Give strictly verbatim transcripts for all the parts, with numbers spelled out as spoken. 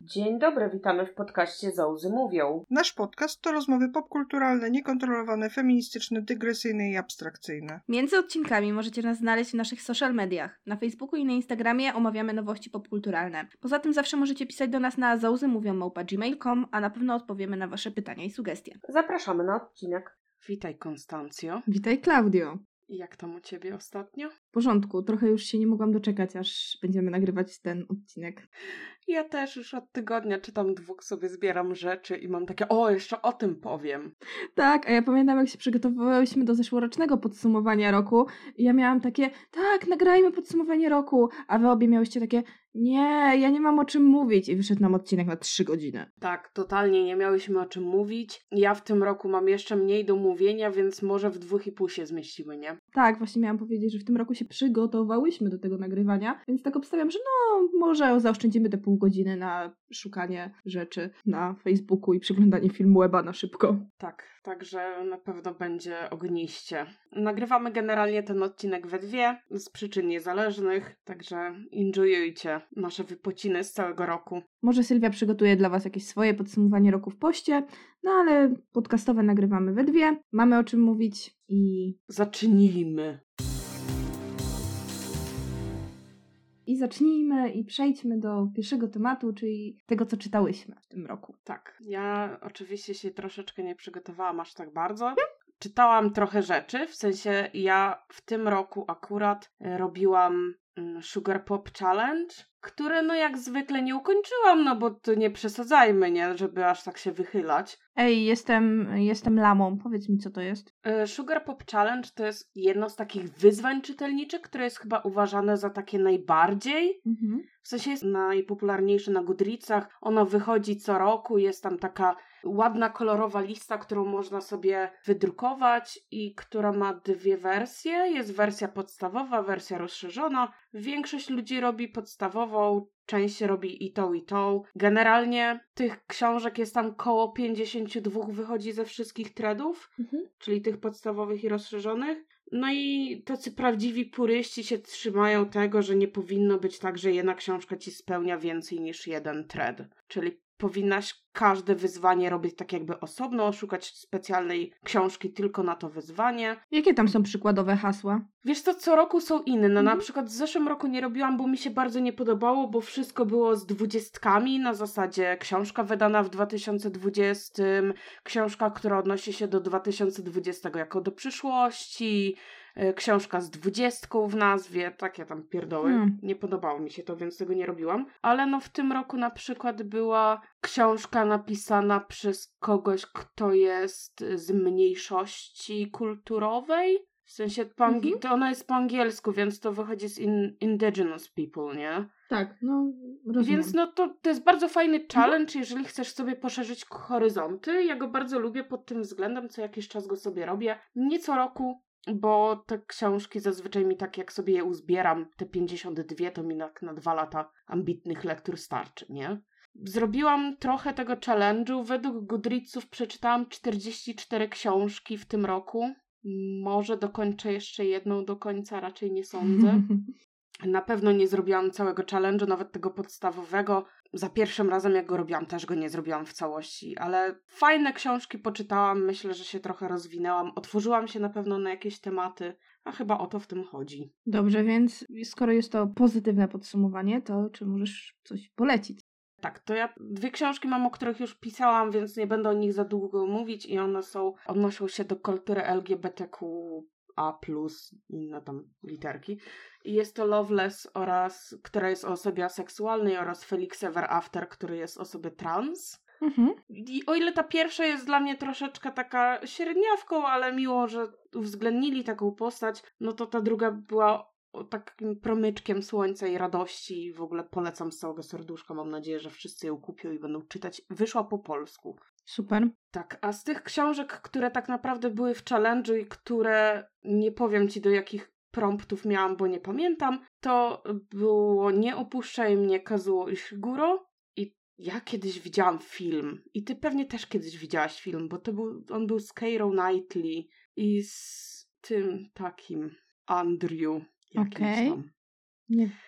Dzień dobry, witamy w podcaście Zołzy Mówią. Nasz podcast to rozmowy popkulturalne, niekontrolowane, feministyczne, dygresyjne i abstrakcyjne. Między odcinkami możecie nas znaleźć w naszych social mediach. Na Facebooku i na Instagramie omawiamy nowości popkulturalne. Poza tym zawsze możecie pisać do nas na zołzymuwią małpa gmail kropka com, a na pewno odpowiemy na wasze pytania i sugestie. Zapraszamy na odcinek. Witaj, Konstancjo. Witaj, Klaudio. Jak tam u ciebie ostatnio? W porządku, trochę już się nie mogłam doczekać, aż będziemy nagrywać ten odcinek. Ja też już od tygodnia czytam dwóch, sobie zbieram rzeczy i mam takie, o, jeszcze o tym powiem. Tak, a ja pamiętam, jak się przygotowywałyśmy do zeszłorocznego podsumowania roku i ja miałam takie, tak, nagrajmy podsumowanie roku, a wy obie miałyście takie, nie, ja nie mam o czym mówić i wyszedł nam odcinek na trzy godziny. Tak, totalnie nie miałyśmy o czym mówić. Ja w tym roku mam jeszcze mniej do mówienia, więc może w dwóch i pół się zmieścimy, nie? Tak, właśnie miałam powiedzieć, że w tym roku się przygotowałyśmy do tego nagrywania, więc tak obstawiam, że no, może zaoszczędzimy te pół godziny na szukanie rzeczy na Facebooku i przeglądanie filmu weba na szybko. Tak, także na pewno będzie ogniście. Nagrywamy generalnie ten odcinek we dwie, z przyczyn niezależnych, także enjoyujcie nasze wypociny z całego roku. Może Sylwia przygotuje dla was jakieś swoje podsumowanie roku w poście, no ale podcastowe nagrywamy we dwie, mamy o czym mówić i... Zacznijmy! I zacznijmy i przejdźmy do pierwszego tematu, czyli tego, co czytałyśmy w tym roku. Tak, ja oczywiście się troszeczkę nie przygotowałam aż tak bardzo. Czytałam trochę rzeczy, w sensie ja w tym roku akurat robiłam Sugar Pop Challenge, które no jak zwykle nie ukończyłam, no bo to nie przesadzajmy, nie, żeby aż tak się wychylać. Ej, jestem, jestem lamą, powiedz mi, co to jest. Sugar Pop Challenge to jest jedno z takich wyzwań czytelniczych, które jest chyba uważane za takie najbardziej, Mhm. w sensie jest najpopularniejsze na Goodreadsach. Ono wychodzi co roku, jest tam taka ładna, kolorowa lista, którą można sobie wydrukować i która ma dwie wersje. Jest wersja podstawowa, wersja rozszerzona. Większość ludzi robi podstawową, część robi i tą, i tą. Generalnie tych książek jest tam koło pięćdziesiąt dwa wychodzi ze wszystkich threadów, Mhm. czyli tych podstawowych i rozszerzonych. No i tacy prawdziwi puryści się trzymają tego, że nie powinno być tak, że jedna książka ci spełnia więcej niż jeden thread. Czyli powinnaś każde wyzwanie robić tak jakby osobno, szukać specjalnej książki tylko na to wyzwanie. Jakie tam są przykładowe hasła? Wiesz co, co roku są inne. No, Mhm. na przykład w zeszłym roku nie robiłam, bo mi się bardzo nie podobało, bo wszystko było z dwudziestkami, na zasadzie książka wydana w dwa tysiące dwudziestym, książka, która odnosi się do dwa tysiące dwudziestego jako do przyszłości, książka z dwudziestką w nazwie, takie tam pierdoły. Hmm. Nie podobało mi się to, więc tego nie robiłam. Ale no w tym roku na przykład była książka napisana przez kogoś, kto jest z mniejszości kulturowej. W sensie po angi- Mhm. to ona jest po angielsku, więc to wychodzi z in- indigenous people, nie? Tak, no rozumiem. Więc no to, to jest bardzo fajny challenge, jeżeli chcesz sobie poszerzyć horyzonty. Ja go bardzo lubię pod tym względem, co jakiś czas go sobie robię. Nie co roku, bo te książki zazwyczaj mi tak, jak sobie je uzbieram, te pięćdziesiąt dwa, to mi na, na dwa lata ambitnych lektur starczy, nie? Zrobiłam trochę tego challenge'u. Według Goodreadsów przeczytałam czterdzieści cztery książki w tym roku. Może dokończę jeszcze jedną do końca, raczej nie sądzę. Na pewno nie zrobiłam całego challenge'u, nawet tego podstawowego. Za pierwszym razem, jak go robiłam, też go nie zrobiłam w całości, ale fajne książki poczytałam, myślę, że się trochę rozwinęłam, otworzyłam się na pewno na jakieś tematy, a chyba o to w tym chodzi. Dobrze, więc skoro jest to pozytywne podsumowanie, to czy możesz coś polecić? Tak, to ja dwie książki mam, o których już pisałam, więc nie będę o nich za długo mówić i one są, odnoszą się do kultury L G B T Q A plus, inne tam literki. I jest to Loveless, oraz, która jest o osobie aseksualnej, oraz Felix Ever After, który jest o osobie trans. Mhm. I o ile ta pierwsza jest dla mnie troszeczkę taka średniawką, ale miło, że uwzględnili taką postać, no to ta druga była takim promyczkiem słońca i radości i w ogóle polecam z całego serduszka. Mam nadzieję, że wszyscy ją kupią i będą czytać. Wyszła po polsku. Super. Tak, a z tych książek, które tak naprawdę były w challenge'u i które nie powiem ci do jakich promptów miałam, bo nie pamiętam, to było Nie opuszczaj mnie Kazuo Ishiguro i ja kiedyś widziałam film i ty pewnie też kiedyś widziałaś film, bo to był, on był z Keirą Knightley i z tym takim Andrew jakimś Okej. tam. Nie,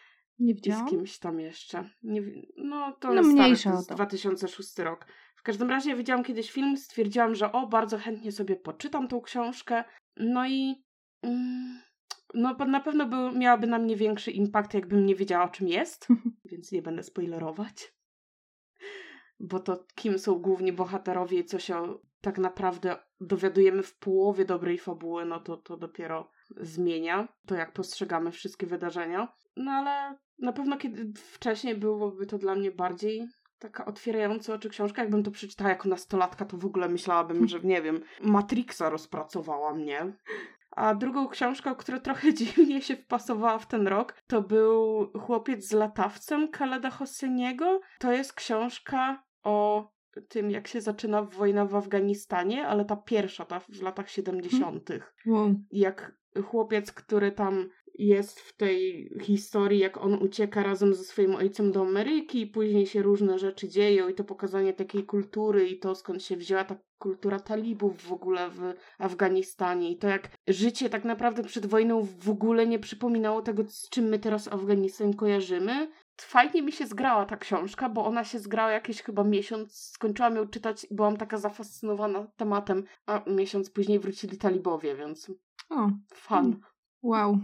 Nie I widziałam. z kimś tam jeszcze. Nie, wi- no to No, jest mniejsza stare, to o jest to. dwa tysiące szósty rok. W każdym razie widziałam kiedyś film, stwierdziłam, że o, bardzo chętnie sobie poczytam tą książkę. No i mm, no na pewno był, miałaby na mnie większy impact, jakbym nie wiedziała, o czym jest. Więc nie będę spoilerować. Bo to kim są główni bohaterowie i co się tak naprawdę dowiadujemy w połowie dobrej fabuły, no to to dopiero zmienia to, jak postrzegamy wszystkie wydarzenia. No ale na pewno kiedy wcześniej byłoby to dla mnie bardziej taka otwierająca oczy książka. Jakbym to przeczytała jako nastolatka, to w ogóle myślałabym, że nie wiem, Matrixa rozpracowała mnie. A drugą książką, która trochę dziwnie się wpasowała w ten rok, to był Chłopiec z latawcem Khaleda Hosseiniego. To jest książka o tym, jak się zaczyna wojna w Afganistanie, ale ta pierwsza, ta w latach siedemdziesiątych. Wow. Jak chłopiec, który tam jest w tej historii, jak on ucieka razem ze swoim ojcem do Ameryki i później się różne rzeczy dzieją i to pokazanie takiej kultury i to, skąd się wzięła ta kultura talibów w ogóle w Afganistanie i to, jak życie tak naprawdę przed wojną w ogóle nie przypominało tego, z czym my teraz Afganistan kojarzymy. Fajnie mi się zgrała ta książka, bo ona się zgrała jakiś chyba miesiąc, skończyłam ją czytać i byłam taka zafascynowana tematem, a miesiąc później wrócili talibowie, więc O, fan. wow.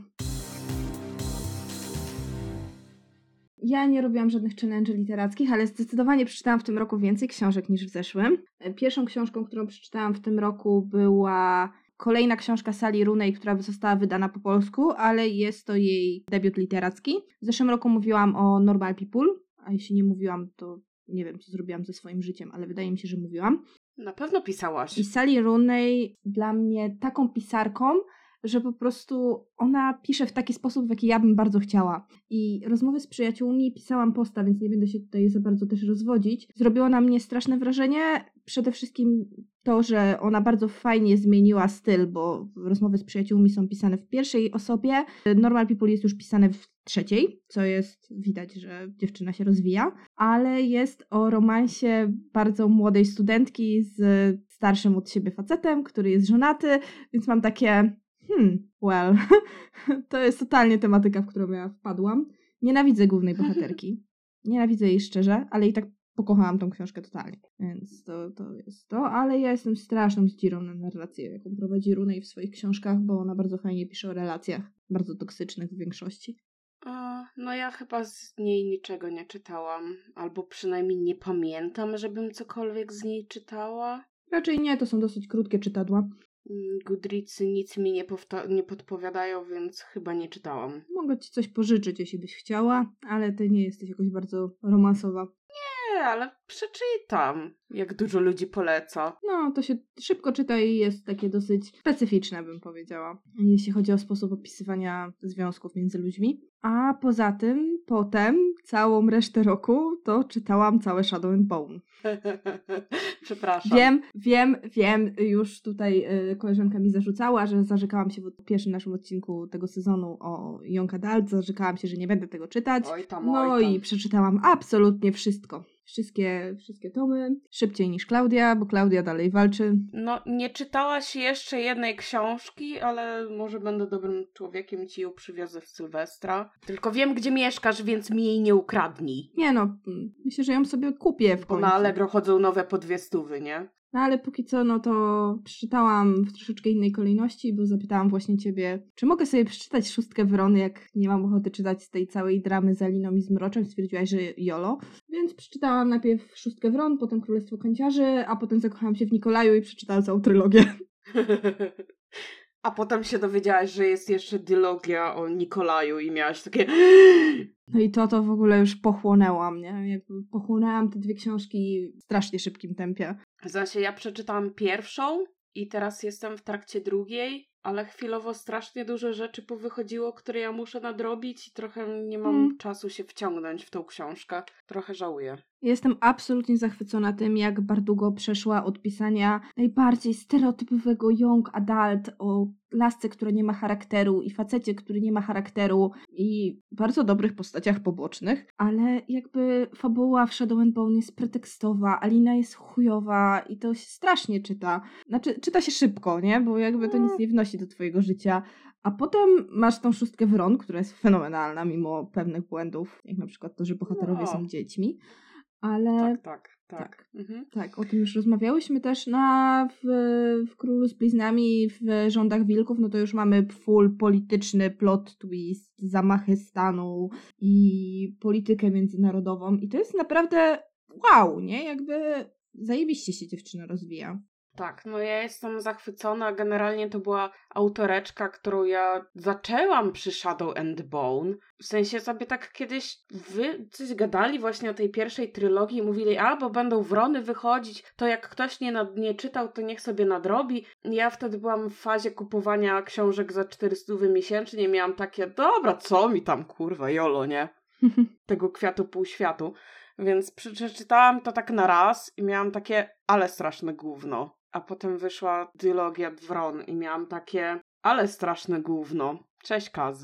Ja nie robiłam żadnych challenge literackich, ale zdecydowanie przeczytałam w tym roku więcej książek niż w zeszłym. Pierwszą książką, którą przeczytałam w tym roku, była kolejna książka Sally Rooney, która została wydana po polsku, ale jest to jej debiut literacki. W zeszłym roku mówiłam o Normal People, a jeśli nie mówiłam, to nie wiem, co zrobiłam ze swoim życiem, ale wydaje mi się, że mówiłam. Na pewno pisałaś. I Sally Rooney dla mnie taką pisarką, że po prostu ona pisze w taki sposób, w jaki ja bym bardzo chciała. I rozmowy z przyjaciółmi pisałam posta, więc nie będę się tutaj za bardzo też rozwodzić. Zrobiło na mnie straszne wrażenie. Przede wszystkim to, że ona bardzo fajnie zmieniła styl, bo rozmowy z przyjaciółmi są pisane w pierwszej osobie. Normal People jest już pisane w trzeciej, co jest, widać, że dziewczyna się rozwija. Ale jest o romansie bardzo młodej studentki z starszym od siebie facetem, który jest żonaty, więc mam takie... Hmm, well, to jest totalnie tematyka, w którą ja wpadłam. Nienawidzę głównej bohaterki. Nienawidzę jej szczerze, ale i tak pokochałam tą książkę totalnie. Więc to, to jest to, ale ja jestem straszną zdzirą na narrację, jaką prowadzi Rooney w swoich książkach, bo ona bardzo fajnie pisze o relacjach, bardzo toksycznych w większości. O, no ja chyba z niej niczego nie czytałam, albo przynajmniej nie pamiętam, żebym cokolwiek z niej czytała. Raczej nie, to są dosyć krótkie czytadła. Goodreadsy nic mi nie, powta- nie podpowiadają, więc chyba nie czytałam. Mogę ci coś pożyczyć, jeśli byś chciała, ale ty nie jesteś jakoś bardzo romansowa. Nie, ale przeczytam, jak dużo ludzi poleca. No, to się szybko czyta i jest takie dosyć specyficzne, bym powiedziała, jeśli chodzi o sposób opisywania związków między ludźmi. A poza tym, potem, całą resztę roku, to czytałam całe Shadow and Bone. Przepraszam. Wiem, wiem, wiem, już tutaj y, koleżanka mi zarzucała, że zarzekałam się w pierwszym naszym odcinku tego sezonu o Young Adult, zarzekałam się, że nie będę tego czytać. Oj tam, No oj tam. i przeczytałam absolutnie wszystko. Wszystkie, wszystkie tomy. Szybciej niż Klaudia, bo Klaudia dalej walczy. No, nie czytałaś jeszcze jednej książki, ale może będę dobrym człowiekiem i ci ją przywiozę w Sylwestra. Tylko wiem, gdzie mieszkasz, więc mi jej nie ukradnij. Nie no, mm, myślę, że ją sobie kupię w Bo końcu. na Allegro chodzą nowe po dwie stówy, nie? No ale póki co, no to przeczytałam w troszeczkę innej kolejności, bo zapytałam właśnie ciebie, czy mogę sobie przeczytać Szóstkę Wrony, jak nie mam ochoty czytać z tej całej dramy z Aliną i Zmroczem. Stwierdziłaś, że jolo. Więc przeczytałam najpierw Szóstkę Wron, potem Królestwo Kanciarzy, a potem zakochałam się w Nikolaju i przeczytałam całą trylogię. A potem się dowiedziałaś, że jest jeszcze dylogia o Nikolaju i miałaś takie... No i to to w ogóle już pochłonęła mnie. Jakby pochłonęłam te dwie książki w strasznie szybkim tempie. W sensie ja przeczytałam pierwszą i teraz jestem w trakcie drugiej, ale chwilowo strasznie dużo rzeczy powychodziło, które ja muszę nadrobić i trochę nie mam Hmm. czasu się wciągnąć w tą książkę. Trochę żałuję. Jestem absolutnie zachwycona tym, jak Bardugo przeszła od pisania najbardziej stereotypowego young adult o lasce, która nie ma charakteru i facecie, który nie ma charakteru i bardzo dobrych postaciach pobocznych, ale jakby fabuła w Shadow and Bone jest pretekstowa, Alina jest chujowa i to się strasznie czyta. Znaczy, czyta się szybko, nie? Bo jakby to nic nie wnosi do twojego życia, A potem masz tą szóstkę Wron, która jest fenomenalna mimo pewnych błędów, jak na przykład to, że bohaterowie No. są dziećmi. Ale Tak, tak, tak. Tak. Mhm. tak, o tym już rozmawiałyśmy też na, w, w Królu z Bliznami, w Rządach Wilków, no to już mamy full polityczny plot twist, zamachy stanu i politykę międzynarodową i to jest naprawdę wow, nie? Jakby zajebiście się dziewczyna rozwija. Tak, no ja jestem zachwycona. Generalnie to była autoreczka, którą ja zaczęłam przy Shadow and Bone. W sensie sobie tak kiedyś wy coś gadali właśnie o tej pierwszej trylogii i mówili, albo będą Wrony wychodzić, to jak ktoś nie, nad, nie czytał, to niech sobie nadrobi. Ja wtedy byłam w fazie kupowania książek za czterysta miesięcznie. Miałam takie, dobra, co mi tam, kurwa, jolo, nie? Tego kwiatu półświatu. Więc przeczytałam to tak na raz i miałam takie, ale straszne gówno. A potem wyszła dylogia Wron i miałam takie, ale straszne gówno. Cześć, Kaz.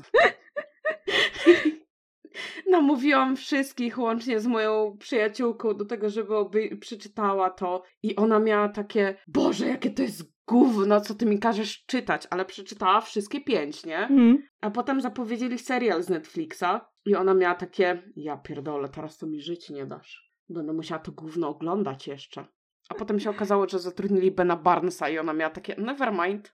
Namówiłam wszystkich, łącznie z moją przyjaciółką, do tego, żeby oby przeczytała to. I ona miała takie, Boże, jakie to jest gówno, co ty mi każesz czytać. Ale przeczytała wszystkie pięć, nie? Mm. A potem zapowiedzieli serial z Netflixa i ona miała takie, ja pierdolę, teraz to mi żyć nie dasz. Będę musiała to gówno oglądać jeszcze. A potem się okazało, że zatrudnili Bena Barnesa i ona miała takie, never mind.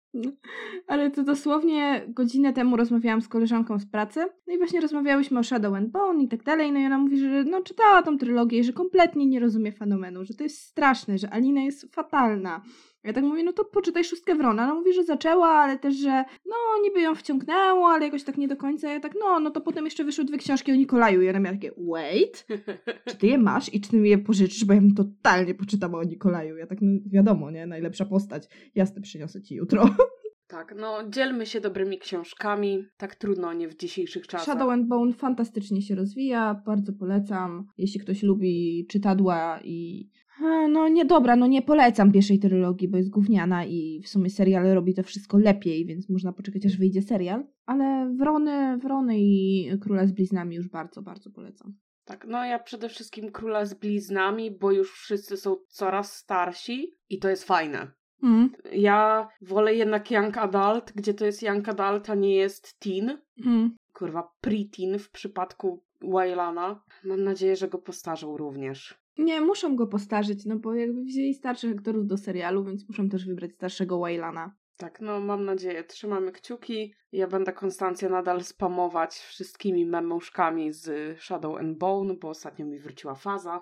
Ale to dosłownie godzinę temu rozmawiałam z koleżanką z pracy, no i właśnie rozmawiałyśmy o Shadow and Bone i tak dalej, no i ona mówi, że no czytała tą trylogię i że kompletnie nie rozumie fenomenu, że to jest straszne, że Alina jest fatalna. Ja tak mówię, no to poczytaj Szóstkę Wrona. Ona mówi, że zaczęła, ale też, że no niby ją wciągnęło, ale jakoś tak nie do końca. Ja tak, no, no to potem jeszcze wyszły dwie książki o Nikolaju i ona miała takie, wait, czy ty je masz i czy ty mi je pożyczysz, bo ja bym totalnie poczytała o Nikolaju. Ja tak, no wiadomo, nie, najlepsza postać. Jasne, przyniosę ci jutro. Tak, no dzielmy się dobrymi książkami. Tak trudno, nie w dzisiejszych czasach. Shadow and Bone fantastycznie się rozwija, bardzo polecam. Jeśli ktoś lubi czytadła i... No nie, dobra, no nie polecam pierwszej trylogii, bo jest gówniana i w sumie serial robi to wszystko lepiej, więc można poczekać, aż wyjdzie serial. Ale Wrony, Wrony i Króla z Bliznami już bardzo, bardzo polecam. Tak, no ja przede wszystkim Króla z Bliznami, bo już wszyscy są coraz starsi i to jest fajne. Mm. Ja wolę jednak young adult, gdzie to jest young adult, a nie jest teen. Mm. Kurwa, pre-teen w przypadku Waylana. Mam nadzieję, że go postarzą również. Nie, muszą go postarzyć, no bo jakby wzięli starszych aktorów do serialu, więc muszą też wybrać starszego Waylana. Tak, no mam nadzieję. Trzymamy kciuki. Ja będę Konstancję nadal spamować wszystkimi memuszkami z Shadow and Bone, bo ostatnio mi wróciła faza.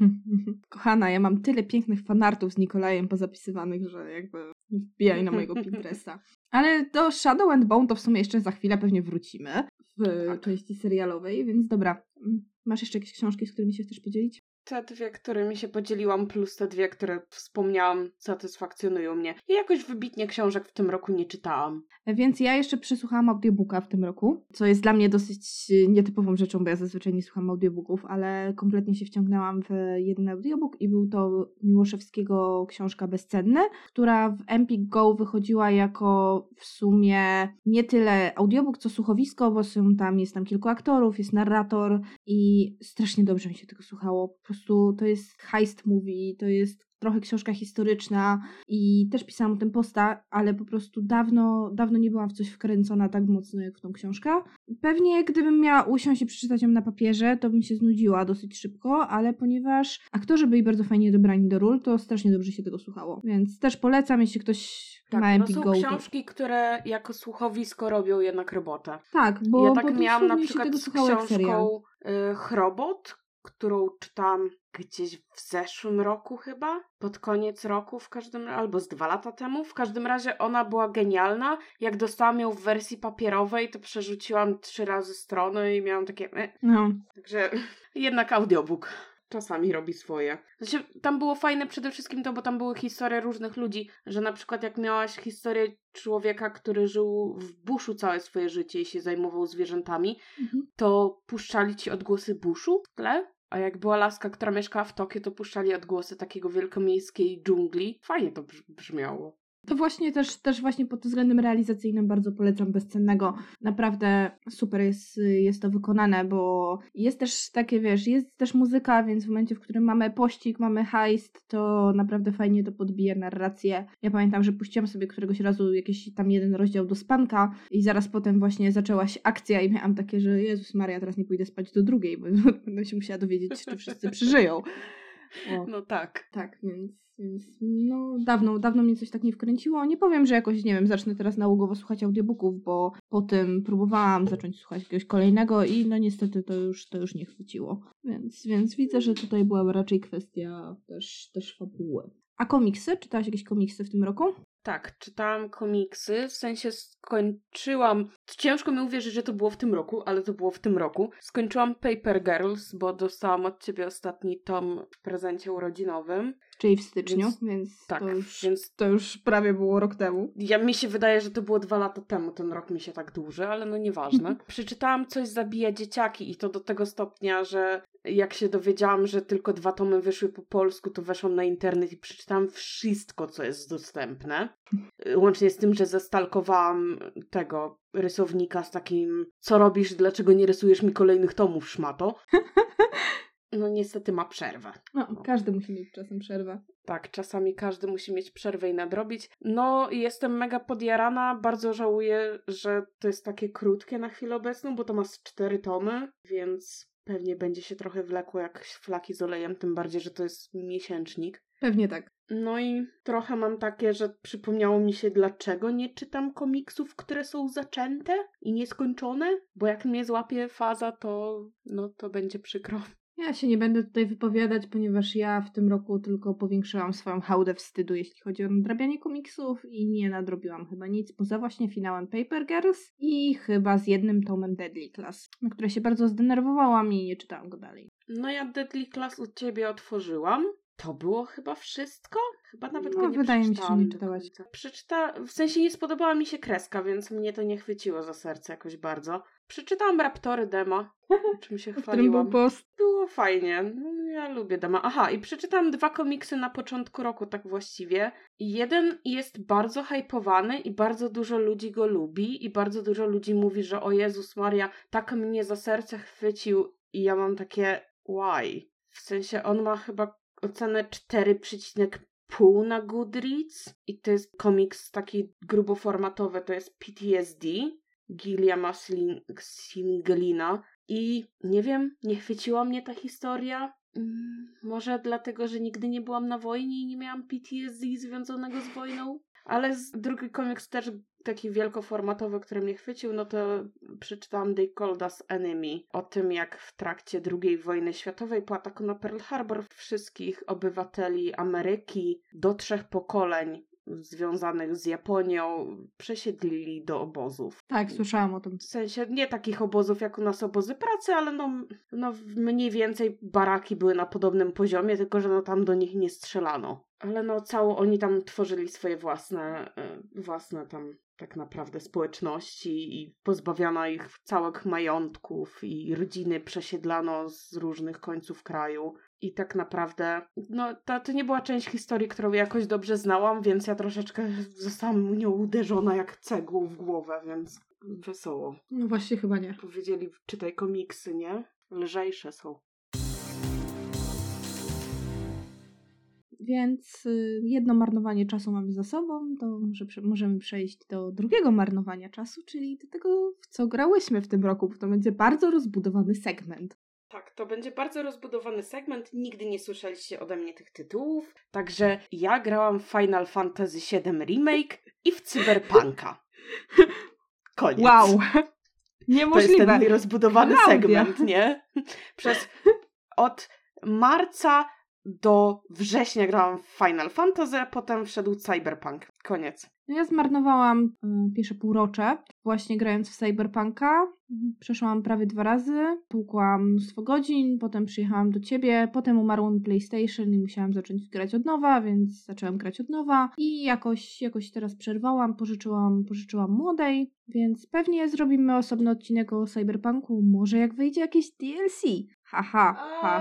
Kochana, ja mam tyle pięknych fanartów z Nikolajem pozapisywanych, że jakby wbijaj na mojego Pinteresta. Ale do Shadow and Bone to w sumie jeszcze za chwilę pewnie wrócimy w Tak. części serialowej, więc dobra. Masz jeszcze jakieś książki, z którymi się chcesz podzielić? Te dwie, którymi się podzieliłam, plus te dwie, które wspomniałam, satysfakcjonują mnie. Ja jakoś wybitnie książek w tym roku nie czytałam. Więc ja jeszcze przesłuchałam audiobooka w tym roku, co jest dla mnie dosyć nietypową rzeczą, bo ja zazwyczaj nie słucham audiobooków, ale kompletnie się wciągnęłam w jeden audiobook i był to Miłoszewskiego książka Bezcenne, która w Empik Go wychodziła jako w sumie nie tyle audiobook, co słuchowisko, bo są tam, jest tam kilku aktorów, jest narrator i strasznie dobrze mi się tego słuchało. Po prostu to jest heist movie, to jest trochę książka historyczna i też pisałam o tym posta, ale po prostu dawno, dawno nie byłam w coś wkręcona tak mocno jak w tą książkę. Pewnie gdybym miała usiąść i przeczytać ją na papierze, to bym się znudziła dosyć szybko, ale ponieważ aktorzy byli bardzo fajnie dobrani do ról, to strasznie dobrze się tego słuchało. Więc też polecam, jeśli ktoś Tak, ma no Empik są Go. książki, które jako słuchowisko robią jednak robotę. Tak, bo ja tak bo miałam na dosłownie się przykład tego z słuchało jak serial. książką y, Chrobot, którą czytałam gdzieś w zeszłym roku chyba, pod koniec roku w każdym albo z dwa lata temu. W każdym razie ona była genialna. Jak dostałam ją w wersji papierowej, to przerzuciłam trzy razy strony i miałam takie... Eh. No. Także jednak audiobook czasami robi swoje. Znaczy, tam było fajne przede wszystkim to, bo tam były historie różnych ludzi, że na przykład jak miałaś historię człowieka, który żył w buszu całe swoje życie i się zajmował zwierzętami, Mhm. to puszczali ci odgłosy buszu w tle, a jak była laska, która mieszkała w Tokio, to puszczali odgłosy takiego wielkomiejskiej dżungli. Fajnie to brz- brzmiało. To właśnie też, też właśnie pod względem realizacyjnym bardzo polecam Bezcennego. Naprawdę super jest, jest to wykonane, bo jest też takie, wiesz, jest też muzyka, więc w momencie, w którym mamy pościg, mamy heist, to naprawdę fajnie to podbija narrację. Ja pamiętam, że puściłam sobie któregoś razu jakiś tam jeden rozdział do spanka i zaraz potem właśnie zaczęła się akcja i miałam takie, że Jezus Maria, teraz nie pójdę spać do drugiej, bo będę się musiała dowiedzieć, czy wszyscy przeżyją. O. No tak. Tak, więc, więc no dawno, dawno mnie coś tak nie wkręciło. Nie powiem, że jakoś, nie wiem, zacznę teraz nałogowo słuchać audiobooków, bo po tym próbowałam zacząć słuchać jakiegoś kolejnego i no niestety to już, to już nie chwyciło. Więc, więc widzę, że tutaj była raczej kwestia też, też fabuły. A komiksy? Czytałaś jakieś komiksy w tym roku? Tak, czytałam komiksy, w sensie skończyłam, ciężko mi uwierzyć, że to było w tym roku, ale to było w tym roku. Skończyłam Paper Girls, bo dostałam od ciebie ostatni tom w prezencie urodzinowym. Czyli w styczniu, Więc- więc, tak, to, już, więc- to już prawie było rok temu. Ja mi się wydaje, że to było dwa lata temu, ten rok mi się tak dłuży, ale no nieważne. Przeczytałam Coś zabija dzieciaki i to do tego stopnia, że jak się dowiedziałam, że tylko dwa tomy wyszły po polsku, to weszłam na internet i przeczytałam wszystko, co jest dostępne. Łącznie z tym, że zastalkowałam tego rysownika z takim: co robisz, dlaczego nie rysujesz mi kolejnych tomów, szmato? No niestety ma przerwę. No, każdy musi mieć czasem przerwę. Tak, czasami każdy musi mieć przerwę i nadrobić. No, jestem mega podjarana. Bardzo żałuję, że to jest takie krótkie na chwilę obecną, bo to ma z cztery tomy, więc pewnie będzie się trochę wlekło jak flaki z olejem, tym bardziej, że to jest miesięcznik. Pewnie tak. No i trochę mam takie, że przypomniało mi się, dlaczego nie czytam komiksów, które są zaczęte i nieskończone, bo jak mnie złapie faza, to no to będzie przykro. Ja się nie będę tutaj wypowiadać, ponieważ ja w tym roku tylko powiększyłam swoją hałdę wstydu, jeśli chodzi o nadrabianie komiksów i nie nadrobiłam chyba nic, poza właśnie finałem Paper Girls i chyba z jednym tomem Deadly Class, na które się bardzo zdenerwowałam i nie czytałam go dalej. No ja Deadly Class u ciebie otworzyłam. To było chyba wszystko? Chyba nawet No, go nie wydaje mi się, że przeczytałam nie do czytałaś. końca. Przeczyta... W sensie nie spodobała mi się kreska, więc mnie to nie chwyciło za serce jakoś bardzo. Przeczytałam Raptory demo, o czym się W którym chwaliłam. był post. Było fajnie. No, ja lubię dema. Aha, i przeczytałam dwa komiksy na początku roku, tak właściwie. Jeden jest bardzo hypowany i bardzo dużo ludzi go lubi i bardzo dużo ludzi mówi, że o Jezus Maria, tak mnie za serce chwycił i ja mam takie why? W sensie on ma chyba ocenę cztery przecinek pięć na Goodreads i to jest komiks taki gruboformatowy, to jest P T S D Gilliama Singelina i nie wiem, nie chwyciła mnie ta historia. Mm, może dlatego, że nigdy nie byłam na wojnie i nie miałam P T S D związanego z wojną. Ale z, drugi komiks też taki wielkoformatowy, który mnie chwycił, no to przeczytałam They Called Us Enemy. O tym, jak w trakcie drugiej wojny światowej po ataku na Pearl Harbor wszystkich obywateli Ameryki do trzech pokoleń związanych z Japonią przesiedlili do obozów. Tak, słyszałam o tym. W sensie nie takich obozów jak u nas obozy pracy, ale no, no mniej więcej baraki były na podobnym poziomie, tylko że no tam do nich nie strzelano. Ale no cało oni tam tworzyli swoje własne, y, własne tam tak naprawdę społeczności i pozbawiano ich całych majątków i rodziny przesiedlano z różnych końców kraju. I tak naprawdę, no to, to nie była część historii, którą jakoś dobrze znałam, więc ja troszeczkę zostałam nią uderzona jak cegłą w głowę, więc wesoło. No właśnie chyba nie. Powiedzieli, czytaj komiksy, nie? Lżejsze są. Więc y, jedno marnowanie czasu mamy za sobą, to może prze- możemy przejść do drugiego marnowania czasu, czyli do tego, w co grałyśmy w tym roku, bo to będzie bardzo rozbudowany segment. Tak, to będzie bardzo rozbudowany segment. Nigdy nie słyszeliście ode mnie tych tytułów. Także ja grałam w Final Fantasy siedem Remake i w Cyberpunka. Koniec. Wow! To jest Niemożliwe. ten mój rozbudowany Klaudia. segment, nie? Przez od marca do września grałam w Final Fantasy, a potem wszedł Cyberpunk. Koniec. No ja zmarnowałam y, pierwsze półrocze, właśnie grając w Cyberpunka. Przeszłam prawie dwa razy, tłukłam mnóstwo godzin, potem przyjechałam do ciebie, potem umarło mi PlayStation i musiałam zacząć grać od nowa, więc zaczęłam grać od nowa i jakoś, jakoś teraz przerwałam, pożyczyłam, pożyczyłam młodej, więc pewnie zrobimy osobny odcinek o Cyberpunku, może jak wyjdzie jakieś D L C. Ha, ha, ha.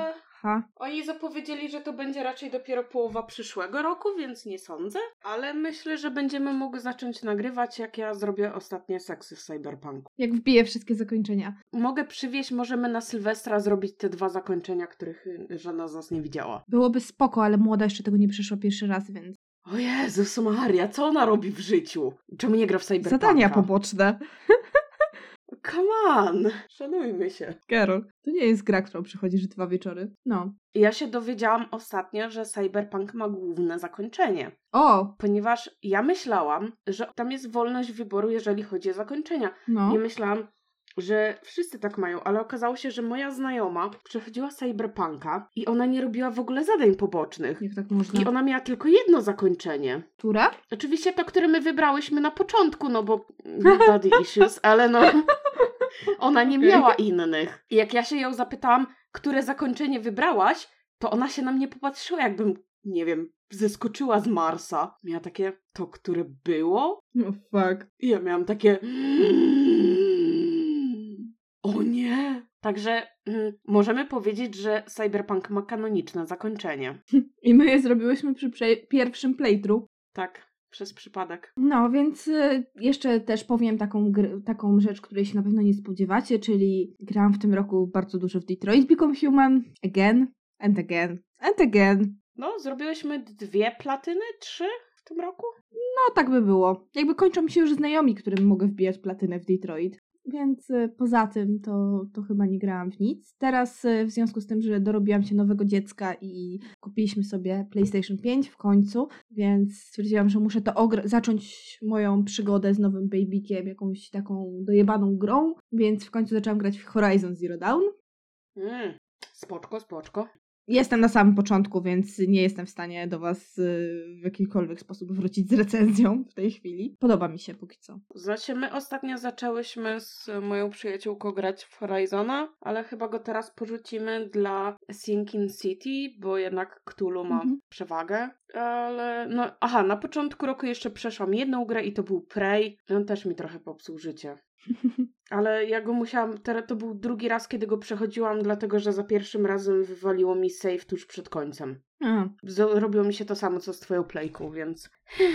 Ha. Oni zapowiedzieli, że to będzie raczej dopiero połowa przyszłego roku, więc nie sądzę, ale myślę, że będziemy mogły zacząć nagrywać, jak ja zrobię ostatnie seksy w Cyberpunku. Jak wbiję wszystkie zakończenia. Mogę przywieźć, możemy na Sylwestra zrobić te dwa zakończenia, których żadna z nas nie widziała. Byłoby spoko, ale młoda jeszcze tego nie przeszła pierwszy raz, więc... O Jezus Maria, co ona robi w życiu? Czemu nie gra w Cyberpunka? Zadania poboczne. Come on! Szanujmy się. Karol, to nie jest gra, którą przychodzisz dwa wieczory. No. Ja się dowiedziałam ostatnio, że Cyberpunk ma główne zakończenie. O! Ponieważ ja myślałam, że tam jest wolność wyboru, jeżeli chodzi o zakończenia. No. I myślałam, że wszyscy tak mają, ale okazało się, że moja znajoma przechodziła Cyberpunka i ona nie robiła w ogóle zadań pobocznych. Jak tak można? I ona miała tylko jedno zakończenie. Która? Oczywiście to, które my wybrałyśmy na początku, no bo daddy issues, ale no ona nie Okay. miała innych. I jak ja się ją zapytałam, które zakończenie wybrałaś, to ona się na mnie popatrzyła, jakbym, nie wiem, zeskoczyła z Marsa. Miała takie, to, które było? No fuck. I ja miałam takie... O nie! Także mm, możemy powiedzieć, że Cyberpunk ma kanoniczne zakończenie. I my je zrobiłyśmy przy prze- pierwszym playthrough. Tak, przez przypadek. No, więc y, jeszcze też powiem taką, gr- taką rzecz, której się na pewno nie spodziewacie, czyli grałam w tym roku bardzo dużo w Detroit Become Human. Again, and again, and again. No, zrobiłyśmy dwie platyny, trzy w tym roku? No, tak by było. Jakby kończą mi się już znajomi, którym mogę wbijać platynę w Detroit. Więc y, poza tym to, to chyba nie grałam w nic. Teraz y, w związku z tym, że dorobiłam się nowego dziecka i kupiliśmy sobie PlayStation pięć w końcu, więc stwierdziłam, że muszę to ogr- zacząć moją przygodę z nowym babykiem, jakąś taką dojebaną grą, więc w końcu zaczęłam grać w Horizon Zero Dawn. Mm, spoczko, spoczko. Jestem na samym początku, więc nie jestem w stanie do was y, w jakikolwiek sposób wrócić z recenzją w tej chwili. Podoba mi się póki co. Znaczy, my ostatnio zaczęłyśmy z moją przyjaciółką grać w Horizona, ale chyba go teraz porzucimy dla Sinking City, bo jednak Cthulhu ma Mhm. przewagę. Ale, no, aha, na początku roku jeszcze przeszłam jedną grę i to był Prey. On też mi trochę popsuł życie. Ale ja go musiałam, teraz to był drugi raz, kiedy go przechodziłam, dlatego że za pierwszym razem wywaliło mi save tuż przed końcem. A. Zrobiło mi się to samo, co z twoją playką, więc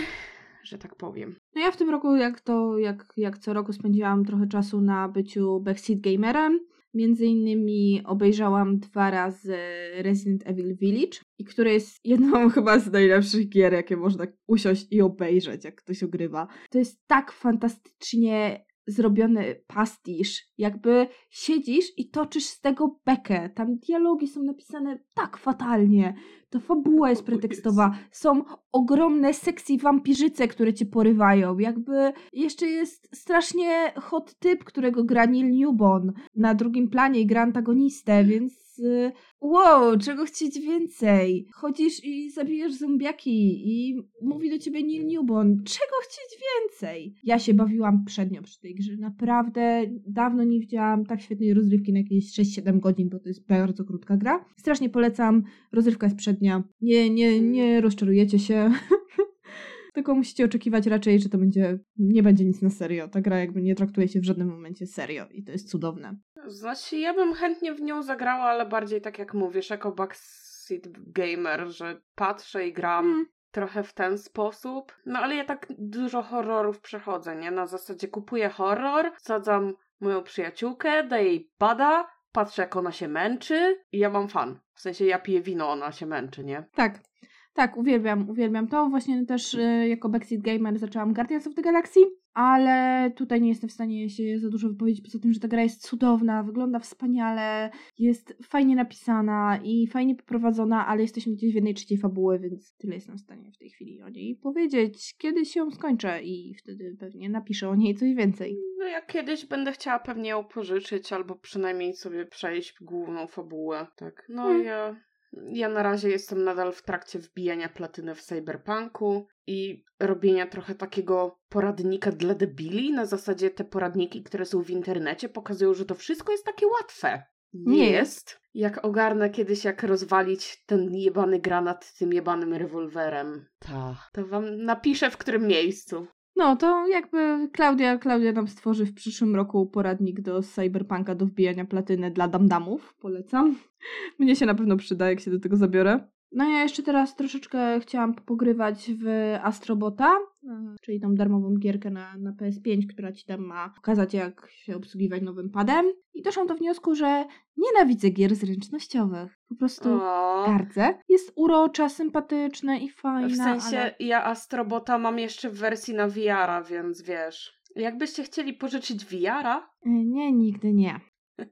że tak powiem. No ja w tym roku, jak to, jak, jak co roku spędziłam trochę czasu na byciu backseat gamerem. Między innymi obejrzałam dwa razy Resident Evil Village, i które jest jedną chyba z najlepszych gier, jakie można usiąść i obejrzeć, jak ktoś ogrywa. To jest tak fantastycznie zrobiony pastisz, jakby siedzisz i toczysz z tego bekę. Tam dialogi są napisane tak fatalnie. Ta fabuła jest pretekstowa. Są ogromne sexy wampirzyce, które cię porywają. Jakby jeszcze jest strasznie hot typ, którego gra Neil Newbon na drugim planie i gra antagonistę, więc yy, wow, czego chcieć więcej? Chodzisz i zabijasz zombiaki i mówi do ciebie Neil Newbon. Czego chcieć więcej? Ja się bawiłam przednio przy tej grze. Naprawdę dawno nie widziałam tak świetnej rozrywki na jakieś sześć siedem godzin, bo to jest bardzo krótka gra. Strasznie polecam. Rozrywka jest przednia. Nie, nie, nie rozczarujecie się. Tylko musicie oczekiwać raczej, że to będzie, nie będzie nic na serio. Ta gra jakby nie traktuje się w żadnym momencie serio i to jest cudowne. Znaczy, ja bym chętnie w nią zagrała, ale bardziej tak jak mówisz, jako backseat gamer, że patrzę i gram Mm. trochę w ten sposób. No ale ja tak dużo horrorów przechodzę, nie? Na zasadzie kupuję horror, sadzam moją przyjaciółkę, daję jej bada, patrzę jak ona się męczy i ja mam fan. W sensie ja piję wino, ona się męczy, nie? Tak. Tak, uwielbiam, uwielbiam to. Właśnie też y, jako backseat gamer zaczęłam Guardians of the Galaxy, ale tutaj nie jestem w stanie się za dużo wypowiedzieć, poza tym, że ta gra jest cudowna, wygląda wspaniale, jest fajnie napisana i fajnie poprowadzona, ale jesteśmy gdzieś w jednej trzeciej fabuły, więc tyle jestem w stanie w tej chwili o niej powiedzieć. Kiedyś ją skończę i wtedy pewnie napiszę o niej coś więcej. No ja kiedyś będę chciała pewnie ją pożyczyć, albo przynajmniej sobie przejść główną fabułę. Tak, no Hmm. ja... Ja na razie jestem nadal w trakcie wbijania platyny w Cyberpunku i robienia trochę takiego poradnika dla debili. Na zasadzie te poradniki, które są w internecie, pokazują, że to wszystko jest takie łatwe. Nie, Nie jest. Jak ogarnę kiedyś, jak rozwalić ten jebany granat tym jebanym rewolwerem, ta, to wam napiszę w którym miejscu. No, to jakby Klaudia, Klaudia nam stworzy w przyszłym roku poradnik do Cyberpunka do wbijania platyny dla damdamów. Polecam. Mnie się na pewno przyda, jak się do tego zabiorę. No ja jeszcze teraz troszeczkę chciałam pogrywać w Astrobota, czyli tą darmową gierkę na, na P S pięć, która ci tam ma pokazać, jak się obsługiwać nowym padem. I doszłam do wniosku, że nienawidzę gier zręcznościowych. Po prostu O. gardzę. Jest urocza, sympatyczna i fajna. W sensie ale... ja Astrobota mam jeszcze w wersji na V R-a, więc wiesz. Jakbyście chcieli pożyczyć V R-a? Nie, nigdy nie.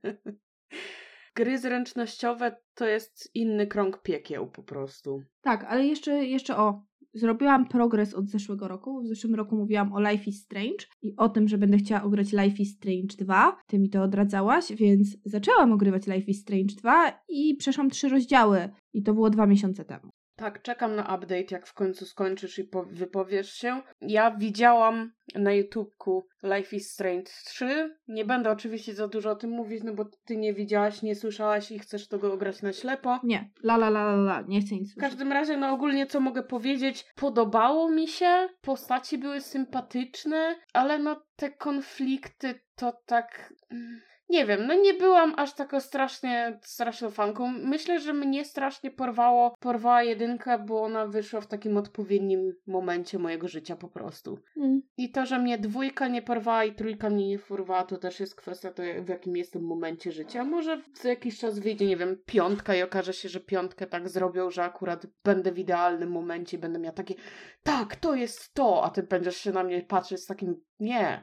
Gry zręcznościowe to jest inny krąg piekieł po prostu. Tak, ale jeszcze, jeszcze o, zrobiłam progres od zeszłego roku. W zeszłym roku mówiłam o Life is Strange i o tym, że będę chciała ograć Life is Strange dwa. Ty mi to odradzałaś, więc zaczęłam ogrywać Life is Strange dwa i przeszłam trzy rozdziały i to było dwa miesiące temu. Tak, czekam na update, jak w końcu skończysz i po- wypowiesz się. Ja widziałam na YouTubeku Life is Strange trzy. Nie będę oczywiście za dużo o tym mówić, no bo ty nie widziałaś, nie słyszałaś i chcesz tego grać na ślepo. Nie, la la la la la, nie chcę nic W słyszeć. każdym razie, no ogólnie co mogę powiedzieć, podobało mi się, postaci były sympatyczne, ale no te konflikty to tak... Nie wiem, no nie byłam aż taką strasznie, straszną fanką. Myślę, że mnie strasznie porwało, porwała jedynka, bo ona wyszła w takim odpowiednim momencie mojego życia po prostu. Mm. I to, że mnie dwójka nie porwała i trójka mnie nie porwała, to też jest kwestia to, w jakim jestem momencie życia. Może za jakiś czas wyjdzie, nie wiem, piątka i okaże się, że piątkę tak zrobią, że akurat będę w idealnym momencie i będę miała takie, tak, to jest to, a ty będziesz się na mnie patrzeć z takim, nie.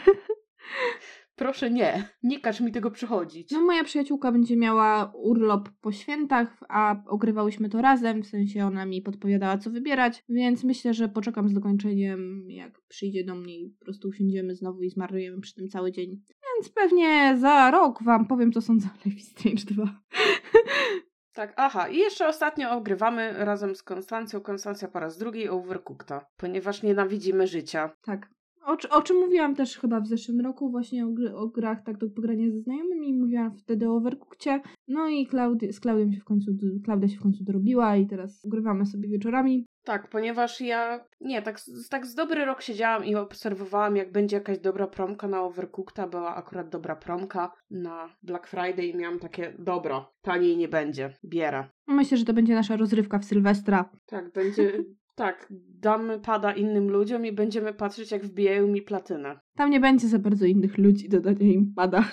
Proszę nie, nie każ mi tego przychodzić. No moja przyjaciółka będzie miała urlop po świętach, a ogrywałyśmy to razem, w sensie ona mi podpowiadała, co wybierać, więc myślę, że poczekam z dokończeniem, jak przyjdzie do mnie i po prostu usiądziemy znowu i zmarnujemy przy tym cały dzień. Więc pewnie za rok wam powiem, co sądzę o Life is Strange dwa. Tak, aha, i jeszcze ostatnio ogrywamy razem z Konstancją, Konstancja po raz drugi Overcooked'a, ponieważ nienawidzimy życia. Tak. O, o czym mówiłam też chyba w zeszłym roku, właśnie o, gry, o grach tak do pogrania ze znajomymi, mówiłam wtedy o Overcookcie, no i Klaudi- z Klaudią się w końcu, Klaudia się w końcu dorobiła i teraz grywamy sobie wieczorami. Tak, ponieważ ja, nie, tak, tak z dobry rok siedziałam i obserwowałam, jak będzie jakaś dobra promka na Overcooked'a, była akurat dobra promka na Black Friday i miałam takie, dobro, taniej nie będzie, bierę. Myślę, że to będzie nasza rozrywka w Sylwestra. Tak, będzie... Tak, damy pada innym ludziom i będziemy patrzeć, jak wbijają mi platynę. Tam nie będzie za bardzo innych ludzi do dania im pada.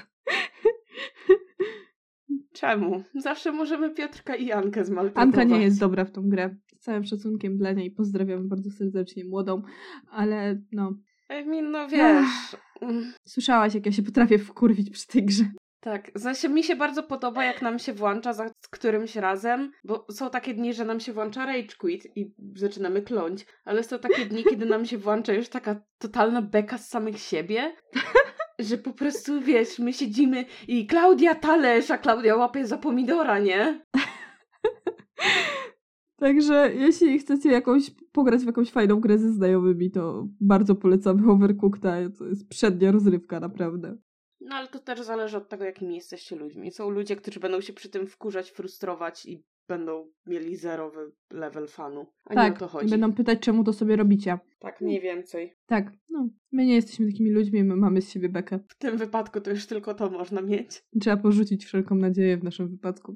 Czemu? Zawsze możemy Piotrka i Ankę zmaltretować. Anka nie jest dobra w tą grę. Z całym szacunkiem dla niej pozdrawiam bardzo serdecznie młodą, ale no... I mean, no wiesz... Słyszałaś, jak ja się potrafię wkurwić przy tej grze. Tak, znaczy mi się bardzo podoba, jak nam się włącza za którymś razem, bo są takie dni, że nam się włącza Rage Quit i zaczynamy kląć, ale są takie dni, kiedy nam się włącza już taka totalna beka z samych siebie, że po prostu, wiesz, my siedzimy i Klaudia talerz, a Klaudia łapie za pomidora, nie? Także jeśli chcecie jakąś pograć w jakąś fajną grę ze znajomymi, to bardzo polecamy Overcooked'a, to jest przednia rozrywka, naprawdę. No ale to też zależy od tego, jakimi jesteście ludźmi. Są ludzie, którzy będą się przy tym wkurzać, frustrować i będą mieli zerowy level fanu. A tak, nie o to chodzi. i będą pytać, czemu to sobie robicie. Tak, mniej więcej. Tak, no. My nie jesteśmy takimi ludźmi, my mamy z siebie bekę. W tym wypadku to już tylko to można mieć. Trzeba porzucić wszelką nadzieję w naszym wypadku.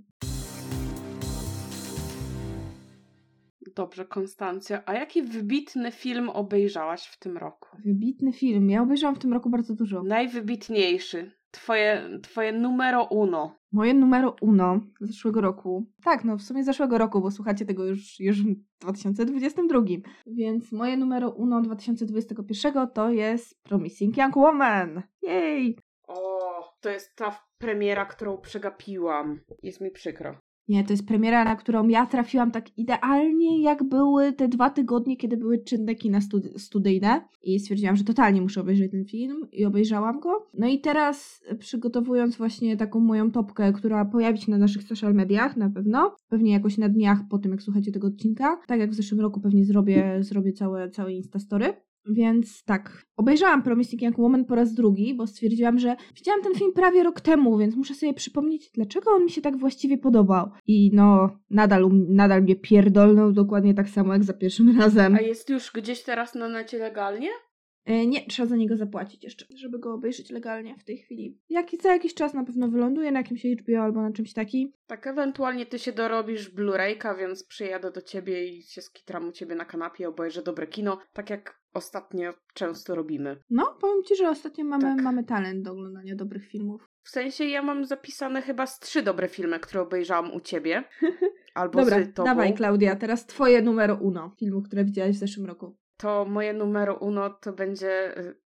Dobrze, Konstancja. A jaki wybitny film obejrzałaś w tym roku? Wybitny film. Ja obejrzałam w tym roku bardzo dużo. Najwybitniejszy. Twoje, twoje numero uno. Moje numero uno z zeszłego roku. Tak, no w sumie z zeszłego roku, bo słuchacie tego już, już w dwa tysiące dwudziestym drugim. Więc moje numero uno dwa tysiące dwudziestego pierwszego to jest Promising Young Woman. Jej! O, to jest ta premiera, którą przegapiłam. Jest mi przykro. Nie, to jest premiera, na którą ja trafiłam tak idealnie, jak były te dwa tygodnie, kiedy były czynne kina studi- studyjne. I stwierdziłam, że totalnie muszę obejrzeć ten film i obejrzałam go. No i teraz przygotowując właśnie taką moją topkę, która pojawi się na naszych social mediach na pewno, pewnie jakoś na dniach po tym, jak słuchacie tego odcinka, tak jak w zeszłym roku pewnie zrobię, zrobię całe, całe Instastory. Więc tak, obejrzałam Promising Young Woman po raz drugi, bo stwierdziłam, że widziałam ten film prawie rok temu, więc muszę sobie przypomnieć, dlaczego on mi się tak właściwie podobał. I no, nadal, nadal mnie pierdolnął dokładnie tak samo jak za pierwszym razem. A jest już gdzieś teraz na necie legalnie? E, nie, trzeba za niego zapłacić jeszcze, żeby go obejrzeć legalnie w tej chwili. Jak i za jakiś czas na pewno wyląduje na jakimś H B O albo na czymś takim. Tak, ewentualnie ty się dorobisz Blu-rayka, więc przyjadę do ciebie i się skitram u ciebie na kanapie, obejrzę dobre kino, tak jak ostatnio często robimy. No, powiem ci, że ostatnio mamy, Tak. mamy talent do oglądania dobrych filmów. W sensie ja mam zapisane chyba z trzy dobre filmy, które obejrzałam u ciebie. Albo Dobra, z tobą. dawaj Klaudia, teraz twoje numero uno filmu, które widziałaś w zeszłym roku. To moje numero uno to będzie y,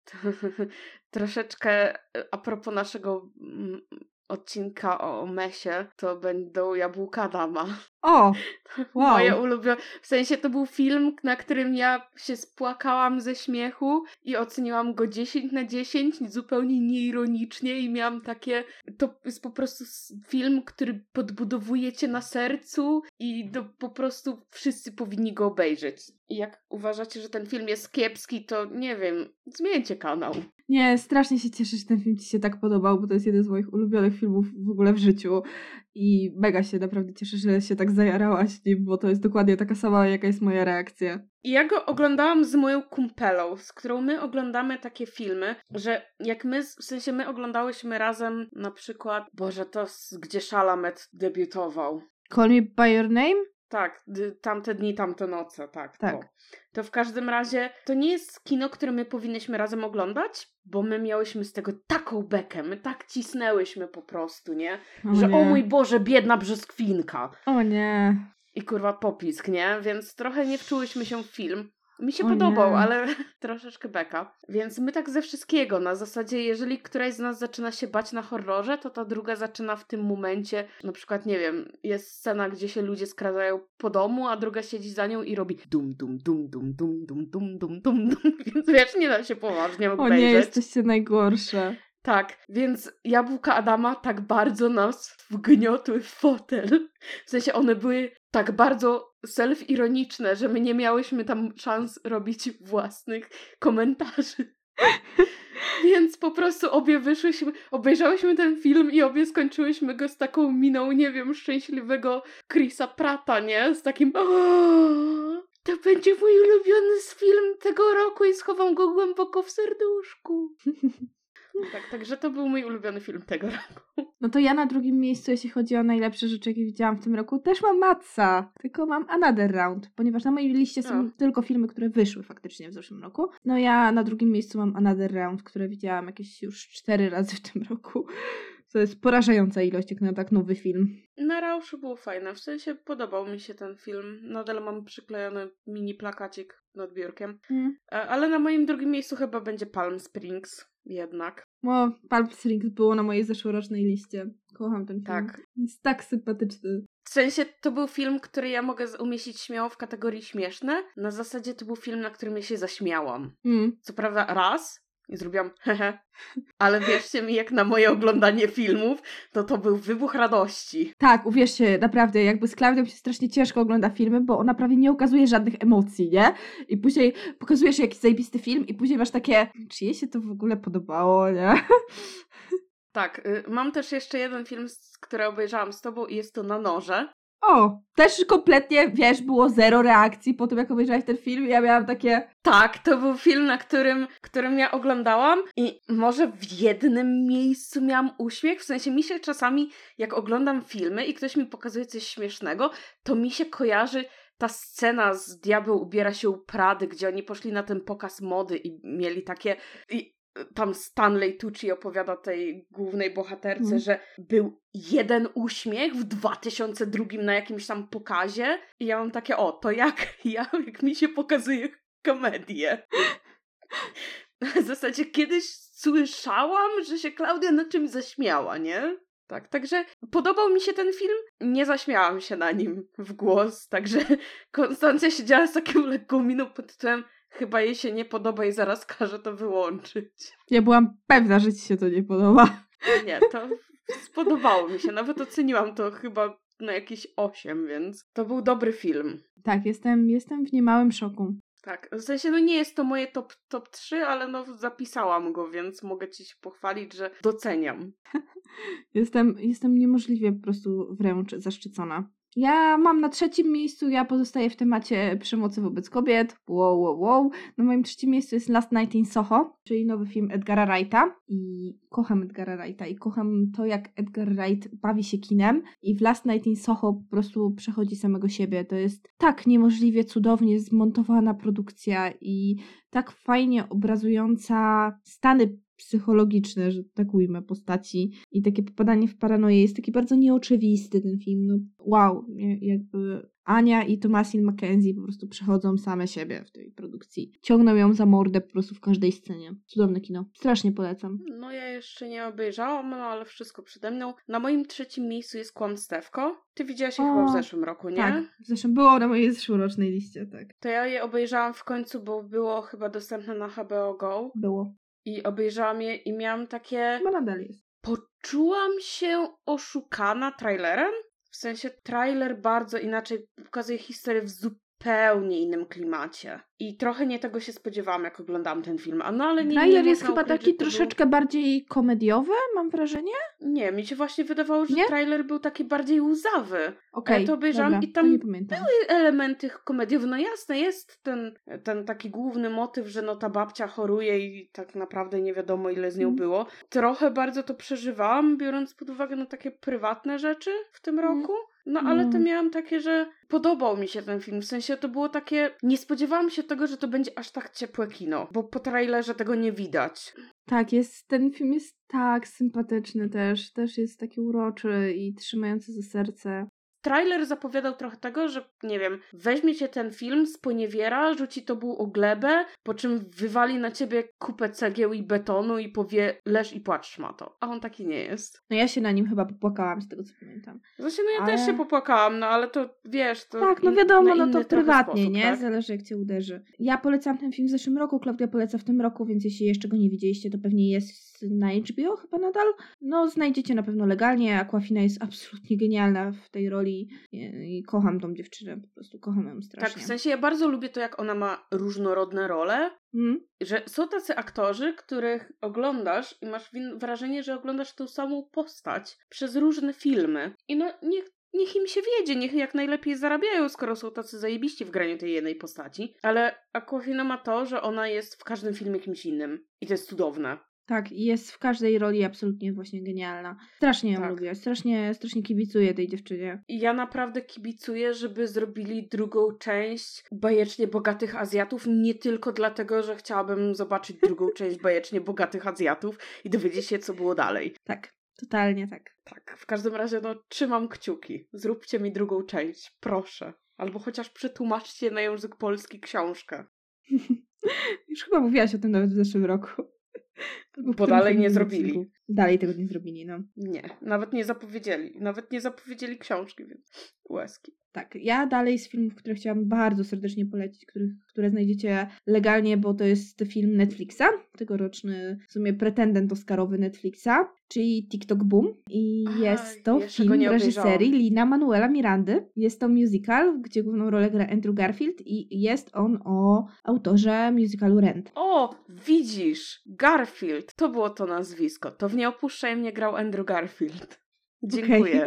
troszeczkę y, a propos naszego mm, odcinka o Mesie, to będą Jabłka Adama. O! Wow. Moje ulubione. W sensie to był film, na którym ja się spłakałam ze śmiechu i oceniłam go dziesięć na dziesięć, zupełnie nieironicznie i miałam takie... To jest po prostu s- film, który podbudowuje cię na sercu i to po prostu wszyscy powinni go obejrzeć. I jak uważacie, że ten film jest kiepski, to nie wiem, zmieńcie kanał. Nie, strasznie się cieszę, że ten film ci się tak podobał, bo to jest jeden z moich ulubionych filmów w ogóle w życiu i mega się naprawdę cieszę, że się tak zajarałaś nim, bo to jest dokładnie taka sama, jaka jest moja reakcja. I ja go oglądałam z moją kumpelą, z którą my oglądamy takie filmy, że jak my, w sensie my oglądałyśmy razem na przykład, Boże, to z, gdzie Chalamet debiutował. Call Me By Your Name? Tak, d- tamte dni, tamte noce, tak. Tak. To. to w każdym razie to nie jest kino, które my powinnyśmy razem oglądać, bo my miałyśmy z tego taką bekę, my tak cisnęłyśmy po prostu, nie? O Że nie. o mój Boże, biedna brzoskwinka. O nie. I kurwa popisk, nie? Więc trochę nie wczułyśmy się w film. Mi się O podobał, nie. ale troszeczkę beka. Więc my tak ze wszystkiego. Na zasadzie, jeżeli któraś z nas zaczyna się bać na horrorze, to ta druga zaczyna w tym momencie, na przykład, nie wiem, jest scena, gdzie się ludzie skradają po domu, a druga siedzi za nią i robi dum, dum, dum, dum, dum, dum, dum, dum, dum, dum. Więc wiesz, nie da się poważnie O obejrzeć. nie, jesteście najgorsze. Tak, więc Jabłka Adama tak bardzo nas wgniotły w fotel. W sensie one były tak bardzo self-ironiczne, że my nie miałyśmy tam szans robić własnych komentarzy. Więc po prostu obie wyszłyśmy, obejrzałyśmy ten film i obie skończyłyśmy go z taką miną, nie wiem, szczęśliwego Chrisa Pratta, nie? Z takim "O, to będzie mój ulubiony film tego roku i schowam go głęboko w serduszku. Tak, także to był mój ulubiony film tego roku. No to ja na drugim miejscu, jeśli chodzi o najlepsze rzeczy, jakie widziałam w tym roku, też mam Matsa, tylko mam Another Round, ponieważ na mojej liście są O. tylko filmy, które wyszły faktycznie w zeszłym roku. No ja na drugim miejscu mam Another Round, które widziałam jakieś już cztery razy w tym roku. To jest porażająca ilość, jak na tak nowy film. Na Rauszu było fajne, w sensie podobał mi się ten film. Nadal mam przyklejony mini plakacik nad biurkiem. Mm. E, Ale na moim drugim miejscu chyba będzie Palm Springs jednak. O, Palm Springs było na mojej zeszłorocznej liście. Kocham ten film. Tak. Jest tak sympatyczny. W sensie to był film, który ja mogę z- umieścić śmiało w kategorii śmieszne. Na zasadzie to był film, na którym ja się zaśmiałam. Mm. Co prawda raz i zrobiłam hehe, ale wierzcie mi, jak na moje oglądanie filmów, to to był wybuch radości. Tak, uwierzcie, naprawdę, jakby z Klaudią się strasznie ciężko ogląda filmy, bo ona prawie nie okazuje żadnych emocji, nie? I później pokazujesz jakiś zajebisty film i później masz takie, czy jej się to w ogóle podobało, nie? Tak, y, mam też jeszcze jeden film, z- który obejrzałam z tobą i jest to Na noże. O, też kompletnie, wiesz, było zero reakcji po tym, jak obejrzałaś ten film i ja miałam takie, Tak, to był film, na którym, którym ja oglądałam i może w jednym miejscu miałam uśmiech, w sensie mi się czasami, jak oglądam filmy i ktoś mi pokazuje coś śmiesznego, to mi się kojarzy ta scena z Diabeł ubiera się u Prady, gdzie oni poszli na ten pokaz mody i mieli takie... I tam Stanley Tucci opowiada tej głównej bohaterce, Mm. że był jeden uśmiech w dwa tysiące drugim na jakimś tam pokazie i ja mam takie, o, to jak ja, jak mi się pokazuje komedię. W zasadzie kiedyś słyszałam, że się Klaudia na czymś zaśmiała, nie? Tak, także podobał mi się ten film, nie zaśmiałam się na nim w głos, także Konstancja siedziała z taką lekką miną pod tytułem chyba jej się nie podoba i zaraz każe to wyłączyć. ja byłam pewna, że ci się to nie podoba. Nie, to spodobało mi się, nawet oceniłam to chyba na jakieś osiem, więc to był dobry film. Tak, jestem, jestem w niemałym szoku. Tak, w sensie no nie jest to moje top, top trzy, ale no zapisałam go, więc mogę ci się pochwalić, że doceniam. Jestem, jestem niemożliwie po prostu wręcz zaszczycona. Ja mam na trzecim miejscu, ja pozostaję w temacie przemocy wobec kobiet. Wow, wow, wow. Na moim trzecim miejscu jest Last Night in Soho, czyli nowy film Edgara Wrighta. I kocham Edgara Wrighta i kocham to, jak Edgar Wright bawi się kinem. I w Last Night in Soho po prostu przechodzi samego siebie. To jest tak niemożliwie cudownie zmontowana produkcja i tak fajnie obrazująca stany psychologiczne, że tak ujmę, postaci i takie popadanie w paranoję. Jest taki bardzo nieoczywisty ten film. No wow, jakby Ania i Thomasin McKenzie po prostu przechodzą same siebie w tej produkcji. Ciągną ją za mordę po prostu w każdej scenie. Cudowne kino. Strasznie polecam. No ja jeszcze nie obejrzałam, no ale wszystko przede mną. Na moim trzecim miejscu jest Kłamstewko. Ty widziałaś je O, chyba w zeszłym roku, nie? Tak, zresztą było na mojej zeszłorocznej liście, tak. To ja je obejrzałam w końcu, bo było chyba dostępne na H B O Go. Było. I obejrzałam je i miałam takie... Chyba nadal jest. Poczułam się oszukana trailerem. W sensie trailer bardzo inaczej pokazuje historię w zupełnie innym klimacie. I trochę nie tego się spodziewałam, jak oglądałam ten film. A no ale nie, Trailer nie jest można chyba ukryć, taki że to troszeczkę bardziej komediowy, mam wrażenie. Był... Nie, mi się właśnie wydawało, że Nie? trailer był taki bardziej łzawy. Okej, Ale to obejrzałam dobra, i tam to nie pamiętam. elementy komediowe. No jasne, jest ten, ten taki główny motyw, że no ta babcia choruje i tak naprawdę nie wiadomo ile z nią Mm. było. Trochę bardzo to przeżywałam, biorąc pod uwagę no takie prywatne rzeczy w tym Mm. roku. No ale to Mm. miałam takie, że podobał mi się ten film. W sensie to było takie... Nie spodziewałam się tego, że to będzie aż tak ciepłe kino. Bo po trailerze tego nie widać. Tak, jest, ten film jest tak sympatyczny też. Też jest taki uroczy i trzymający za serce. Trailer zapowiadał trochę tego, że, nie wiem, weźmie cię ten film, sponiewiera, rzuci tobą o glebę, po czym wywali na ciebie kupę cegieł i betonu i powie leż i płacz szmato. A on taki nie jest. No ja się na nim chyba popłakałam, z tego co pamiętam. Zresztą no ja Ale- też się popłakałam, no ale to wiesz, to Tak, no in- wiadomo, na no inny to trochę prywatnie, sposób, nie? tak? Zależy jak cię uderzy. Ja polecam ten film w zeszłym roku, Klaudia poleca w tym roku, więc jeśli jeszcze go nie widzieliście, to pewnie jest na H B O chyba nadal. No znajdziecie na pewno legalnie. Aquafina jest absolutnie genialna w tej roli i, i kocham tą dziewczynę, po prostu kocham ją Tak, strasznie. w sensie ja bardzo lubię to, jak ona ma różnorodne role, Mm? że są tacy aktorzy, których oglądasz i masz win- wrażenie, że oglądasz tą samą postać przez różne filmy. I no niech, niech im się wiedzie, niech jak najlepiej zarabiają, skoro są tacy zajebiści w graniu tej jednej postaci. Ale Aquafina ma to, że ona jest w każdym filmie kimś innym. I to jest cudowne. Tak, i jest w każdej roli absolutnie właśnie genialna. Strasznie ją Tak. lubię, strasznie, strasznie kibicuję tej dziewczynie. I ja naprawdę kibicuję, żeby zrobili drugą część Bajecznie Bogatych Azjatów, nie tylko dlatego, że chciałabym zobaczyć drugą część Bajecznie Bogatych Azjatów i dowiedzieć się, co było dalej. Tak, totalnie tak. Tak, w każdym razie no trzymam kciuki. Zróbcie mi drugą część, proszę. Albo chociaż przetłumaczcie na język polski książkę. Już chyba mówiłaś o tym nawet w zeszłym roku. Albo w Bo którymś dalej nie innym zrobili. odcinku. Dalej tego nie zrobili, no. Nie, nawet nie zapowiedzieli. Nawet nie zapowiedzieli książki, więc łezki. Tak, ja dalej z filmów, które chciałam bardzo serdecznie polecić, których, które znajdziecie legalnie, bo to jest film Netflixa, tegoroczny w sumie pretendent oscarowy Netflixa, czyli TikTok Boom. I Aha, jest to jeszcze go film nie w reżyserii obejrzałam. Lina Manuela Mirandy. Jest to musical, gdzie główną rolę gra Andrew Garfield i jest on o autorze musicalu Rent. O, widzisz, Garfield, to było to nazwisko. To w Nie opuszczaj mnie grał Andrew Garfield. Dziękuję.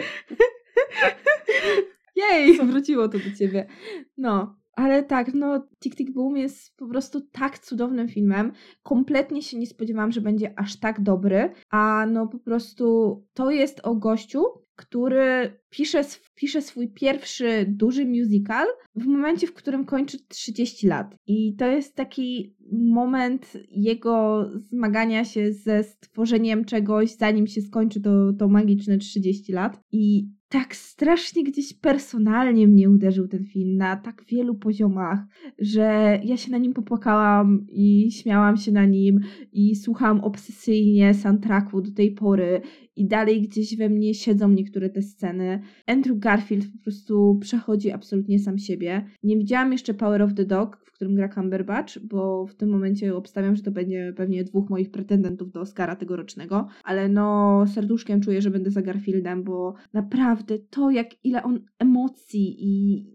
Jej, wróciło to do ciebie. No, ale tak, no Tick Tick Boom jest po prostu tak cudownym filmem. Kompletnie się nie spodziewałam, że będzie aż tak dobry, a no po prostu to jest o gościu, który pisze, sw- pisze swój pierwszy duży musical w momencie, w którym kończy trzydzieści lat. I to jest taki moment jego zmagania się ze stworzeniem czegoś, zanim się skończy to, to magiczne trzydzieści lat. I tak strasznie gdzieś personalnie mnie uderzył ten film na tak wielu poziomach, że ja się na nim popłakałam i śmiałam się na nim i słuchałam obsesyjnie soundtracku do tej pory i dalej gdzieś we mnie siedzą niektóre te sceny. Andrew Garfield po prostu przechodzi absolutnie sam siebie. Nie widziałam jeszcze Power of the Dog, w którym gra Cumberbatch, bo w tym momencie obstawiam, że to będzie pewnie dwóch moich pretendentów do Oscara tegorocznego, ale no serduszkiem czuję, że będę za Garfieldem, bo naprawdę to, jak ile on emocji i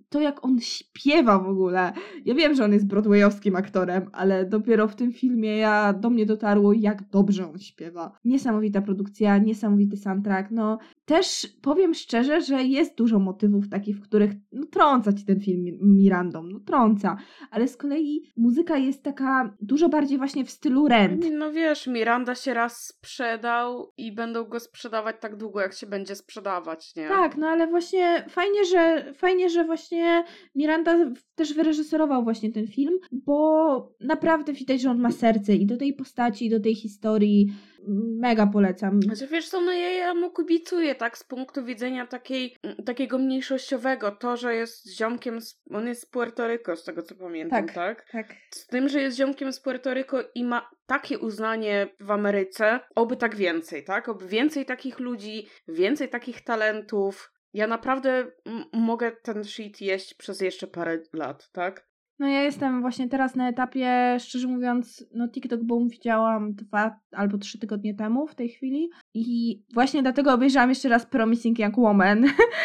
to jak on śpiewa w ogóle. Ja wiem, że on jest broadwayowskim aktorem, ale dopiero w tym filmie ja, do mnie dotarło, jak dobrze on śpiewa. Niesamowita produkcja, niesamowity soundtrack. No też powiem szczerze, że jest dużo motywów takich, w których no, trąca ci ten film Mirandą, no trąca, ale z kolei muzyka jest taka dużo bardziej właśnie w stylu Rent. No wiesz, Miranda się raz sprzedał i będą go sprzedawać tak długo, jak się będzie sprzedawać, nie? Tak, no ale właśnie fajnie, że fajnie, że właśnie Miranda też wyreżyserował właśnie ten film, bo naprawdę widać, że on ma serce i do tej postaci, i do tej historii mega polecam. Znaczy, wiesz co, no ja, ja mu kibicuję, tak, z punktu widzenia takiej, takiego mniejszościowego, to, że jest ziomkiem, z, on jest z Puerto Rico, z tego co pamiętam, tak? Tak, tak. Z tym, że jest ziomkiem z Puerto Rico i ma takie uznanie w Ameryce, oby tak więcej, tak? Oby więcej takich ludzi, więcej takich talentów. Ja naprawdę m- mogę ten shit jeść przez jeszcze parę lat, tak? No ja jestem właśnie teraz na etapie, szczerze mówiąc, no TikTok Boom widziałam dwa albo trzy tygodnie temu w tej chwili i właśnie dlatego obejrzałam jeszcze raz Promising Young Woman,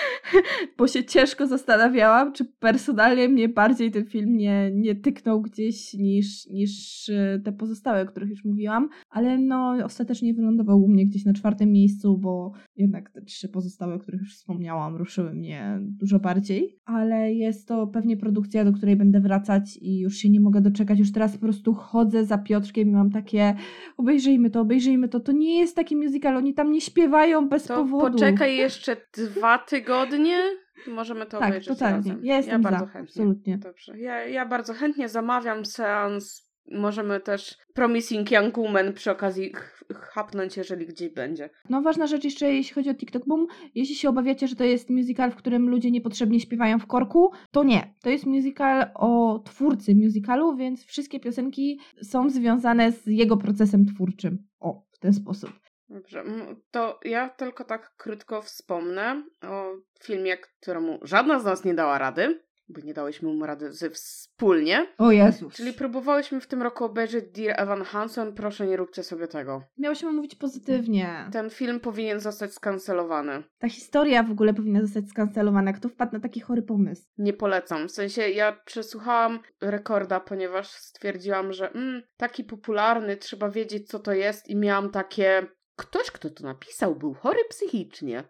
bo się ciężko zastanawiałam, czy personalnie mnie bardziej ten film nie, nie tyknął gdzieś niż, niż te pozostałe, o których już mówiłam, ale no ostatecznie wylądował u mnie gdzieś na czwartym miejscu, bo jednak te trzy pozostałe, o których już wspomniałam, ruszyły mnie dużo bardziej, ale jest to pewnie produkcja, do której będę wracać i już się nie mogę doczekać. Już teraz po prostu chodzę za Piotrkiem i mam takie obejrzyjmy to, obejrzyjmy to. To nie jest taki musical, oni tam nie śpiewają bez to powodu. Poczekaj jeszcze dwa tygodnie. Możemy to tak, obejrzeć totalnie. razem. Ja jestem ja bardzo za, chętnie. absolutnie. Dobrze. Ja, ja bardzo chętnie zamawiam seans. Możemy też Promising Young Woman przy okazji ch- chapnąć, jeżeli gdzieś będzie. No ważna rzecz jeszcze, jeśli chodzi o TikTok Boom, jeśli się obawiacie, że to jest musical, w którym ludzie niepotrzebnie śpiewają w korku, to nie. To jest musical o twórcy musicalu, więc wszystkie piosenki są związane z jego procesem twórczym. O, w ten sposób. Dobrze, to ja tylko tak krótko wspomnę o filmie, któremu żadna z nas nie dała rady, bo nie dałyśmy mu rady z- wspólnie. O Jezus. Czyli próbowałyśmy w tym roku obejrzeć Dear Evan Hansen, proszę nie róbcie sobie tego. Miałyśmy mówić pozytywnie. Ten film powinien zostać skancelowany. Ta historia w ogóle powinna zostać skancelowana. Kto wpadł na taki chory pomysł? Nie polecam. W sensie ja przesłuchałam Rekorda, ponieważ stwierdziłam, że mm, taki popularny, trzeba wiedzieć co to jest i miałam takie... Ktoś, kto to napisał, był chory psychicznie.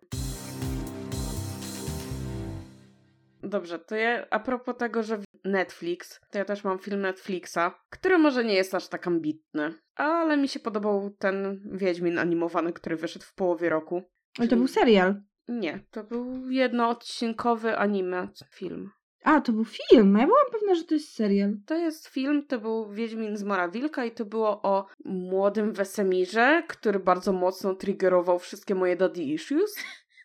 Dobrze, to ja a propos tego, że Netflix, to ja też mam film Netflixa, który może nie jest aż tak ambitny, ale mi się podobał ten Wiedźmin animowany, który wyszedł w połowie roku. Ale to był serial. Nie, to był jednoodcinkowy anime film. A, to był film. Ja byłam pewna, że to jest serial. To jest film, to był Wiedźmin z Mora Wilka i to było o młodym Wesemirze, który bardzo mocno triggerował wszystkie moje daddy issues.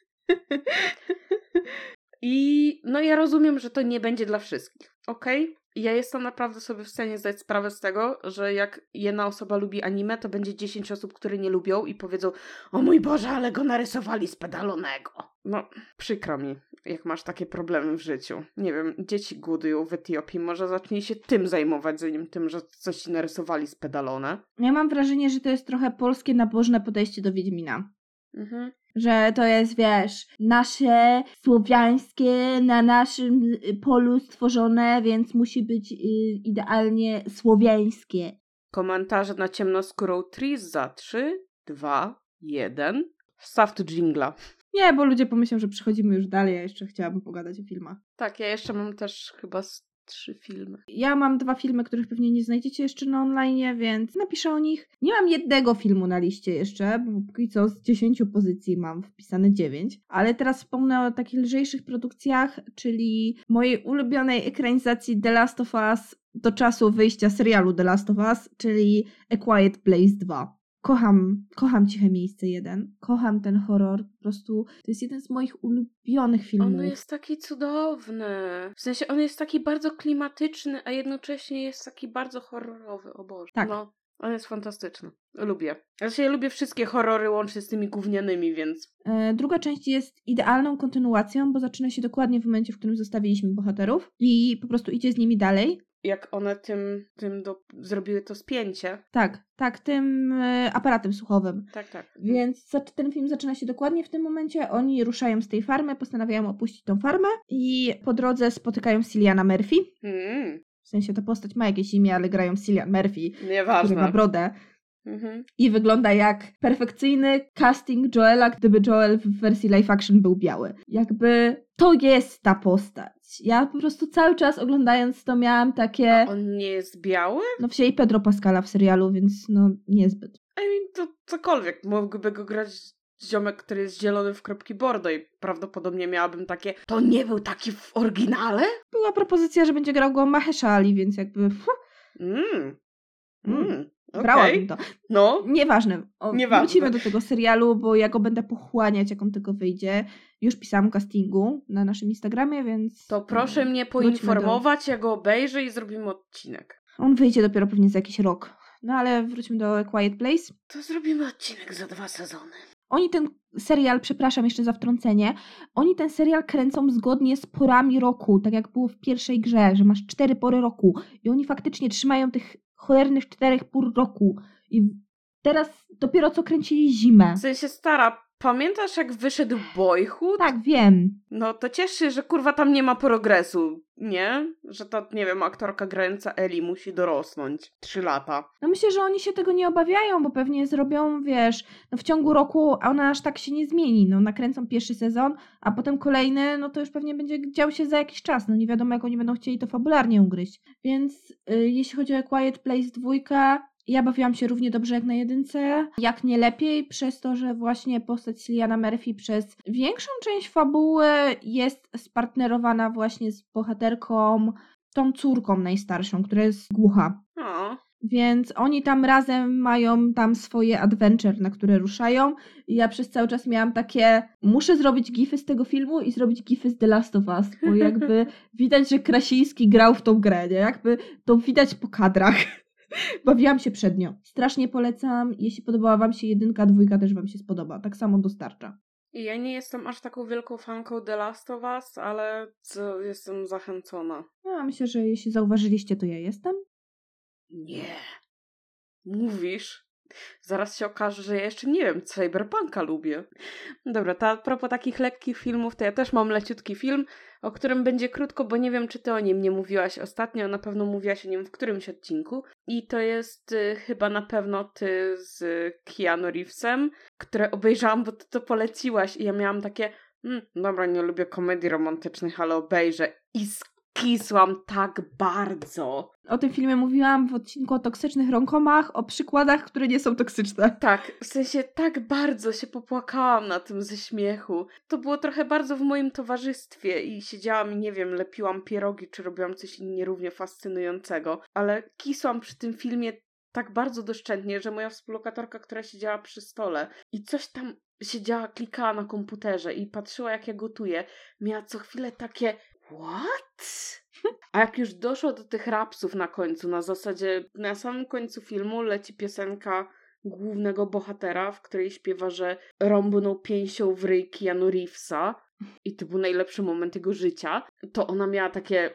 I no ja rozumiem, że to nie będzie dla wszystkich, okej? Okay? Ja jestem naprawdę sobie w stanie zdać sprawę z tego, że jak jedna osoba lubi anime, to będzie dziesięć osób, które nie lubią i powiedzą: o mój Boże, ale go narysowali z pedalonego. No, przykro mi, jak masz takie problemy w życiu. Nie wiem, dzieci głodują w Etiopii, może zacznij się tym zajmować, zanim tym, że coś ci narysowali z pedalone. Ja mam wrażenie, że to jest trochę polskie nabożne podejście do Wiedźmina. Mhm. Że to jest, wiesz, nasze słowiańskie, na naszym polu stworzone, więc musi być y, idealnie słowiańskie. Komentarze na ciemnoskórą Tris za trzy, dwa, jeden. Wstaw tu dżingla. Nie, bo ludzie pomyślą, że przechodzimy już dalej, ja jeszcze chciałabym pogadać o filmach. Tak, ja jeszcze mam też chyba z trzy filmy. Ja mam dwa filmy, których pewnie nie znajdziecie jeszcze na online, więc napiszę o nich. Nie mam jednego filmu na liście jeszcze, bo póki co z dziesięciu pozycji mam wpisane dziewięć, ale teraz wspomnę o takich lżejszych produkcjach, czyli mojej ulubionej ekranizacji The Last of Us do czasu wyjścia serialu The Last of Us, czyli A Quiet Place dwa. Kocham, kocham Ciche Miejsce jeden. Kocham ten horror. Po prostu to jest jeden z moich ulubionych filmów. On jest taki cudowny. W sensie on jest taki bardzo klimatyczny, a jednocześnie jest taki bardzo horrorowy. O Boże. Tak. No, on jest fantastyczny. Lubię. Znaczy ja lubię wszystkie horrory łącznie z tymi gównianymi, więc... E, druga część jest idealną kontynuacją, bo zaczyna się dokładnie w momencie, w którym zostawiliśmy bohaterów i po prostu idzie z nimi dalej. jak one tym, tym do, zrobiły to spięcie. Tak, tak, tym y, aparatem słuchowym. Tak, tak. Więc zac- ten film zaczyna się dokładnie w tym momencie. Oni ruszają z tej farmy, postanawiają opuścić tą farmę i po drodze spotykają Ciliana Murphy. Mm, W sensie ta postać ma jakieś imię, ale grają Cillian Murphy, który ma nieważne. brodę. Mhm. I wygląda jak perfekcyjny casting Joela, gdyby Joel w wersji live action był biały. Jakby to jest ta postać. Ja po prostu cały czas oglądając to miałam takie... On nie jest biały? No wzięli Pedro Pascala w serialu, więc no niezbyt. I mean, to cokolwiek. Mógłby go grać ziomek, który jest zielony w kropki bordo i prawdopodobnie miałabym takie, to nie był taki w oryginale? Była propozycja, że będzie grał go Mahershala Ali, więc jakby... Fuh, Mm. Mm. brałabym Okej. to. No. Nieważne. O, Nieważne. Wrócimy do tego serialu, bo ja go będę pochłaniać, jak on tylko wyjdzie. Już pisałam o castingu na naszym Instagramie, więc... To proszę mnie wróćmy poinformować, ja go obejrzę i zrobimy odcinek. On wyjdzie dopiero pewnie za jakiś rok. No ale wróćmy do A Quiet Place. To zrobimy odcinek za dwa sezony. Oni ten serial, przepraszam jeszcze za wtrącenie, oni ten serial kręcą zgodnie z porami roku, tak jak było w pierwszej grze, że masz cztery pory roku i oni faktycznie trzymają tych cholernych czterech pór roku i teraz dopiero co kręcili zimę. W sensie, stara, pamiętasz jak wyszedł Boyhood? Tak, wiem. No to ciesz się, że kurwa tam nie ma progresu, nie? Że ta, nie wiem, aktorka grająca Ellie musi dorosnąć. Trzy lata. No myślę, że oni się tego nie obawiają, bo pewnie zrobią, wiesz, no w ciągu roku ona aż tak się nie zmieni. No nakręcą pierwszy sezon, a potem kolejny, no to już pewnie będzie dział się za jakiś czas. No nie wiadomo, jak oni będą chcieli to fabularnie ugryźć. Więc y, jeśli chodzi o A Quiet Place dwójka, ja bawiłam się równie dobrze jak na jedynce, jak nie lepiej, przez to, że właśnie postać Cilliana Murphy przez większą część fabuły jest spartnerowana właśnie z bohaterką, tą córką najstarszą, która jest głucha. O. Więc oni tam razem mają tam swoje adventure, na które ruszają i ja przez cały czas miałam takie, muszę zrobić gify z tego filmu i zrobić gify z The Last of Us, bo jakby widać, że Krasiński grał w tą grę, nie? Jakby to widać po kadrach. Bawiłam się przednio. Strasznie polecam. Jeśli podobała wam się jedynka, dwójka też wam się spodoba. Tak samo dostarcza. Ja nie jestem aż taką wielką fanką The Last of Us, ale co, jestem zachęcona. Ja myślę, że jeśli zauważyliście, to ja jestem. Nie. Mówisz? Zaraz się okaże, że ja jeszcze nie wiem, Cyberpunka lubię. Dobra, to a propos takich lekkich filmów, to ja też mam leciutki film, o którym będzie krótko, bo nie wiem, czy ty o nim nie mówiłaś ostatnio, na pewno mówiłaś o nim w którymś odcinku. I to jest y, chyba na pewno ty z Keanu Reevesem, które obejrzałam, bo ty to poleciłaś i ja miałam takie, mm, dobra, nie lubię komedii romantycznych, ale obejrzę. I skisłam tak bardzo. O tym filmie mówiłam w odcinku o toksycznych romkomach, o przykładach, które nie są toksyczne. Tak, w sensie tak bardzo się popłakałam na tym ze śmiechu. To było trochę bardzo w moim towarzystwie i siedziałam i nie wiem, lepiłam pierogi, czy robiłam coś nierównie fascynującego, ale kisłam przy tym filmie tak bardzo doszczętnie, że moja współlokatorka, która siedziała przy stole i coś tam siedziała, klikała na komputerze i patrzyła, jak ja gotuję, miała co chwilę takie what? A jak już doszło do tych rapsów na końcu, na zasadzie na samym końcu filmu leci piosenka głównego bohatera, w której śpiewa, że rąbnął pięścią w ryj Keanu Reevesa i to był najlepszy moment jego życia, to ona miała takie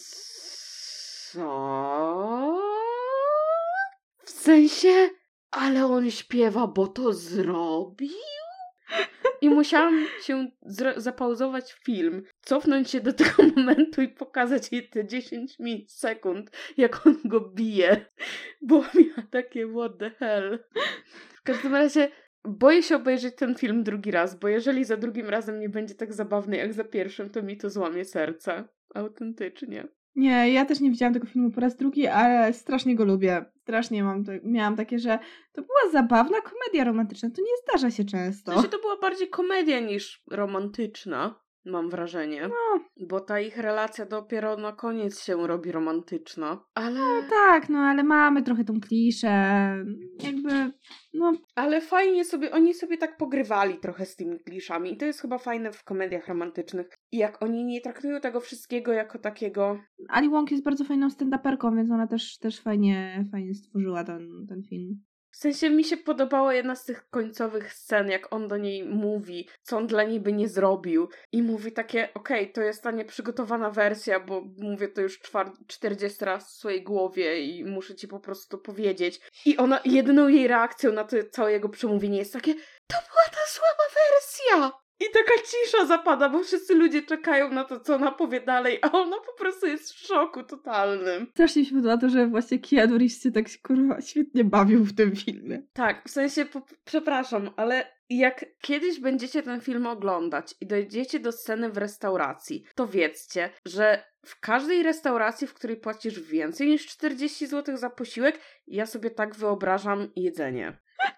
co? W sensie? Ale on śpiewa, bo to zrobił? I musiałam się zre- zapauzować film, cofnąć się do tego momentu i pokazać jej te dziesięć sekund, jak on go bije. Bo miała takie what the hell. W każdym razie boję się obejrzeć ten film drugi raz, bo jeżeli za drugim razem nie będzie tak zabawny jak za pierwszym, to mi to złamie serce. Autentycznie. Nie, ja też nie widziałam tego filmu po raz drugi, ale strasznie go lubię. Strasznie mam to, miałam takie, że to była zabawna komedia romantyczna. To nie zdarza się często. W sensie to była bardziej komedia niż romantyczna, mam wrażenie. No. Bo ta ich relacja dopiero na koniec się robi romantyczna. Ale... No tak, no ale mamy trochę tą kliszę. Jakby, no... Ale fajnie sobie, oni sobie tak pogrywali trochę z tymi kliszami. I to jest chyba fajne w komediach romantycznych. I jak oni nie traktują tego wszystkiego jako takiego... Ali Wong jest bardzo fajną stand-uperką, więc ona też, też fajnie, fajnie stworzyła ten, ten film. W sensie mi się podobała jedna z tych końcowych scen, jak on do niej mówi, co on dla niej by nie zrobił. I mówi takie, okej, okay, to jest ta nieprzygotowana wersja, bo mówię to już czwar- czterdziesty raz w swojej głowie i muszę ci po prostu to powiedzieć. I ona, jedyną jej reakcją na to całe jego przemówienie jest takie, to była ta słaba wersja! I taka cisza zapada, bo wszyscy ludzie czekają na to, co ona powie dalej, a ona po prostu jest w szoku totalnym. Strasznie mi się podoba to, że właśnie Keanu Reeves się tak kurwa świetnie bawił w tym filmie. Tak, w sensie, po, przepraszam, ale jak kiedyś będziecie ten film oglądać i dojdziecie do sceny w restauracji, to wiedzcie, że w każdej restauracji, w której płacisz więcej niż czterdzieści złotych za posiłek, ja sobie tak wyobrażam jedzenie.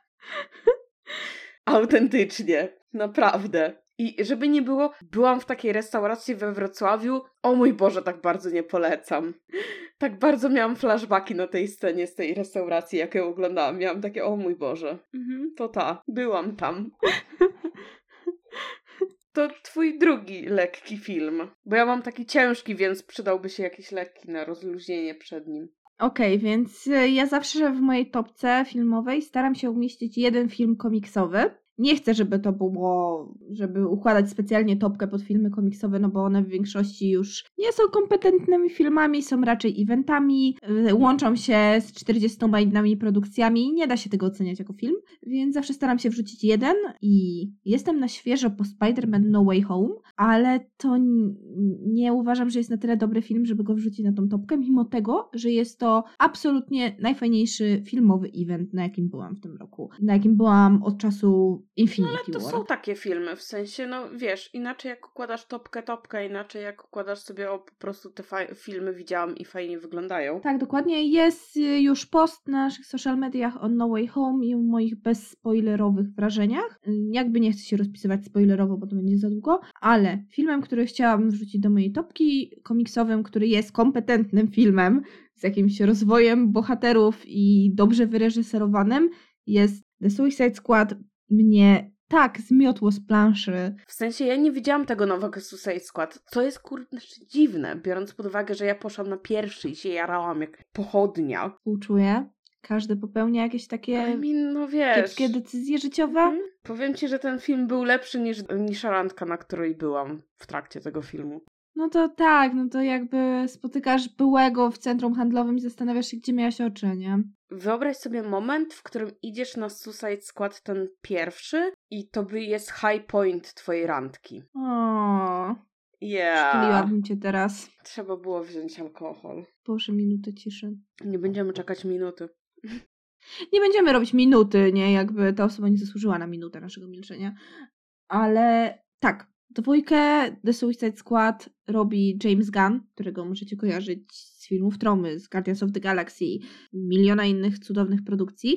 Autentycznie. Naprawdę. I żeby nie było, byłam w takiej restauracji we Wrocławiu. O mój Boże, tak bardzo nie polecam. Tak bardzo miałam flashbacki na tej scenie z tej restauracji, jak ją oglądałam. Miałam takie, o mój Boże. Mhm, to ta. Byłam tam. To twój drugi lekki film. Bo ja mam taki ciężki, więc przydałby się jakiś lekki na rozluźnienie przed nim. Okej, okay, więc ja zawsze w mojej topce filmowej staram się umieścić jeden film komiksowy. Nie chcę, żeby to było, żeby układać specjalnie topkę pod filmy komiksowe, no bo one w większości już nie są kompetentnymi filmami, są raczej eventami, łączą się z czterdziestoma innymi produkcjami i nie da się tego oceniać jako film, więc zawsze staram się wrzucić jeden i jestem na świeżo po Spider-Man No Way Home, ale to nie uważam, że jest na tyle dobry film, żeby go wrzucić na tą topkę, mimo tego, że jest to absolutnie najfajniejszy filmowy event, na jakim byłam w tym roku, na jakim byłam od czasu Infinity no, ale to War. są takie filmy, w sensie, no wiesz, inaczej jak układasz topkę, topkę, inaczej jak układasz sobie, o po prostu te fa- filmy widziałam i fajnie wyglądają. Tak, dokładnie. Jest już post na naszych social mediach o No Way Home i o moich bezspoilerowych wrażeniach. Jakby nie chcę się rozpisywać spoilerowo, bo to będzie za długo, ale filmem, który chciałabym wrzucić do mojej topki, komiksowym, który jest kompetentnym filmem, z jakimś rozwojem bohaterów i dobrze wyreżyserowanym, jest The Suicide Squad. Mnie tak zmiotło z planszy. W sensie ja nie widziałam tego nowego Suicide Squad, co jest kurde dziwne, biorąc pod uwagę, że ja poszłam na pierwszy i się jarałam jak pochodnia. Współczuję. Każdy popełnia jakieś takie I mean, no wiesz, kiepskie decyzje życiowe. Mhm. Powiem ci, że ten film był lepszy niż, niż randka, na której byłam w trakcie tego filmu. No to tak, no to jakby spotykasz byłego w centrum handlowym i zastanawiasz się, gdzie miałaś oczy, nie? Wyobraź sobie moment, w którym idziesz na Suicide Squad ten pierwszy i to by jest high point twojej randki. O, yeah. Przytuliłabym cię teraz. Trzeba było wziąć alkohol. Proszę, minutę ciszy. Nie będziemy czekać minuty. Nie będziemy robić minuty, nie? Jakby ta osoba nie zasłużyła na minutę naszego milczenia. Ale tak. Dwójkę The Suicide Squad robi James Gunn, którego możecie kojarzyć z filmów Tromy, z Guardians of the Galaxy, miliona innych cudownych produkcji.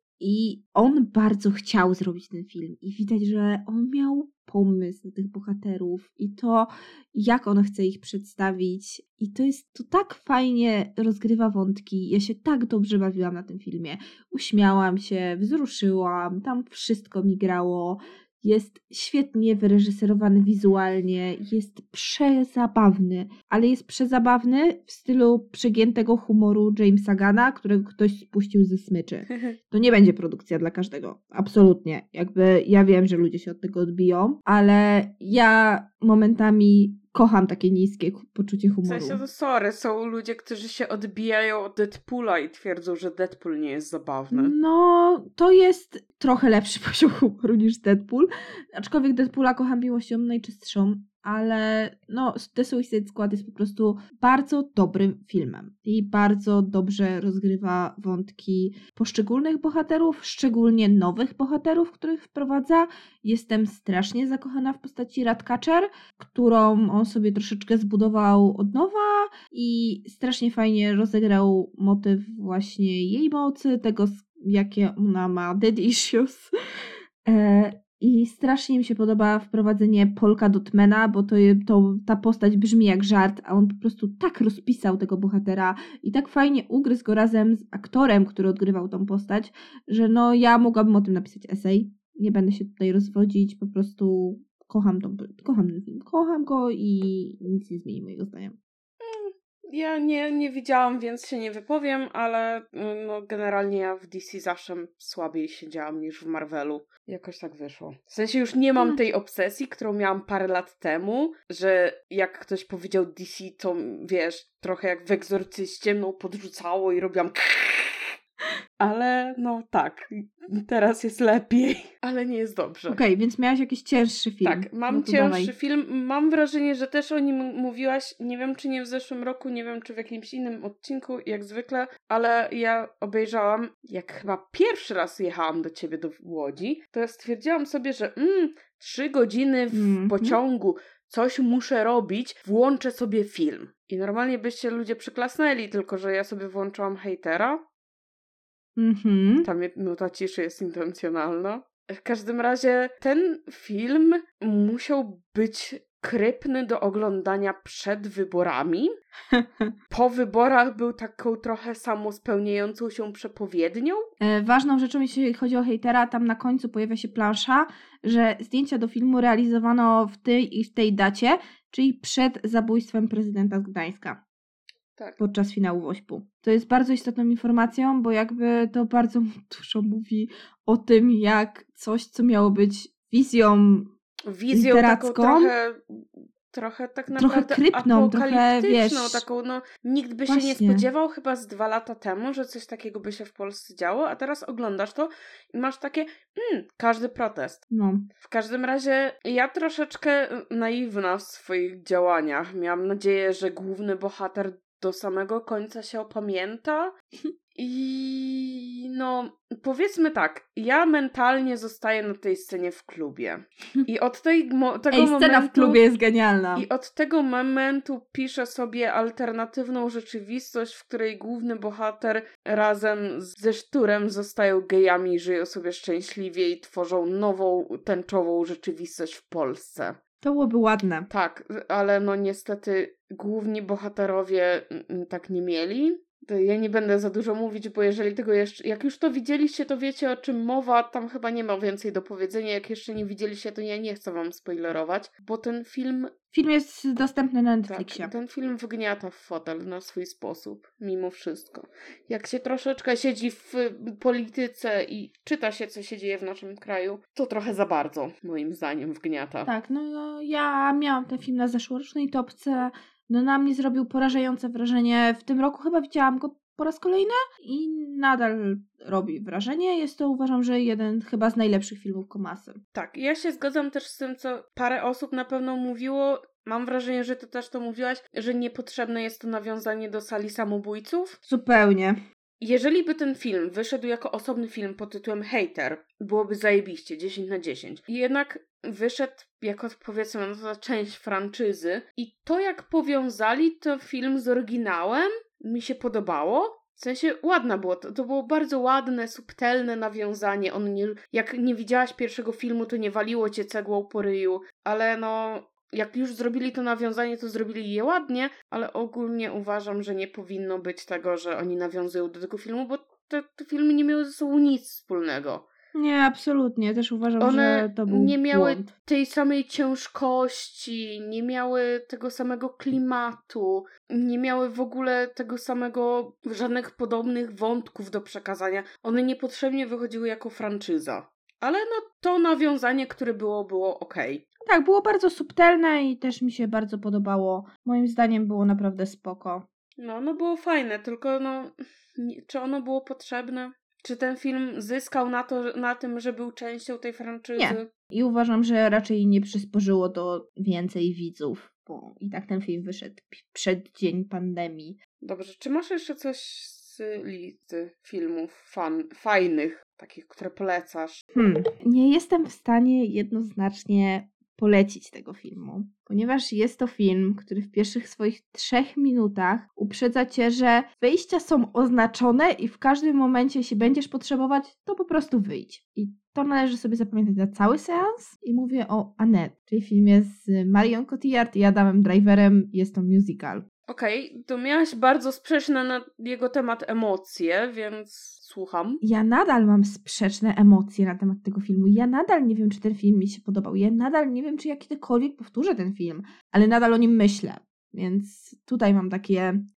I on bardzo chciał zrobić ten film. I widać, że on miał pomysł na tych bohaterów i to, jak on chce ich przedstawić. I to jest, to tak fajnie rozgrywa wątki. Ja się tak dobrze bawiłam na tym filmie. Uśmiałam się, wzruszyłam, tam wszystko mi grało. Jest świetnie wyreżyserowany wizualnie, jest przezabawny, ale jest przezabawny w stylu przegiętego humoru Jamesa Gunna, którego ktoś spuścił ze smyczy. To nie będzie produkcja dla każdego, absolutnie. Jakby ja wiem, że ludzie się od tego odbiją, ale ja momentami kocham takie niskie poczucie humoru. W sensie, to sorry, są ludzie, którzy się odbijają od Deadpoola i twierdzą, że Deadpool nie jest zabawny. No, to jest trochę lepszy poziom humoru niż Deadpool, aczkolwiek Deadpoola kocham miłością najczystszą, ale no, The Suicide Squad jest po prostu bardzo dobrym filmem i bardzo dobrze rozgrywa wątki poszczególnych bohaterów, szczególnie nowych bohaterów, których wprowadza. Jestem strasznie zakochana w postaci Ratcatcher, którą on sobie troszeczkę zbudował od nowa i strasznie fajnie rozegrał motyw właśnie jej mocy, tego jakie ona ma dead issues. E- I strasznie mi się podoba wprowadzenie Polka Dotmana, bo to, to ta postać brzmi jak żart, a on po prostu tak rozpisał tego bohatera i tak fajnie ugryzł go razem z aktorem, który odgrywał tą postać, że no ja mogłabym o tym napisać esej. Nie będę się tutaj rozwodzić, po prostu kocham, tą, kocham ten film. Kocham go i nic nie zmieni mojego zdania. Ja nie, nie widziałam, więc się nie wypowiem, ale no, generalnie ja w D C zawsze słabiej siedziałam niż w Marvelu. Jakoś tak wyszło. W sensie już nie mam Hmm. tej obsesji, którą miałam parę lat temu, że jak ktoś powiedział D C, to wiesz, trochę jak w Egzorcyście mną podrzucało i robiłam ale no tak, teraz jest lepiej, ale nie jest dobrze. Okej, okay, więc miałaś jakiś cięższy film. Tak, mam no cięższy dawaj. film. Mam wrażenie, że też o nim mówiłaś, nie wiem czy nie w zeszłym roku, nie wiem czy w jakimś innym odcinku, jak zwykle, ale ja obejrzałam, jak chyba pierwszy raz jechałam do ciebie do Łodzi, to ja stwierdziłam sobie, że mm, trzy godziny w Mm-hmm. pociągu, coś muszę robić, włączę sobie film. I normalnie byście ludzie przyklasnęli, tylko że ja sobie włączyłam hejtera. Mhm. Ta minuta ciszy jest intencjonalna. W każdym razie ten film musiał być krypny do oglądania przed wyborami. Po wyborach był taką trochę samospełniającą się przepowiednią. E, ważną rzeczą, jeśli chodzi o hejtera, tam na końcu pojawia się plansza, że zdjęcia do filmu realizowano w tej i w tej dacie, czyli przed zabójstwem prezydenta z Gdańska. Tak. Podczas finału Wośpu. To jest bardzo istotną informacją, bo jakby to bardzo dużo mówi o tym, jak coś, co miało być wizją Wizją literacką, taką trochę, trochę tak naprawdę trochę krypną, trochę, wiesz, taką, no nikt by właśnie. się nie spodziewał chyba z dwa lata temu, że coś takiego by się w Polsce działo, a teraz oglądasz to i masz takie, mm, każdy protest. No. W każdym razie ja troszeczkę naiwna w swoich działaniach. Miałam nadzieję, że główny bohater do samego końca się opamięta i no powiedzmy tak, ja mentalnie zostaję na tej scenie w klubie i od tej, mo- tego Ej, scena momentu, w klubie jest genialna. I od tego momentu piszę sobie alternatywną rzeczywistość, w której główny bohater razem ze Szturem zostają gejami i żyją sobie szczęśliwie i tworzą nową, tęczową rzeczywistość w Polsce. To byłoby ładne. Tak, ale no niestety główni bohaterowie tak nie mieli. To ja nie będę za dużo mówić, bo jeżeli tego jeszcze... Jak już to widzieliście, to wiecie o czym mowa. Tam chyba nie ma więcej do powiedzenia. Jak jeszcze nie widzieliście, to ja nie chcę wam spoilerować, bo ten film... Film jest dostępny na Netflixie. Tak, ten film wgniata w fotel na swój sposób, mimo wszystko. Jak się troszeczkę siedzi w polityce i czyta się, co się dzieje w naszym kraju, to trochę za bardzo, moim zdaniem, wgniata. Tak, no ja miałam ten film na zeszłorocznej topce. No na mnie zrobił porażające wrażenie. W tym roku chyba widziałam go po raz kolejny i nadal robi wrażenie. Jest to, uważam, że jeden chyba z najlepszych filmów Komasy. Tak, ja się zgadzam też z tym, co parę osób na pewno mówiło. Mam wrażenie, że ty też to mówiłaś, że niepotrzebne jest to nawiązanie do Sali Samobójców. Zupełnie. Jeżeli by ten film wyszedł jako osobny film pod tytułem Hater, byłoby zajebiście, dziesięć na dziesięć. I jednak wyszedł jako, powiedzmy, no to część franczyzy i to, jak powiązali ten film z oryginałem, mi się podobało. W sensie ładna było, to, to było bardzo ładne, subtelne nawiązanie. On nie, jak nie widziałaś pierwszego filmu, to nie waliło cię cegłą po ryju, ale no... Jak już zrobili to nawiązanie, to zrobili je ładnie, ale ogólnie uważam, że nie powinno być tego, że oni nawiązują do tego filmu, bo te, te filmy nie miały ze sobą nic wspólnego. Nie, absolutnie. Też uważam, One że to był nie miały błąd. tej samej ciężkości, nie miały tego samego klimatu, nie miały w ogóle tego samego, żadnych podobnych wątków do przekazania. One niepotrzebnie wychodziły jako franczyza. Ale no to nawiązanie, które było, było okej. Tak, było bardzo subtelne i też mi się bardzo podobało. Moim zdaniem było naprawdę spoko. No, no było fajne, tylko no, nie, czy ono było potrzebne? Czy ten film zyskał na, to, na tym, że był częścią tej franczyzy? Nie. I uważam, że raczej nie przysporzyło to więcej widzów, bo i tak ten film wyszedł przed dzień pandemii. Dobrze, czy masz jeszcze coś z listy filmów fan, fajnych, takich, które polecasz? Hmm. Nie jestem w stanie jednoznacznie polecić tego filmu, ponieważ jest to film, który w pierwszych swoich trzech minutach uprzedza cię, że wejścia są oznaczone i w każdym momencie, jeśli będziesz potrzebować, to po prostu wyjdź. I to należy sobie zapamiętać na cały seans. I mówię o Annette, czyli filmie z Marion Cotillard i Adamem Driverem. Jest to musical. Okej, okay, to miałaś bardzo sprzeczne na jego temat emocje, więc słucham. Ja nadal mam sprzeczne emocje na temat tego filmu. Ja nadal nie wiem, czy ten film mi się podobał. Ja nadal nie wiem, czy ja kiedykolwiek powtórzę ten film, ale nadal o nim myślę. Więc tutaj mam takie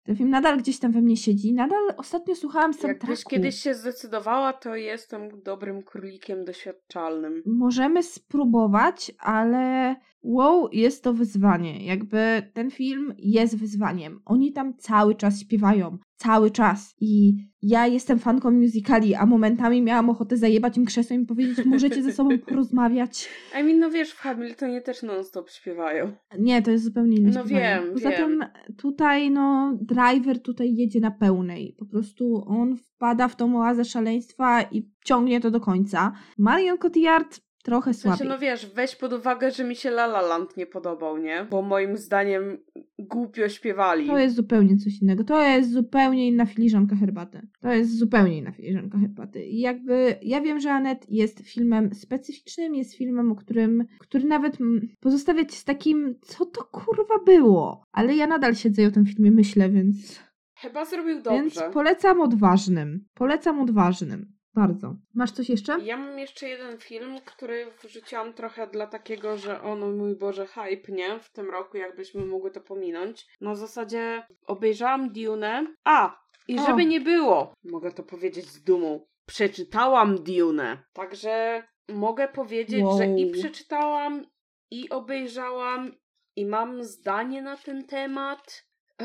Ten film nadal gdzieś tam we mnie siedzi. Nadal ostatnio słuchałam soundtracku. Jakbyś kiedyś się zdecydowała, to jestem dobrym królikiem doświadczalnym. Możemy spróbować, ale wow, jest to wyzwanie. Jakby ten film jest wyzwaniem. Oni tam cały czas śpiewają. Cały czas. I ja jestem fanką musicali, a momentami miałam ochotę zajebać im krzesłem i powiedzieć, możecie ze sobą porozmawiać. I mean, no wiesz, w Hamiltonie też non-stop śpiewają. Nie, to jest zupełnie inne No śpiewanie. wiem, Poza wiem. tym tutaj, no, driver tutaj jedzie na pełnej. Po prostu on wpada w tą oazę szaleństwa i ciągnie to do końca. Marion Cotillard trochę W sensie, słabiej. no wiesz, weź pod uwagę, że mi się La La Land nie podobał, nie? Bo moim zdaniem głupio śpiewali. To jest zupełnie coś innego. To jest zupełnie inna filiżanka herbaty. To jest zupełnie inna filiżanka herbaty. I jakby, ja wiem, że Annette jest filmem specyficznym, jest filmem, o którym, który nawet m, pozostawia cię z takim, co to kurwa było. Ale ja nadal siedzę i o tym filmie myślę, więc... Chyba zrobił dobrze. Więc polecam odważnym. Polecam odważnym. Bardzo. Masz coś jeszcze? Ja mam jeszcze jeden film, który wrzuciłam trochę dla takiego, że on, mój Boże, hype, nie? W tym roku, jakbyśmy mogły to pominąć. Na zasadzie obejrzałam Dune. A! I O. żeby nie było, mogę to powiedzieć z dumą, przeczytałam Dune. Także mogę powiedzieć, Wow. że i przeczytałam, i obejrzałam, i mam zdanie na ten temat.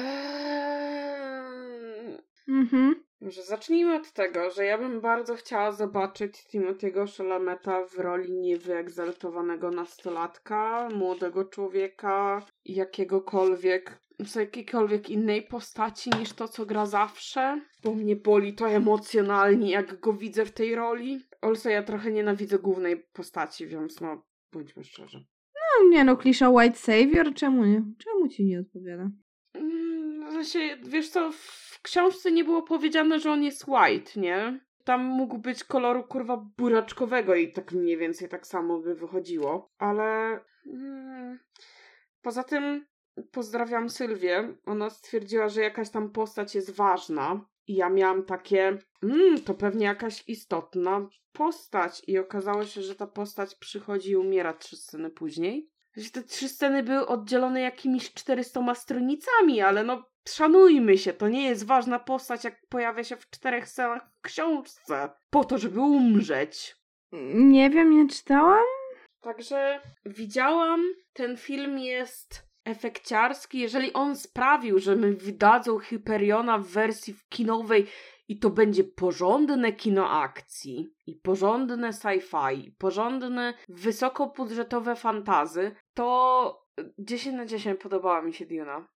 Eee... Mhm. Może zacznijmy od tego, że ja bym bardzo chciała zobaczyć Timothego Chalameta w roli niewyegzaltowanego nastolatka, młodego człowieka, jakiegokolwiek, z jakiejkolwiek innej postaci niż to, co gra zawsze, bo mnie boli to emocjonalnie, jak go widzę w tej roli. Also, ja trochę nienawidzę głównej postaci, więc no, bądźmy szczerzy. No nie no, klisza White Savior, czemu nie? Czemu ci nie odpowiada? Mm, w sensie, wiesz co, w książce nie było powiedziane, że on jest white, nie? Tam mógł być koloru, kurwa, buraczkowego i tak mniej więcej tak samo by wychodziło. Ale mm, poza tym pozdrawiam Sylwię. Ona stwierdziła, że jakaś tam postać jest ważna. I ja miałam takie, mmm, to pewnie jakaś istotna postać. I okazało się, że ta postać przychodzi i umiera trzy sceny później. Że te trzy sceny były oddzielone jakimiś czterystoma stronicami, ale no szanujmy się, to nie jest ważna postać, jak pojawia się w czterech scenach w książce. Po to, żeby umrzeć. Nie wiem, nie czytałam? Także widziałam, ten film jest efekciarski. Jeżeli on sprawił, że my wydadzą Hyperiona w wersji kinowej i to będzie porządne kino akcji i porządne sci-fi, i porządne wysokobudżetowe fantazy, to dziesięć na dziesięć podobała mi się Duna.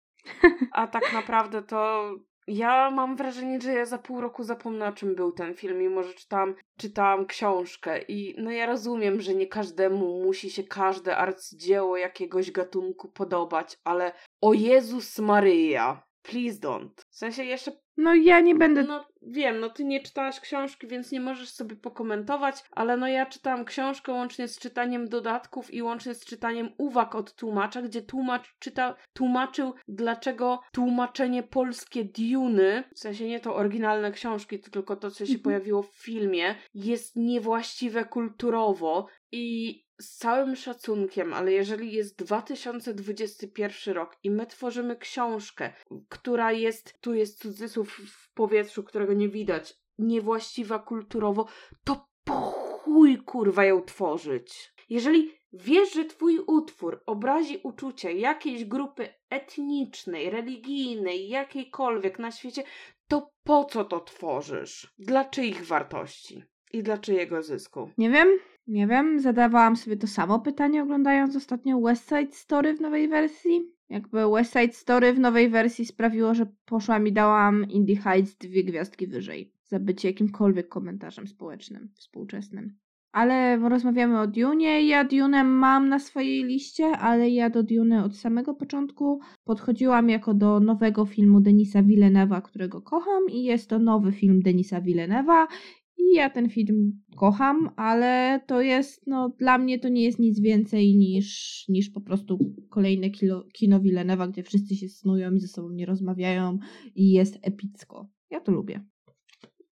A tak naprawdę to ja mam wrażenie, że ja za pół roku zapomnę, o czym był ten film, mimo że czytałam, czytałam książkę i no ja rozumiem, że nie każdemu musi się każde arcydzieło jakiegoś gatunku podobać, ale o Jezus Maryja, please don't. W sensie jeszcze No ja nie będę... no wiem, no ty nie czytałaś książki, więc nie możesz sobie pokomentować, ale no ja czytałam książkę łącznie z czytaniem dodatków i łącznie z czytaniem uwag od tłumacza, gdzie tłumacz czyta, tłumaczył, dlaczego tłumaczenie polskie Duny, w sensie nie to oryginalne książki, tylko to, co się Mhm. pojawiło w filmie, jest niewłaściwe kulturowo i z całym szacunkiem, ale jeżeli jest dwa tysiące dwudziesty pierwszy rok i my tworzymy książkę, która jest, tu jest cudzysłów w powietrzu, którego nie widać, niewłaściwa kulturowo, to po chuj kurwa ją tworzyć. Jeżeli wiesz, że twój utwór obrazi uczucia jakiejś grupy etnicznej, religijnej, jakiejkolwiek na świecie, to po co to tworzysz? Dla czyich wartości? I dla czyjego zysku? Nie wiem, nie wiem. Zadawałam sobie to samo pytanie, oglądając ostatnio West Side Story w nowej wersji. Jakby West Side Story w nowej wersji sprawiło, że poszłam i dałam Indie Heights dwie gwiazdki wyżej. Za bycie jakimkolwiek komentarzem społecznym, współczesnym. Ale rozmawiamy o Dunie. Ja Dune mam na swojej liście, ale ja do Dune od samego początku podchodziłam jako do nowego filmu Denisa Villeneuve'a, którego kocham i jest to nowy film Denisa Villeneuve'a. I ja ten film kocham, ale to jest, no dla mnie to nie jest nic więcej niż, niż po prostu kolejne kilo, kino Villeneuve'a, gdzie wszyscy się snują i ze sobą nie rozmawiają i jest epicko. Ja to lubię.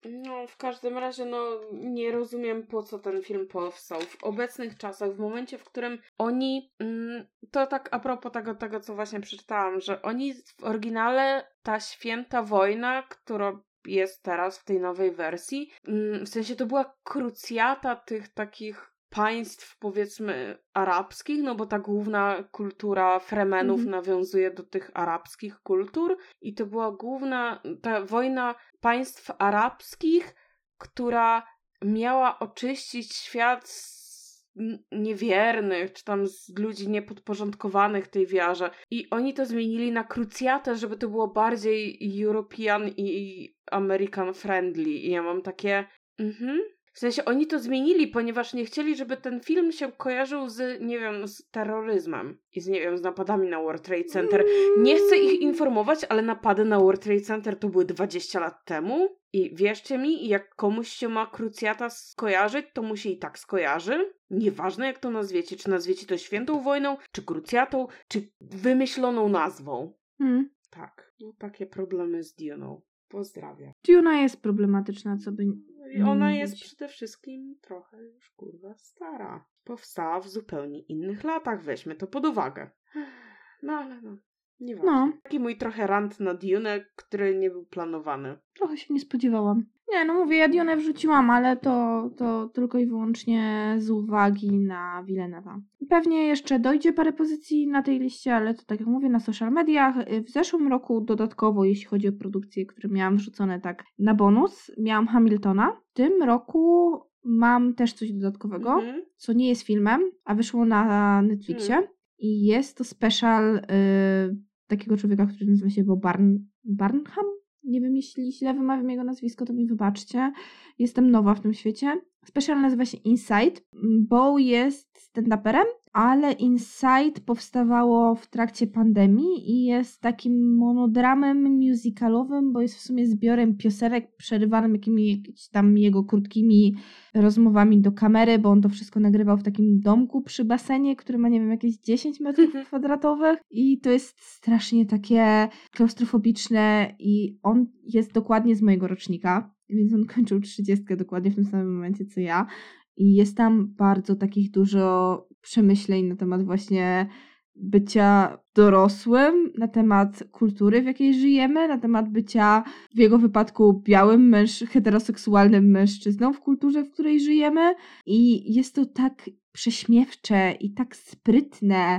No, w każdym razie, no, nie rozumiem, po co ten film powstał. W obecnych czasach, w momencie, w którym oni, mm, to tak a propos tego, tego, co właśnie przeczytałam, że oni w oryginale, ta święta wojna, która jest teraz w tej nowej wersji, mm, w sensie to była krucjata tych takich państw, powiedzmy, arabskich, no bo ta główna kultura Fremenów Mhm. nawiązuje do tych arabskich kultur i to była główna, ta wojna państw arabskich, która miała oczyścić świat z n- niewiernych, czy tam z ludzi niepodporządkowanych tej wiarze. I oni to zmienili na krucjatę, żeby to było bardziej European i American friendly. I ja mam takie... Mhm. W sensie oni to zmienili, ponieważ nie chcieli, żeby ten film się kojarzył z, nie wiem, z terroryzmem i z, nie wiem, z napadami na World Trade Center. Nie chcę ich informować, ale napady na World Trade Center to były dwadzieścia lat temu i wierzcie mi, jak komuś się ma krucjata skojarzyć, to mu się i tak skojarzy. Nieważne jak to nazwiecie, czy nazwiecie to świętą wojną, czy krucjatą, czy wymyśloną nazwą. Hmm. Tak, no takie problemy z Dune'ą. Pozdrawiam. Duna jest problematyczna, co by... I ona nie jest mówić. przede wszystkim trochę już kurwa stara. Powstała w zupełnie innych latach, weźmy to pod uwagę. No ale no, nieważne. No. Taki mój trochę rant na Dune, który nie był planowany. Trochę się nie spodziewałam. Nie, no mówię, ja Dionę wrzuciłam, ale to, to tylko i wyłącznie z uwagi na Villeneuve'a. Pewnie jeszcze dojdzie parę pozycji na tej liście, ale to tak jak mówię, na social mediach. W zeszłym roku dodatkowo, jeśli chodzi o produkcje, które miałam wrzucone tak na bonus, miałam Hamiltona. W tym roku mam też coś dodatkowego, Mhm. co nie jest filmem, a wyszło na Netflixie. Mhm. I jest to special y, takiego człowieka, który nazywa się Bo Barn, Barnham? Nie wiem, jeśli źle wymawiam jego nazwisko, to mi wybaczcie. Jestem nowa w tym świecie. Special nazywa się Inside. Bo jest stand-uperem, ale Inside powstawało w trakcie pandemii i jest takim monodramem musicalowym, bo jest w sumie zbiorem piosenek przerywanym jakimiś tam jego krótkimi rozmowami do kamery, bo on to wszystko nagrywał w takim domku przy basenie, który ma, nie wiem, jakieś dziesięć metrów kwadratowych i to jest strasznie takie klaustrofobiczne i on jest dokładnie z mojego rocznika, więc on kończył trzydziestkę dokładnie w tym samym momencie co ja i jest tam bardzo takich dużo przemyśleń na temat właśnie bycia dorosłym, na temat kultury, w jakiej żyjemy, na temat bycia w jego wypadku białym, męż- heteroseksualnym mężczyzną w kulturze, w której żyjemy i jest to tak prześmiewcze i tak sprytne,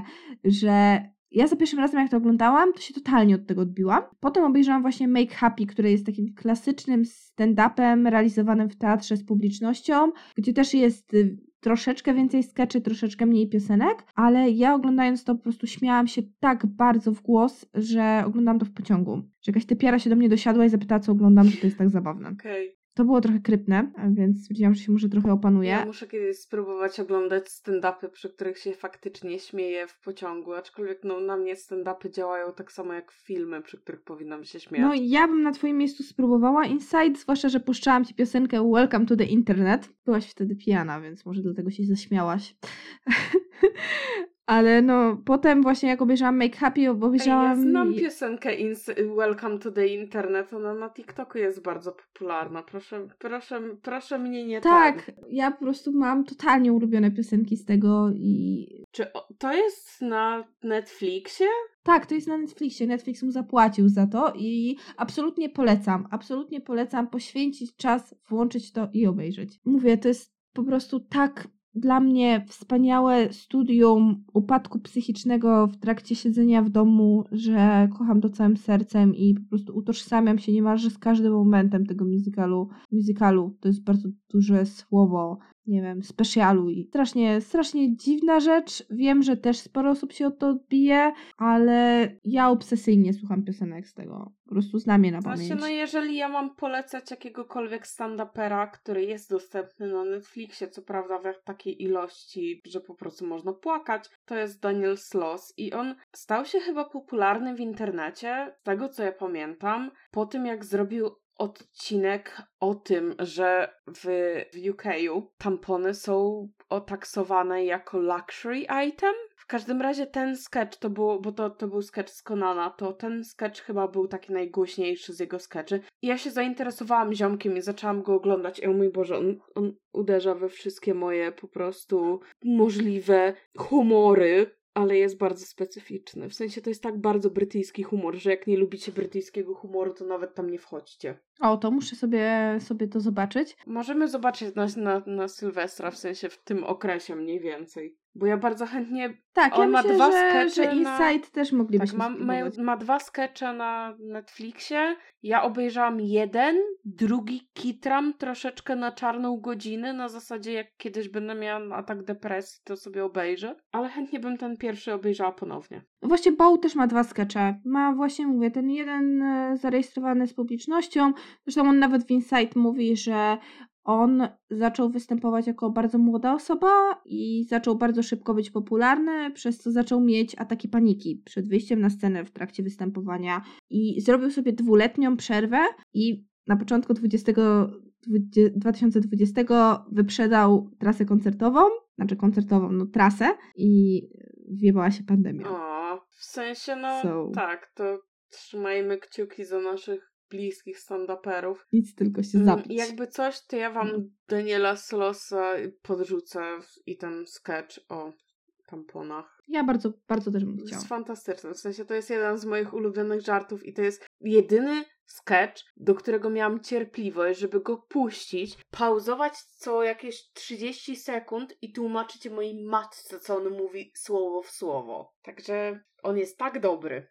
że ja za pierwszym razem jak to oglądałam, to się totalnie od tego odbiłam. Potem obejrzałam właśnie Make Happy, który jest takim klasycznym stand-upem realizowanym w teatrze z publicznością, gdzie też jest troszeczkę więcej skeczy, troszeczkę mniej piosenek, ale ja oglądając to po prostu śmiałam się tak bardzo w głos, że oglądałam to w pociągu. Że jakaś typiara się do mnie dosiadła i zapytała, co oglądam, że to jest tak zabawne. Okej. Okay. To było trochę krypne, więc stwierdziłam, że się może trochę opanuję. Ja muszę kiedyś spróbować oglądać stand-upy, przy których się faktycznie śmieję w pociągu, aczkolwiek no, na mnie stand-upy działają tak samo jak filmy, przy których powinnam się śmiać. No ja bym na twoim miejscu spróbowała Inside, zwłaszcza, że puszczałam ci piosenkę Welcome to the Internet. Byłaś wtedy pijana, więc może dlatego się zaśmiałaś. Ale no, potem właśnie jak obejrzałam Make Happy, obejrzałam... Ej, ja znam piosenkę Ins- Welcome to the Internet, ona na TikToku jest bardzo popularna. Proszę, proszę, proszę mnie nie Tak, ten. ja po prostu mam totalnie ulubione piosenki z tego i... Czy o, to jest na Netflixie? Tak, to jest na Netflixie. Netflix mu zapłacił za to i absolutnie polecam. Absolutnie polecam poświęcić czas, włączyć to i obejrzeć. Mówię, to jest po prostu tak dla mnie wspaniałe studium upadku psychicznego w trakcie siedzenia w domu, że kocham to całym sercem i po prostu utożsamiam się niemalże z każdym momentem tego musicalu. Musicalu to jest bardzo duże słowo, nie wiem, specialu i strasznie, strasznie dziwna rzecz. Wiem, że też sporo osób się od to odbije, ale ja obsesyjnie słucham piosenek z tego. Po prostu znam je na pamięć. Właśnie, no jeżeli ja mam polecać jakiegokolwiek stand-upera, który jest dostępny na Netflixie, co prawda w takiej ilości, że po prostu można płakać, to jest Daniel Sloss i on stał się chyba popularny w internecie, z tego co ja pamiętam, po tym jak zrobił odcinek o tym, że w, w U K tampony są otaksowane jako luxury item. W W każdym razie ten sketch to był, bo to, to był sketch z Conana, to ten sketch chyba był taki najgłośniejszy z jego sketchy. I ja się zainteresowałam ziomkiem i zaczęłam go oglądać. I o mój Boże, on, on uderza we wszystkie moje po prostu możliwe humory, ale jest bardzo specyficzny. W sensie to jest tak bardzo brytyjski humor, że jak nie lubicie brytyjskiego humoru, to nawet tam nie wchodźcie. O, to muszę sobie, sobie to zobaczyć. Możemy zobaczyć na, na, na Sylwestra, w sensie w tym okresie mniej więcej. Bo ja bardzo chętnie... Tak, on ja ma myślę, dwa że, skecze że na... Inside też moglibyśmy Tak, ma, ma, ma dwa skecze na Netflixie. Ja obejrzałam jeden, drugi kitram troszeczkę na czarną godzinę, na zasadzie jak kiedyś będę miała atak depresji, to sobie obejrzę. Ale chętnie bym ten pierwszy obejrzała ponownie. Właśnie Bow też ma dwa skecze. Ma właśnie, mówię, ten jeden zarejestrowany z publicznością. Zresztą on nawet w Inside mówi, że on zaczął występować jako bardzo młoda osoba i zaczął bardzo szybko być popularny, przez co zaczął mieć ataki paniki przed wyjściem na scenę w trakcie występowania i zrobił sobie dwuletnią przerwę i na początku dwudziestego, dwa tysiące dwudziestego wyprzedał trasę koncertową, znaczy koncertową, no trasę i wjebała się pandemia. O, w sensie no So. tak, to trzymajmy kciuki za naszych bliskich stand-uperów. Nic, tylko się zapić. Mm, jakby coś, to ja wam Daniela Slosa podrzucę i ten sketch o tamponach. Ja bardzo, bardzo też bym To chciała. jest fantastyczne. W sensie to jest jeden z moich ulubionych żartów i to jest jedyny sketch, do którego miałam cierpliwość, żeby go puścić, pauzować co jakieś trzydzieści sekund i tłumaczyć mojej matce, co on mówi słowo w słowo. Także on jest tak dobry.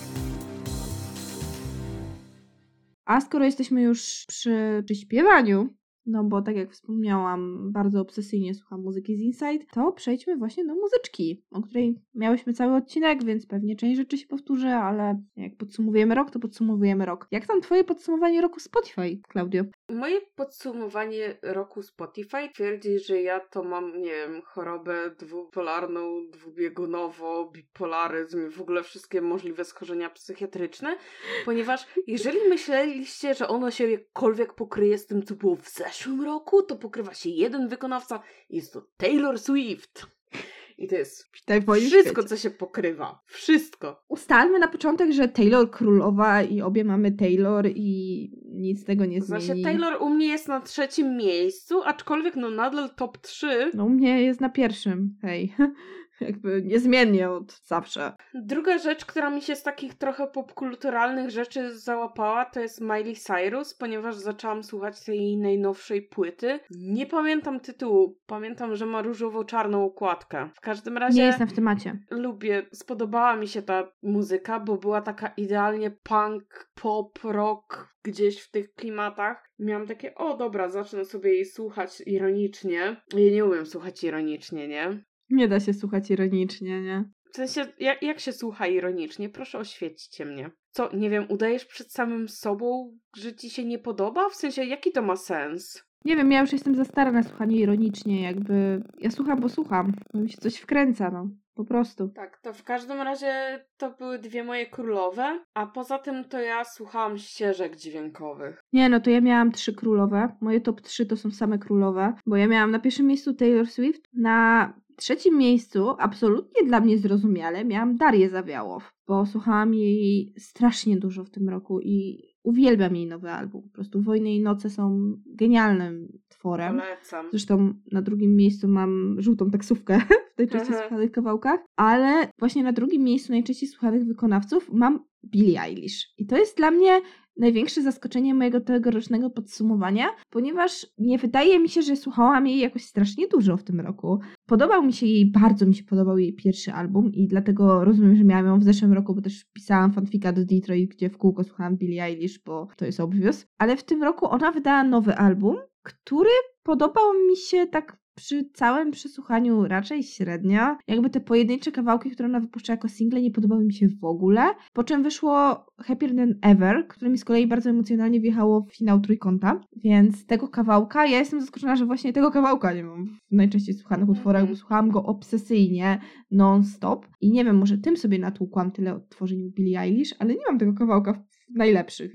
A skoro jesteśmy już przy, przy śpiewaniu, no bo tak jak wspomniałam, bardzo obsesyjnie słucham muzyki z Inside, to przejdźmy właśnie do muzyczki, o której miałyśmy cały odcinek, więc pewnie część rzeczy się powtórzy, ale jak podsumowujemy rok, to podsumowujemy rok. Jak tam twoje podsumowanie roku Spotify, Klaudio? Moje podsumowanie roku Spotify twierdzi, że ja to mam, nie wiem, chorobę dwupolarną, dwubiegunowo, bipolaryzm i w ogóle wszystkie możliwe schorzenia psychiatryczne, ponieważ jeżeli myśleliście, że ono się jakkolwiek pokryje z tym, co było w zeszłym roku, to pokrywa się jeden wykonawca i jest to Taylor Swift. I to jest wszystko, co się pokrywa. Wszystko. Ustalmy na początek, że Taylor królowa i obie mamy Taylor i nic z tego nie zmieni. Znaczy Taylor u mnie jest na trzecim miejscu, aczkolwiek no nadal top trzy. No u mnie jest na pierwszym, hej. Jakby niezmiennie od zawsze. Druga rzecz, która mi się z takich trochę popkulturalnych rzeczy załapała, to jest Miley Cyrus, ponieważ zaczęłam słuchać tej jej najnowszej płyty. Nie pamiętam tytułu, pamiętam, że ma różowo-czarną okładkę. W każdym razie... Nie jestem w temacie. Lubię, spodobała mi się ta muzyka, bo była taka idealnie punk, pop, rock, gdzieś w tych klimatach. Miałam takie, o dobra, zacznę sobie jej słuchać ironicznie. Ja nie umiem słuchać ironicznie, nie? Nie da się słuchać ironicznie, nie? W sensie, jak, jak się słucha ironicznie? Proszę oświećcie mnie. Co, nie wiem, udajesz przed samym sobą, że ci się nie podoba? W sensie, jaki to ma sens? Nie wiem, ja już jestem za stara na słuchanie ironicznie, jakby... Ja słucham, bo słucham. Bo mi się coś wkręca, no. Po prostu. Tak, to w każdym razie to były dwie moje królowe, a poza tym to ja słuchałam ścieżek dźwiękowych. Nie, no to ja miałam trzy królowe. Moje top trzy to są same królowe, bo ja miałam na pierwszym miejscu Taylor Swift, na trzecim miejscu, absolutnie dla mnie zrozumiale, miałam Darię Zawiałow, bo słuchałam jej strasznie dużo w tym roku i uwielbiam jej nowy album. Po prostu Wojny i Noce są genialnym tworem. Polecam. Zresztą na drugim miejscu mam żółtą taksówkę w najczęściej słuchanych kawałkach, ale właśnie na drugim miejscu najczęściej słuchanych wykonawców mam Billie Eilish. I to jest dla mnie największe zaskoczenie mojego tegorocznego podsumowania, ponieważ nie wydaje mi się, że słuchałam jej jakoś strasznie dużo w tym roku. Podobał mi się jej, bardzo mi się podobał jej pierwszy album i dlatego rozumiem, że miałam ją w zeszłym roku, bo też pisałam fanfika do Detroit, gdzie w kółko słuchałam Billie Eilish, bo to jest obvious. Ale w tym roku ona wydała nowy album, który podobał mi się tak przy całym przesłuchaniu raczej średnio. Jakby te pojedyncze kawałki, które ona wypuszcza jako single, nie podobały mi się w ogóle. Po czym wyszło Happier Than Ever, które mi z kolei bardzo emocjonalnie wjechało w finał trójkąta. Więc tego kawałka, ja jestem zaskoczona, że właśnie tego kawałka nie mam w najczęściej słuchanych utworach, bo słuchałam go obsesyjnie, non-stop. I nie wiem, może tym sobie natłukłam tyle odtworzeń u Billie Eilish, ale nie mam tego kawałka w najlepszych, więc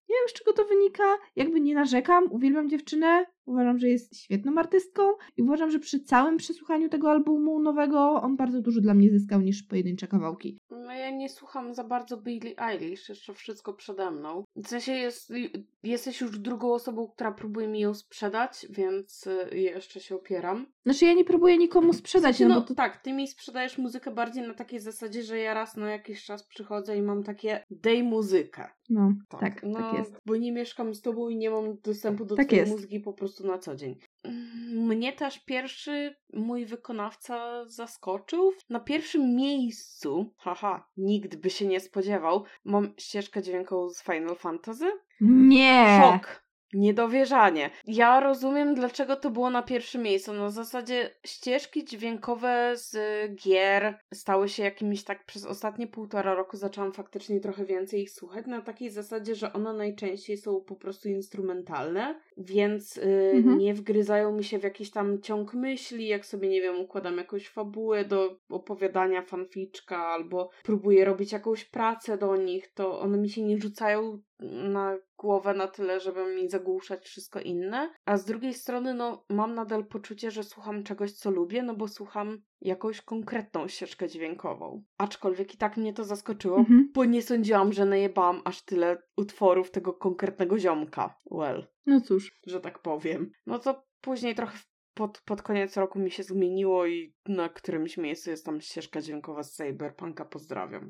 Nie wiem, z czego to wynika. Jakby nie narzekam, uwielbiam dziewczynę. Uważam, że jest świetną artystką i uważam, że przy całym przesłuchaniu tego albumu nowego on bardzo dużo dla mnie zyskał niż pojedyncze kawałki. No ja nie słucham za bardzo Billie Eilish, jeszcze wszystko przede mną. W sensie jest, jesteś już drugą osobą, która próbuje mi ją sprzedać, więc jeszcze się opieram. Znaczy ja nie próbuję nikomu sprzedać. W sensie, no, no bo to... tak, ty mi sprzedajesz muzykę bardziej na takiej zasadzie, że ja raz na jakiś czas przychodzę i mam takie dej muzykę. No, Tak, tak, no, tak jest. Bo nie mieszkam z tobą i nie mam dostępu do Tak twojej jest. muzyki po prostu na co dzień. Mnie też pierwszy mój wykonawca zaskoczył. Na pierwszym miejscu, haha, nikt by się nie spodziewał, mam ścieżkę dźwiękową z Final Fantasy. Nie! Szok! Niedowierzanie. Ja rozumiem, dlaczego to było na pierwszym miejscu. Na zasadzie ścieżki dźwiękowe z gier stały się jakimiś tak przez ostatnie półtora roku zaczęłam faktycznie trochę więcej ich słuchać. Na takiej zasadzie, że one najczęściej są po prostu instrumentalne, więc yy, Mhm. nie wgryzają mi się w jakiś tam ciąg myśli, jak sobie, nie wiem, układam jakąś fabułę do opowiadania fanficzka albo próbuję robić jakąś pracę do nich, to one mi się nie rzucają na głowę na tyle, żeby mi zagłuszać wszystko inne, a z drugiej strony no mam nadal poczucie, że słucham czegoś, co lubię, no bo słucham jakąś konkretną ścieżkę dźwiękową. Aczkolwiek i tak mnie to zaskoczyło, Mhm. bo nie sądziłam, że najebałam aż tyle utworów tego konkretnego ziomka. Well, No cóż. że tak powiem. No to później trochę pod, pod koniec roku mi się zmieniło i na którymś miejscu jest tam ścieżka dźwiękowa z Cyberpunka. Pozdrawiam.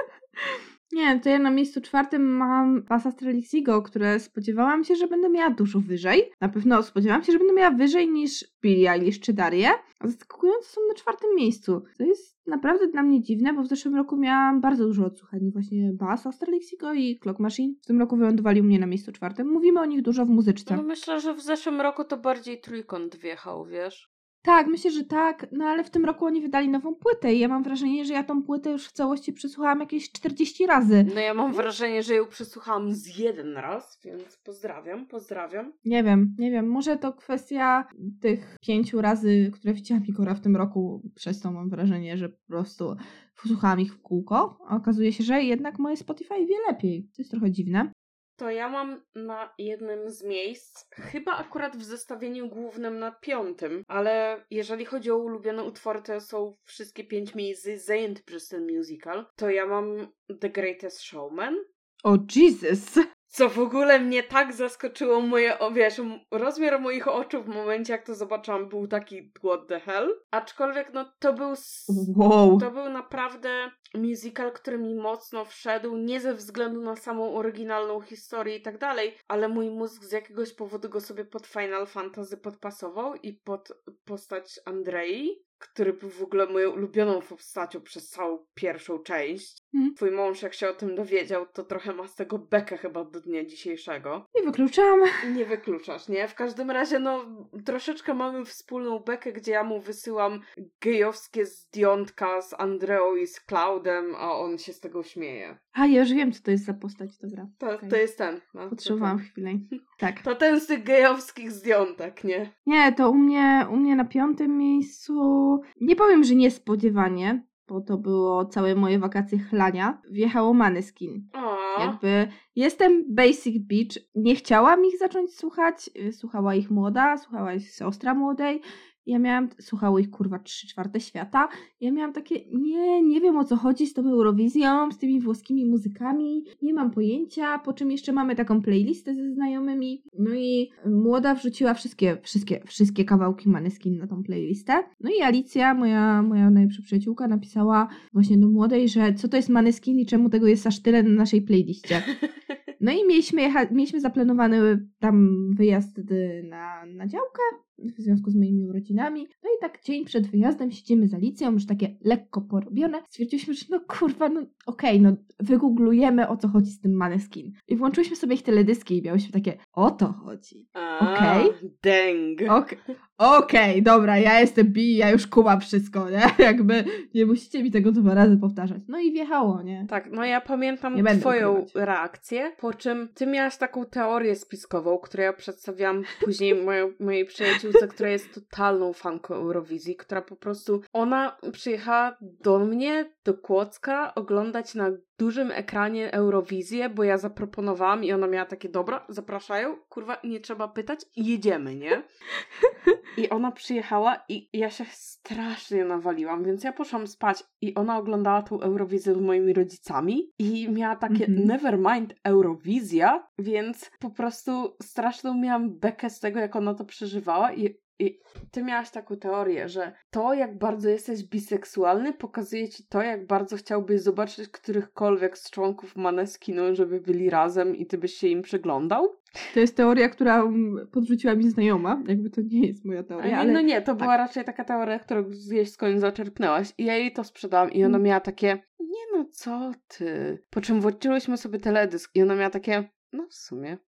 Nie, to ja na miejscu czwartym mam Bass Astralixigo, które spodziewałam się, że będę miała dużo wyżej. Na pewno spodziewałam się, że będę miała wyżej niż Billie Eilish czy Darię, a zaskakująco są na czwartym miejscu. To jest naprawdę dla mnie dziwne, bo w zeszłym roku miałam bardzo dużo odsłuchań właśnie Bass Astralixigo i Clock Machine. W tym roku wylądowali u mnie na miejscu czwartym. Mówimy o nich dużo w muzyczce. No myślę, że w zeszłym roku to bardziej trójkąt wjechał, wiesz? Tak, myślę, że tak, no ale w tym roku oni wydali nową płytę i ja mam wrażenie, że ja tą płytę już w całości przesłuchałam jakieś czterdzieści razy. No ja mam wrażenie, że ją przesłuchałam z jeden raz, więc pozdrawiam, pozdrawiam. Nie wiem, nie wiem, może to kwestia tych pięciu razy, które widziałam Igora w tym roku, przez to mam wrażenie, że po prostu słuchałam ich w kółko, a okazuje się, że jednak moje Spotify wie lepiej. To jest trochę dziwne. To ja mam na jednym z miejsc, chyba akurat w zestawieniu głównym na piątym, ale jeżeli chodzi o ulubione utwory, to są wszystkie pięć miejsc zajęte przez ten musical, to ja mam The Greatest Showman. O Jesus! Co w ogóle mnie tak zaskoczyło, moje, o wiesz, rozmiar moich oczu w momencie, jak to zobaczyłam, był taki what the hell. Aczkolwiek, no to był, Wow. to był naprawdę musical, który mi mocno wszedł, nie ze względu na samą oryginalną historię i tak dalej, ale mój mózg z jakiegoś powodu go sobie pod Final Fantasy podpasował i pod postać Andrei, który był w ogóle moją ulubioną postacią przez całą pierwszą część. Hmm. Twój mąż, jak się o tym dowiedział, to trochę ma z tego bekę chyba do dnia dzisiejszego. Nie wykluczam. Nie wykluczasz, nie? W każdym razie, no, troszeczkę mamy wspólną bekę, gdzie ja mu wysyłam gejowskie zdjątka z Andreą i z Cloudem, a on się z tego śmieje. A, ja już wiem, co to jest za postać, dobra. To, Okay. to jest ten. No, Potrzebowałam to, chwilę. Tak. to ten z tych gejowskich zdjątek, nie? Nie, to u mnie, u mnie na piątym miejscu, nie powiem, że niespodziewanie, bo to było całe moje wakacje chlania, wjechało Maneskin. O. Jakby jestem Basic Beach, nie chciałam ich zacząć słuchać, słuchała ich młoda, słuchała ich siostra młodej, ja miałam, słuchało ich kurwa trzy czwarte świata, ja miałam takie, nie, nie wiem o co chodzi z tą Eurowizją, z tymi włoskimi muzykami, nie mam pojęcia, po czym jeszcze mamy taką playlistę ze znajomymi, no i młoda wrzuciła wszystkie, wszystkie, wszystkie kawałki Maneskin na tą playlistę, no i Alicja, moja, moja najlepsza przyjaciółka, napisała właśnie do młodej, że co to jest Maneskin i czemu tego jest aż tyle na naszej playliście. No i mieliśmy, jecha- mieliśmy zaplanowany tam wyjazd na, na działkę w związku z moimi urodzinami. No i tak dzień przed wyjazdem siedzimy z Alicją, już takie lekko porobione. Stwierdziliśmy, że no kurwa, no okej, okay, no wygooglujemy o co chodzi z tym Maneskin. I włączyłyśmy sobie ich teledyski i miałyśmy takie, o to chodzi. Okej. Okay. Dang. Okej, okay, dobra, ja jestem bi, ja już kumam wszystko, nie? Jakby nie musicie mi tego dwa razy powtarzać. No i wjechało, nie? Tak, no ja pamiętam nie twoją ukrywać. reakcję, po czym ty miałaś taką teorię spiskową, którą ja przedstawiałam później moją, mojej przyjaciółce przyjaciółce, która jest totalną fanką Eurowizji, która po prostu, ona przyjechała do mnie, do Kłodzka, oglądać na dużym ekranie Eurowizję, bo ja zaproponowałam i ona miała takie, dobra, zapraszają, kurwa, nie trzeba pytać, jedziemy, nie? I ona przyjechała i ja się strasznie nawaliłam, więc ja poszłam spać i ona oglądała tą Eurowizję z moimi rodzicami i miała takie Mhm. never mind Eurowizja, więc po prostu straszną miałam bekę z tego, jak ona to przeżywała i I ty miałaś taką teorię, że to, jak bardzo jesteś biseksualny, pokazuje ci to, jak bardzo chciałbyś zobaczyć którychkolwiek z członków Måneskin, żeby byli razem i ty byś się im przyglądał. To jest teoria, którą podrzuciła mi znajoma. Jakby to nie jest moja teoria, nie, ale... No nie, to tak. była raczej taka teoria, którą gdzieś skądś zaczerpnęłaś. I ja jej to sprzedałam i ona miała takie, nie no co ty. Po czym włączyłyśmy sobie teledysk i ona miała takie, no w sumie.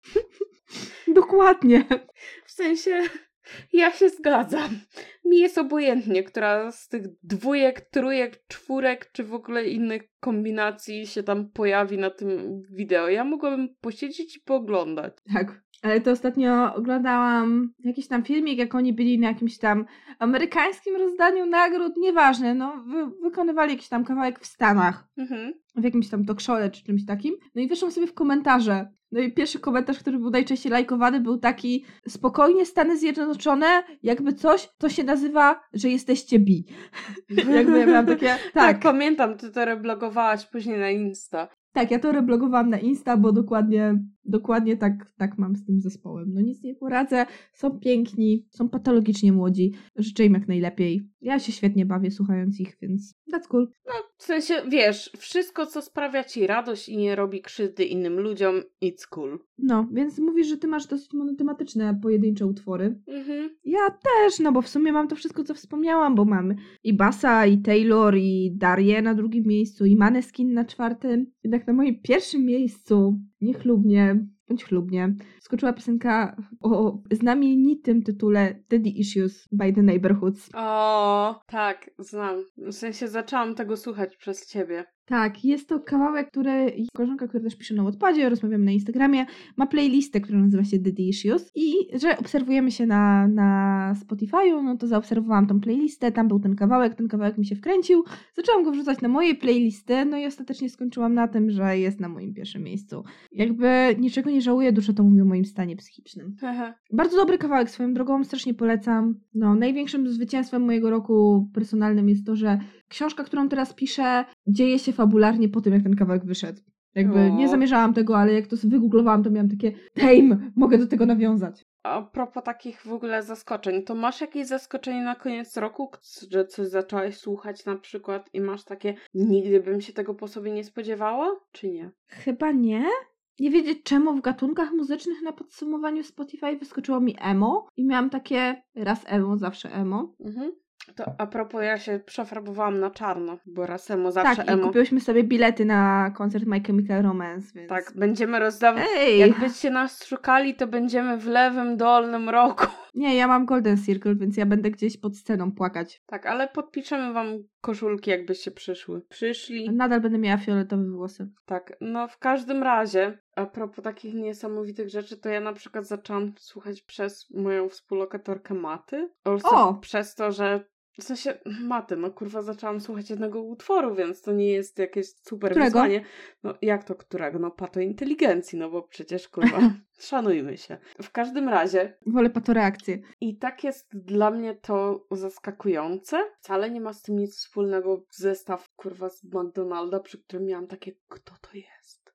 Dokładnie. W sensie... Ja się zgadzam. Mi jest obojętnie, która z tych dwójek, trójek, czwórek, czy w ogóle innych kombinacji się tam pojawi na tym wideo. Ja mogłabym posiedzieć i pooglądać. Tak. Ale to ostatnio oglądałam jakiś tam filmik, jak oni byli na jakimś tam amerykańskim rozdaniu nagród, nieważne, no, wy- wykonywali jakiś tam kawałek w Stanach. Mhm. W jakimś tam talk show czy czymś takim. No i wyszłam sobie w komentarze. No i pierwszy komentarz, który był najczęściej lajkowany, był taki: spokojnie Stany Zjednoczone, jakby coś, to się nazywa, że jesteście bi. Jakby ja miałam takie, tak. Tak, pamiętam, ty to reblogowałaś później na Insta. Tak, ja to reblogowałam na Insta, bo dokładnie, dokładnie tak, tak mam z tym zespołem. No nic nie poradzę, są piękni, są patologicznie młodzi, życzę im jak najlepiej. Ja się świetnie bawię słuchając ich, więc that's cool. No, w sensie, wiesz, wszystko, co sprawia ci radość i nie robi krzywdy innym ludziom, it's cool. No, więc mówisz, że ty masz dosyć monotematyczne pojedyncze utwory. Mhm. Ja też, no bo w sumie mam to wszystko, co wspomniałam, bo mam i Bassa, i Taylor, i Darię na drugim miejscu, i Måneskin na czwartym. Jednak na moim pierwszym miejscu, niechlubnie, bądź chlubnie, skoczyła piosenka o znamienitym tytule Daddy Issues by The Neighborhoods. O, tak, znam. W sensie zaczęłam tego słuchać przez ciebie. Tak, jest to kawałek, który koleżanka, która też pisze na Wattpadzie, rozmawiamy na Instagramie, ma playlistę, która nazywa się Daddy Issues i że obserwujemy się na, na Spotify'u, no to zaobserwowałam tą playlistę, tam był ten kawałek, ten kawałek mi się wkręcił, zaczęłam go wrzucać na moje playlisty, no i ostatecznie skończyłam na tym, że jest na moim pierwszym miejscu. Jakby niczego nie żałuję, dużo to mówi o moim stanie psychicznym. Bardzo dobry kawałek, swoją drogą, strasznie polecam. No, największym zwycięstwem mojego roku personalnym jest to, że książka, którą teraz piszę, dzieje się fabularnie po tym, jak ten kawałek wyszedł. Jakby O. nie zamierzałam tego, ale jak to wygooglowałam, to miałam takie damn, mogę do tego nawiązać. A propos takich w ogóle zaskoczeń, to masz jakieś zaskoczenie na koniec roku, że coś zaczęłaś słuchać na przykład i masz takie, nigdy bym się tego po sobie nie spodziewała, czy nie? Chyba nie. Nie wiedzieć czemu w gatunkach muzycznych na podsumowaniu Spotify wyskoczyło mi emo i miałam takie raz emo, zawsze emo. Mhm. To a propos, ja się przefarbowałam na czarno, bo raz emo, zawsze tak, emo. i kupiłyśmy sobie bilety na koncert My Chemical Romance, więc... Tak, będziemy rozdawać. Ej! Jakbyście nas szukali, to będziemy w lewym dolnym rogu. Nie, ja mam Golden Circle, więc ja będę gdzieś pod sceną płakać. Tak, ale podpiszemy wam koszulki, jakbyście przyszły. Przyszli. Nadal będę miała fioletowe włosy. Tak, no w każdym razie, a propos takich niesamowitych rzeczy, to ja na przykład zaczęłam słuchać przez moją współlokatorkę Maty. O! Przez to, że w sensie, Maty, no kurwa, zaczęłam słuchać jednego utworu, więc to nie jest jakieś super Którego? wyzwanie. No jak to którego? No pato inteligencji, no bo przecież kurwa, szanujmy się. W każdym razie. Wolę patoreakcję. I tak jest dla mnie to zaskakujące. Wcale nie ma z tym nic wspólnego zestaw kurwa z McDonalda, przy którym miałam takie, kto to jest?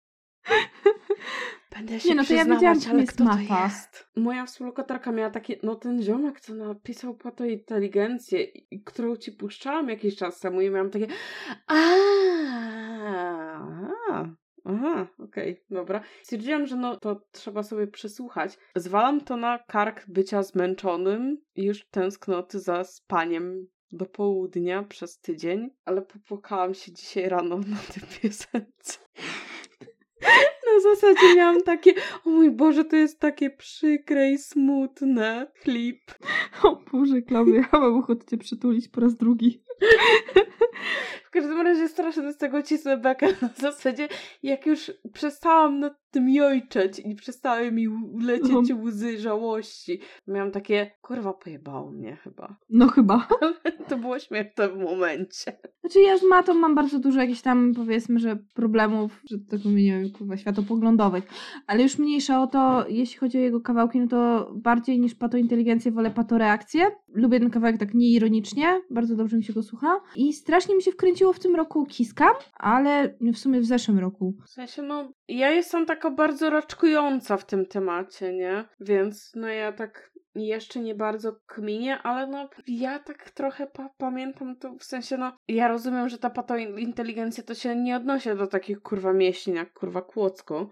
Będę się Nie, no to ja przyznawać, wiedziałam, kim ale jest kto to Mata. jest? Moja współlokatorka miała takie, no ten ziomek, co napisał po to inteligencję, i- którą ci puszczałam jakiś czas temu i miałam takie aaa, aha, okej, okay, dobra. Stwierdziłam, że no to trzeba sobie przesłuchać. Zwalam to na kark bycia zmęczonym i już tęsknoty za spaniem do południa przez tydzień, ale popłakałam się dzisiaj rano na tej piosence. Na zasadzie miałam takie, o mój Boże, to jest takie przykre i smutne. Klip. O Boże, Klaudia, ja mam ochotę cię przytulić po raz drugi. W każdym razie strasznie z tego cisnę bekę na zasadzie, jak już przestałam nad tym jojczeć i przestały mi lecieć No. łzy żałości. Miałam takie, kurwa, pojebało mnie chyba. No chyba. Ale to było śmieszne w momencie. Znaczy ja z matą mam bardzo dużo jakichś tam, powiedzmy, że problemów, że tak wymieniłem, kurwa, światopoglądowych. Ale już mniejsza o to, jeśli chodzi o jego kawałki, no to bardziej niż patointeligencję wolę patoreakcję. Lubię ten kawałek tak nieironicznie, bardzo dobrze mi się go słucha. I strasznie mi się wkręciło w tym roku Kiss Cam, ale w sumie w zeszłym roku. W sensie, no, ja jestem taka bardzo raczkująca w tym temacie, nie? Więc, no ja tak jeszcze nie bardzo kminię, ale no, ja tak trochę pa- pamiętam to, w sensie, no, ja rozumiem, że ta patointeligencja to się nie odnosi do takich, kurwa, mieścin jak, kurwa, Kłodzko,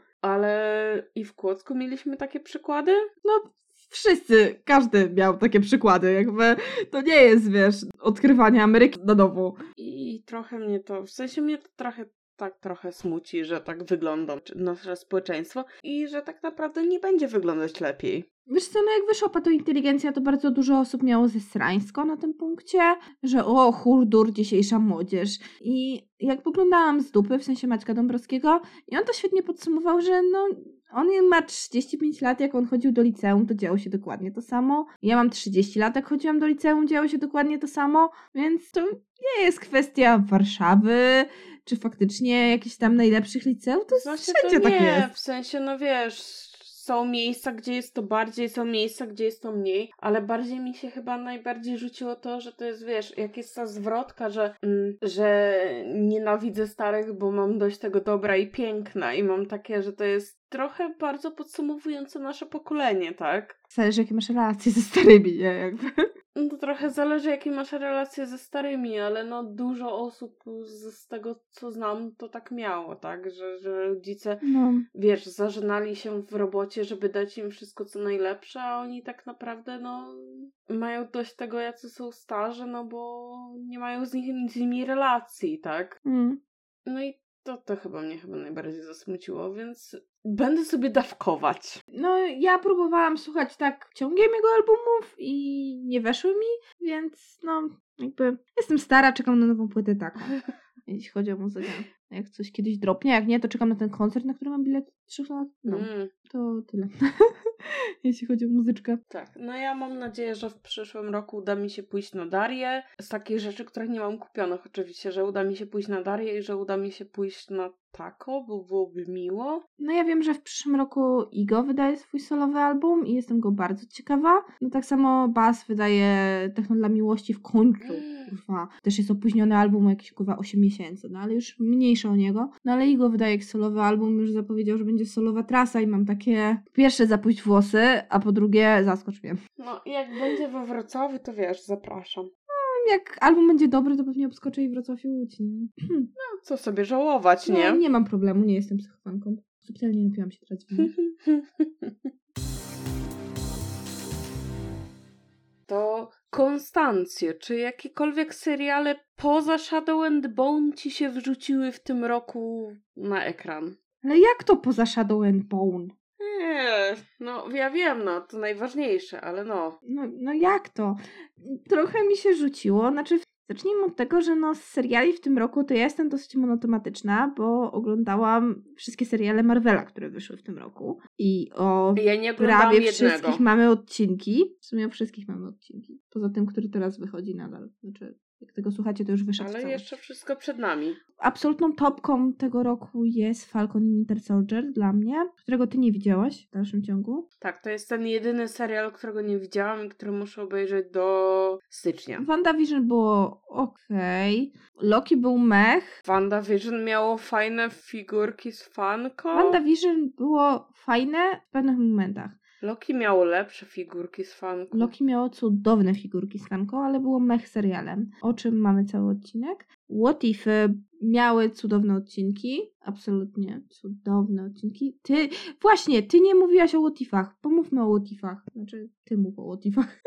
ale i w Kłodzku mieliśmy takie przykłady? No wszyscy, każdy miał takie przykłady, jakby to nie jest, wiesz, odkrywanie Ameryki na nowo. I trochę mnie to, w sensie mnie to trochę tak trochę smuci, że tak wygląda nasze społeczeństwo i że tak naprawdę nie będzie wyglądać lepiej. Wiesz co, no jak wyszła patointeligencja, to bardzo dużo osób miało zesrańsko na tym punkcie, że o, hurdur, dzisiejsza młodzież. I jak poglądałam z dupy, w sensie Maćka Dąbrowskiego, i on to świetnie podsumował, że no, on ma trzydzieści pięć lat, jak on chodził do liceum, to działo się dokładnie to samo. Ja mam trzydzieści lat, jak chodziłam do liceum, działo się dokładnie to samo, więc to nie jest kwestia Warszawy, czy faktycznie jakichś tam najlepszych liceów, to Znaczy, wszędzie to nie, tak jest. w sensie, no wiesz, są miejsca, gdzie jest to bardziej, są miejsca, gdzie jest to mniej, ale bardziej mi się chyba najbardziej rzuciło to, że to jest, wiesz, jak jest ta zwrotka, że, mm, że nienawidzę starych, bo mam dość tego dobra i piękna i mam takie, że to jest trochę bardzo podsumowujące nasze pokolenie, tak? Zależy, jakie masz relacje ze starymi, nie? Jakby. No to trochę zależy, jakie masz relacje ze starymi, ale no dużo osób z, z tego, co znam, to tak miało, tak? Że, że rodzice, No. wiesz, zażynali się w robocie, żeby dać im wszystko, co najlepsze, a oni tak naprawdę, no, mają dość tego, jacy są starzy, no bo nie mają z, nich, z nimi relacji, tak? Mm. No i to, to chyba mnie chyba najbardziej zasmuciło, więc będę sobie dawkować. No, ja próbowałam słuchać tak ciągiem jego albumów i nie weszły mi, więc no, jakby jestem stara, czekam na nową płytę taką, jeśli chodzi o muzykę. Jak coś kiedyś dropnie, jak nie, to czekam na ten koncert, na który mam bilet trzech lat. No, Mm. to tyle. Jeśli chodzi o muzyczkę. Tak, no ja mam nadzieję, że w przyszłym roku uda mi się pójść na Darię. Z takich rzeczy, których nie mam kupionych oczywiście, że uda mi się pójść na Darię i że uda mi się pójść na Tako, bo byłoby miło. No ja wiem, że w przyszłym roku Igo wydaje swój solowy album i jestem go bardzo ciekawa. No tak samo Bas wydaje Techno dla miłości w końcu. Kurwa. Też jest opóźniony album o jakieś kurwa osiem miesięcy, no ale już mniejsza o niego. No ale Igo wydaje jakiś solowy album, już zapowiedział, że będzie solowa trasa i mam takie, po pierwsze zapuść włosy, a po drugie zaskocz mnie. No jak będzie we Wrocławiu, to wiesz, zapraszam. Jak album będzie dobry, to pewnie obskoczę i Wrocław i Łódź, nie? No co sobie żałować, nie? No, nie mam problemu, nie jestem psychofanką. Subtelnie napiłam się teraz wina. To Konstancjo, czy jakiekolwiek seriale poza Shadow and Bone ci się wrzuciły w tym roku na ekran? Ale jak to poza Shadow and Bone? Nie, no ja wiem, no to najważniejsze, ale no. No, no jak to? Trochę mi się rzuciło, znaczy zacznijmy od tego, że no z seriali w tym roku to ja jestem dosyć monotematyczna, bo oglądałam wszystkie seriale Marvela, które wyszły w tym roku i o Ja nie oglądałam prawie jednego. wszystkich mamy odcinki. W sumie o wszystkich mamy odcinki. Poza tym, który teraz wychodzi nadal. Znaczy, jak tego słuchacie, to już wyszedł Ale cały. jeszcze wszystko przed nami. Absolutną topką tego roku jest Falcon i Winter Soldier dla mnie, którego ty nie widziałaś w dalszym ciągu. Tak, to jest ten jedyny serial, którego nie widziałam i który muszę obejrzeć do stycznia. WandaVision było okej. Loki był mech. WandaVision miało fajne figurki z fanką. WandaVision było fajne w pewnych momentach. Loki miało lepsze figurki z fanką. Loki miało cudowne figurki z fanką, ale było mech serialem, o czym mamy cały odcinek. What Ify miały cudowne odcinki. Absolutnie cudowne odcinki. Ty, właśnie, ty nie mówiłaś o What Ifach. Pomówmy o What Ifach. Znaczy, ty mów o What Ifach.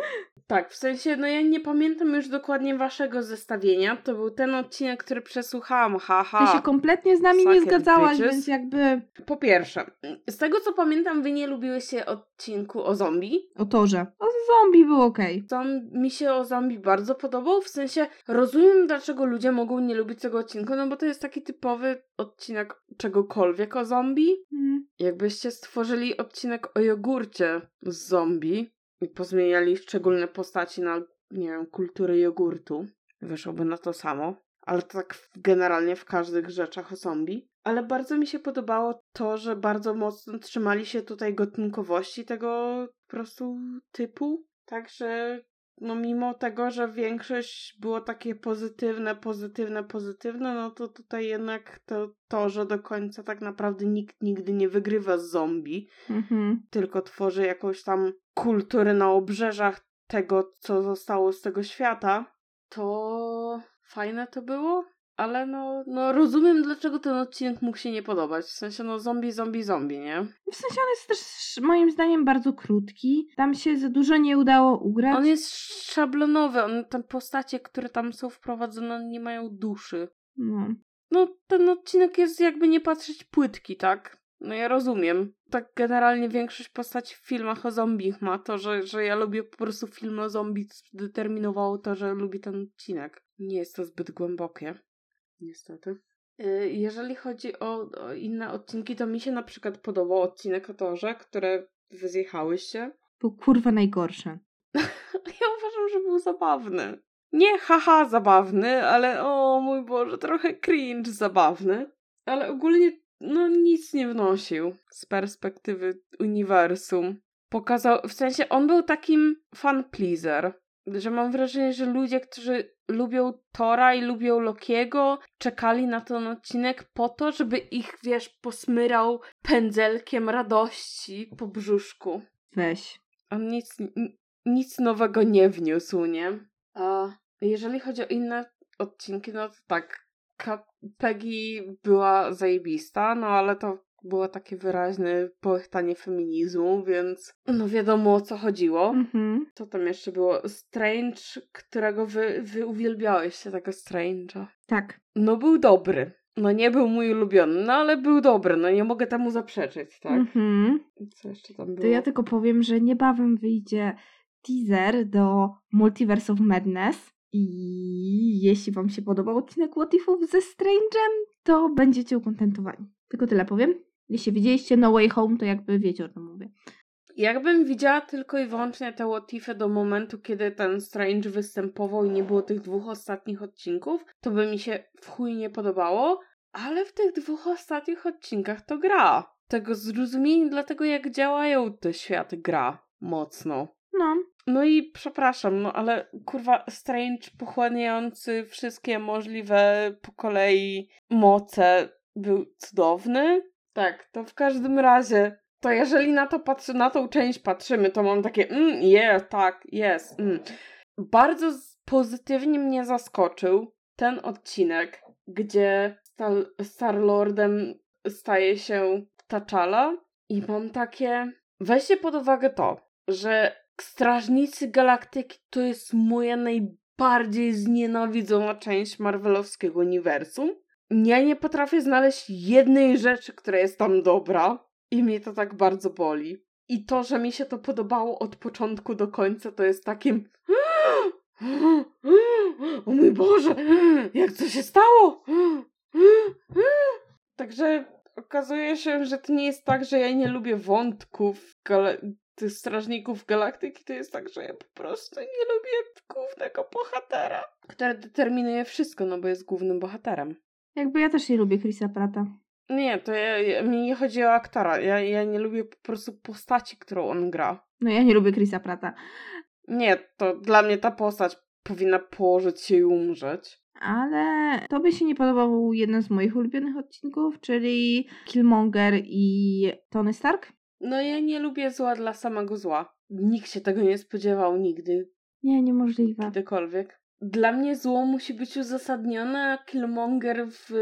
Tak, w sensie, no ja nie pamiętam już dokładnie waszego zestawienia. To był ten odcinek, który przesłuchałam, haha. Ty się kompletnie z nami nie zgadzałaś, więc jakby... Po pierwsze, z tego co pamiętam, wy nie lubiłyście odcinku o zombie. O torze. O zombie był okej. Okay. Mi się o zombie bardzo podobał, w sensie rozumiem, dlaczego ludzie mogą nie lubić tego odcinku, no bo to jest taki typowy odcinek czegokolwiek o zombie. Hmm. Jakbyście stworzyli odcinek o jogurcie z zombie i pozmieniali szczególne postaci na, nie wiem, kulturę jogurtu, wyszłoby na to samo. Ale to tak generalnie w każdych rzeczach o zombie. Ale bardzo mi się podobało to, że bardzo mocno trzymali się tutaj gatunkowości tego po prostu typu. Także no mimo tego, że większość było takie pozytywne, pozytywne, pozytywne, no to tutaj jednak to, to że do końca tak naprawdę nikt nigdy nie wygrywa z zombie, mhm. tylko tworzy jakąś tam kulturę na obrzeżach tego, co zostało z tego świata, to fajne to było, ale no, no rozumiem, dlaczego ten odcinek mógł się nie podobać. W sensie, no zombie, zombie, zombie, nie? W sensie on jest też moim zdaniem bardzo krótki. Tam się za dużo nie udało ugrać. On jest szablonowy. On, te postacie, które tam są wprowadzone, nie mają duszy. No. No, ten odcinek jest jakby nie patrzeć płytki, tak? No ja rozumiem. Tak generalnie większość postaci w filmach o zombie ma to, że, że ja lubię po prostu filmy o zombie, zdeterminowało to, że lubię ten odcinek. Nie jest to zbyt głębokie. Niestety. Jeżeli chodzi o, o inne odcinki, to mi się na przykład podobał odcinek o torze, które wy zjechałyście. Był kurwa najgorszy. Ja uważam, że był zabawny. Nie haha zabawny, ale o mój Boże, trochę cringe zabawny. Ale ogólnie no nic nie wnosił z perspektywy uniwersum. Pokazał, w sensie on był takim fan pleaser, że mam wrażenie, że ludzie, którzy lubią Tora i lubią Lokiego, czekali na ten odcinek po to, żeby ich, wiesz, posmyrał pędzelkiem radości po brzuszku. Weź. On nic, nic nowego nie wniósł, nie? A jeżeli chodzi o inne odcinki, no to tak, Peggy była zajebista, no ale to było takie wyraźne połechtanie feminizmu, więc no wiadomo o co chodziło. Mm-hmm. Co tam jeszcze było? Strange, którego wy, wy uwielbiałeś się, tego Strange'a. Tak. No był dobry. No nie był mój ulubiony, no ale był dobry, no nie mogę temu zaprzeczyć, tak? Mm-hmm. Co jeszcze tam było? To ja tylko powiem, że niebawem wyjdzie teaser do Multiverse of Madness i jeśli wam się podobał odcinek What Ifów ze Strange'em, to będziecie ukontentowani. Tylko tyle powiem. Jeśli widzieliście No Way Home, to jakby wiecie, o czym mówię. Jakbym widziała tylko i wyłącznie te What Ify do momentu, kiedy ten Strange występował i nie było tych dwóch ostatnich odcinków, to by mi się w chuj nie podobało, ale w tych dwóch ostatnich odcinkach to gra. Tego zrozumienie dlatego, jak działają te światy, gra mocno. No. No i przepraszam, no ale kurwa Strange pochłaniający wszystkie możliwe po kolei moce był cudowny. Tak, to w każdym razie, to jeżeli na to patrzy, na tą część patrzymy, to mam takie mm, yeah, tak, jest. Mm. Bardzo pozytywnie mnie zaskoczył ten odcinek, gdzie Star- Star-Lordem staje się T'Challa i mam takie, weźcie pod uwagę to, że Strażnicy Galaktyki to jest moja najbardziej znienawidzona część marvelowskiego uniwersum. Ja nie potrafię znaleźć jednej rzeczy, która jest tam dobra i mnie to tak bardzo boli. I to, że mi się to podobało od początku do końca, to jest takim o mój Boże, jak to się stało? Także okazuje się, że to nie jest tak, że ja nie lubię wątków gale- tych Strażników Galaktyki, to jest tak, że ja po prostu nie lubię głównego bohatera, który determinuje wszystko, no bo jest głównym bohaterem. Jakby ja też nie lubię Chrisa Pratta. Nie, to ja, ja, mi nie chodzi o aktora. Ja, ja nie lubię po prostu postaci, którą on gra. No ja nie lubię Chrisa Pratta. Nie, to dla mnie ta postać powinna położyć się i umrzeć. Ale tobie się nie podobał jeden z moich ulubionych odcinków, czyli Killmonger i Tony Stark? No ja nie lubię zła dla samego zła. Nikt się tego nie spodziewał nigdy. Nie, niemożliwe. Kiedykolwiek. Dla mnie zło musi być uzasadnione, a Killmonger w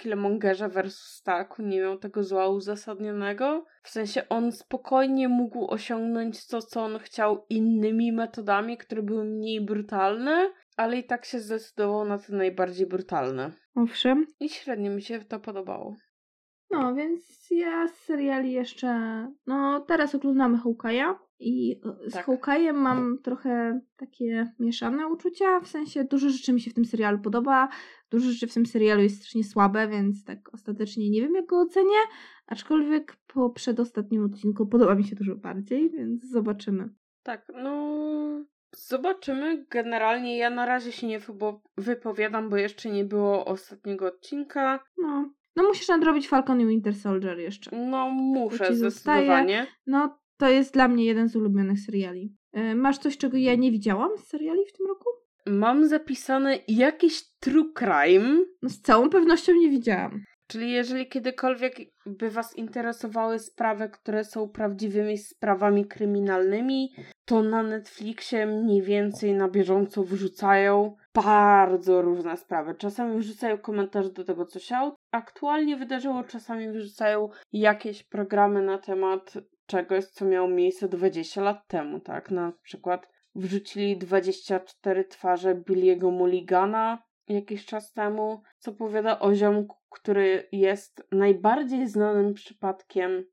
Killmongerze versus Starku nie miał tego zła uzasadnionego. W sensie on spokojnie mógł osiągnąć to, co on chciał innymi metodami, które były mniej brutalne, ale i tak się zdecydował na te najbardziej brutalne. Owszem. I średnio mi się to podobało. No, więc ja z seriali jeszcze... No, teraz oglądamy Hawkeye'a i z Tak. Hawkeye'em mam trochę takie mieszane uczucia, w sensie dużo rzeczy mi się w tym serialu podoba, dużo rzeczy w tym serialu jest strasznie słabe, więc tak ostatecznie nie wiem, jak go ocenię, aczkolwiek po przedostatnim odcinku podoba mi się dużo bardziej, więc zobaczymy. Tak, no... Zobaczymy. Generalnie ja na razie się nie wypo- wypowiadam, bo jeszcze nie było ostatniego odcinka. No, no musisz nadrobić Falcon i Winter Soldier jeszcze. No muszę, ci zdecydowanie. zostaje. No to jest dla mnie jeden z ulubionych seriali. Yy, masz coś, czego ja nie widziałam z seriali w tym roku? Mam zapisane jakiś true crime. No z całą pewnością nie widziałam. Czyli jeżeli kiedykolwiek by was interesowały sprawy, które są prawdziwymi sprawami kryminalnymi, to na Netflixie mniej więcej na bieżąco wrzucają bardzo różne sprawy. Czasami wrzucają komentarze do tego, co się aktualnie wydarzyło, czasami wrzucają jakieś programy na temat czegoś, co miało miejsce dwadzieścia lat temu, tak? Na przykład wrzucili dwadzieścia cztery twarze Billiego Mulligana jakiś czas temu, co powiada o ziomku, który jest najbardziej znanym przypadkiem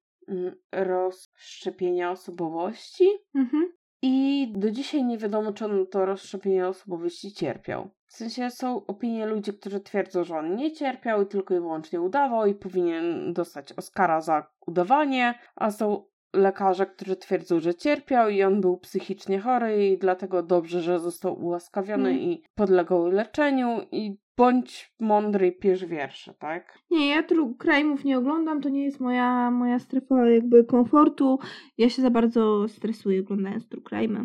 rozszczepienia osobowości. Mhm. I do dzisiaj nie wiadomo, czy on to rozszczepienie osobowości cierpiał. W sensie są opinie ludzi, którzy twierdzą, że on nie cierpiał i tylko i wyłącznie udawał i powinien dostać Oscara za udawanie, a są lekarze, którzy twierdzą, że cierpiał i on był psychicznie chory i dlatego dobrze, że został ułaskawiony mm. i podlegał leczeniu i bądź mądry i pisz wiersze, tak? Nie, ja true crime'ów nie oglądam, to nie jest moja, moja strefa jakby komfortu. Ja się za bardzo stresuję oglądając true crime'y.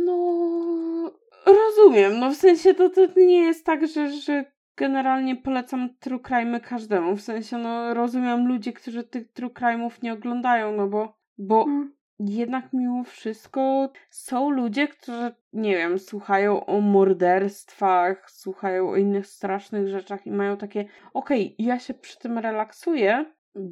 No, rozumiem. No w sensie to, to nie jest tak, że, że generalnie polecam true crime'y każdemu. W sensie, no rozumiem ludzi, którzy tych true crime'ów nie oglądają, no bo Bo hmm. jednak mimo wszystko są ludzie, którzy, nie wiem, słuchają o morderstwach, słuchają o innych strasznych rzeczach i mają takie, okej, okay, ja się przy tym relaksuję,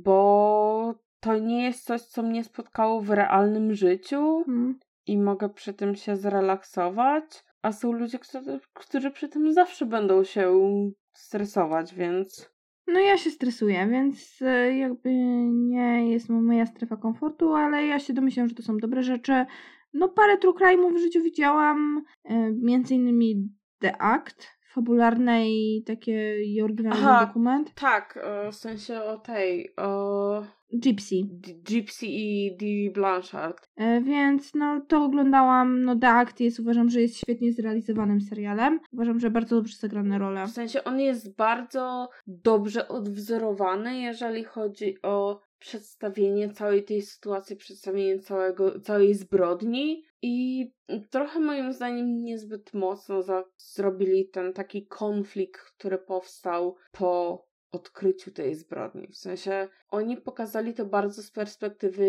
bo to nie jest coś, co mnie spotkało w realnym życiu hmm. i mogę przy tym się zrelaksować, a są ludzie, którzy, którzy przy tym zawsze będą się stresować, więc... No ja się stresuję, więc jakby nie jest moja strefa komfortu, ale ja się domyślam, że to są dobre rzeczy. No parę true crime'ów w życiu widziałam, między innymi The Act, fabularne i takie i oryginalny Aha, dokument. Tak, w sensie o tej, o... Gypsy. D- Gypsy i Dee Blanchard. E, więc no to oglądałam, no The Act jest, uważam, że jest świetnie zrealizowanym serialem. Uważam, że bardzo dobrze zagrane role. W sensie on jest bardzo dobrze odwzorowany, jeżeli chodzi o przedstawienie całej tej sytuacji, przedstawienie całego, całej zbrodni i trochę moim zdaniem niezbyt mocno za- zrobili ten taki konflikt, który powstał po odkryciu tej zbrodni. W sensie oni pokazali to bardzo z perspektywy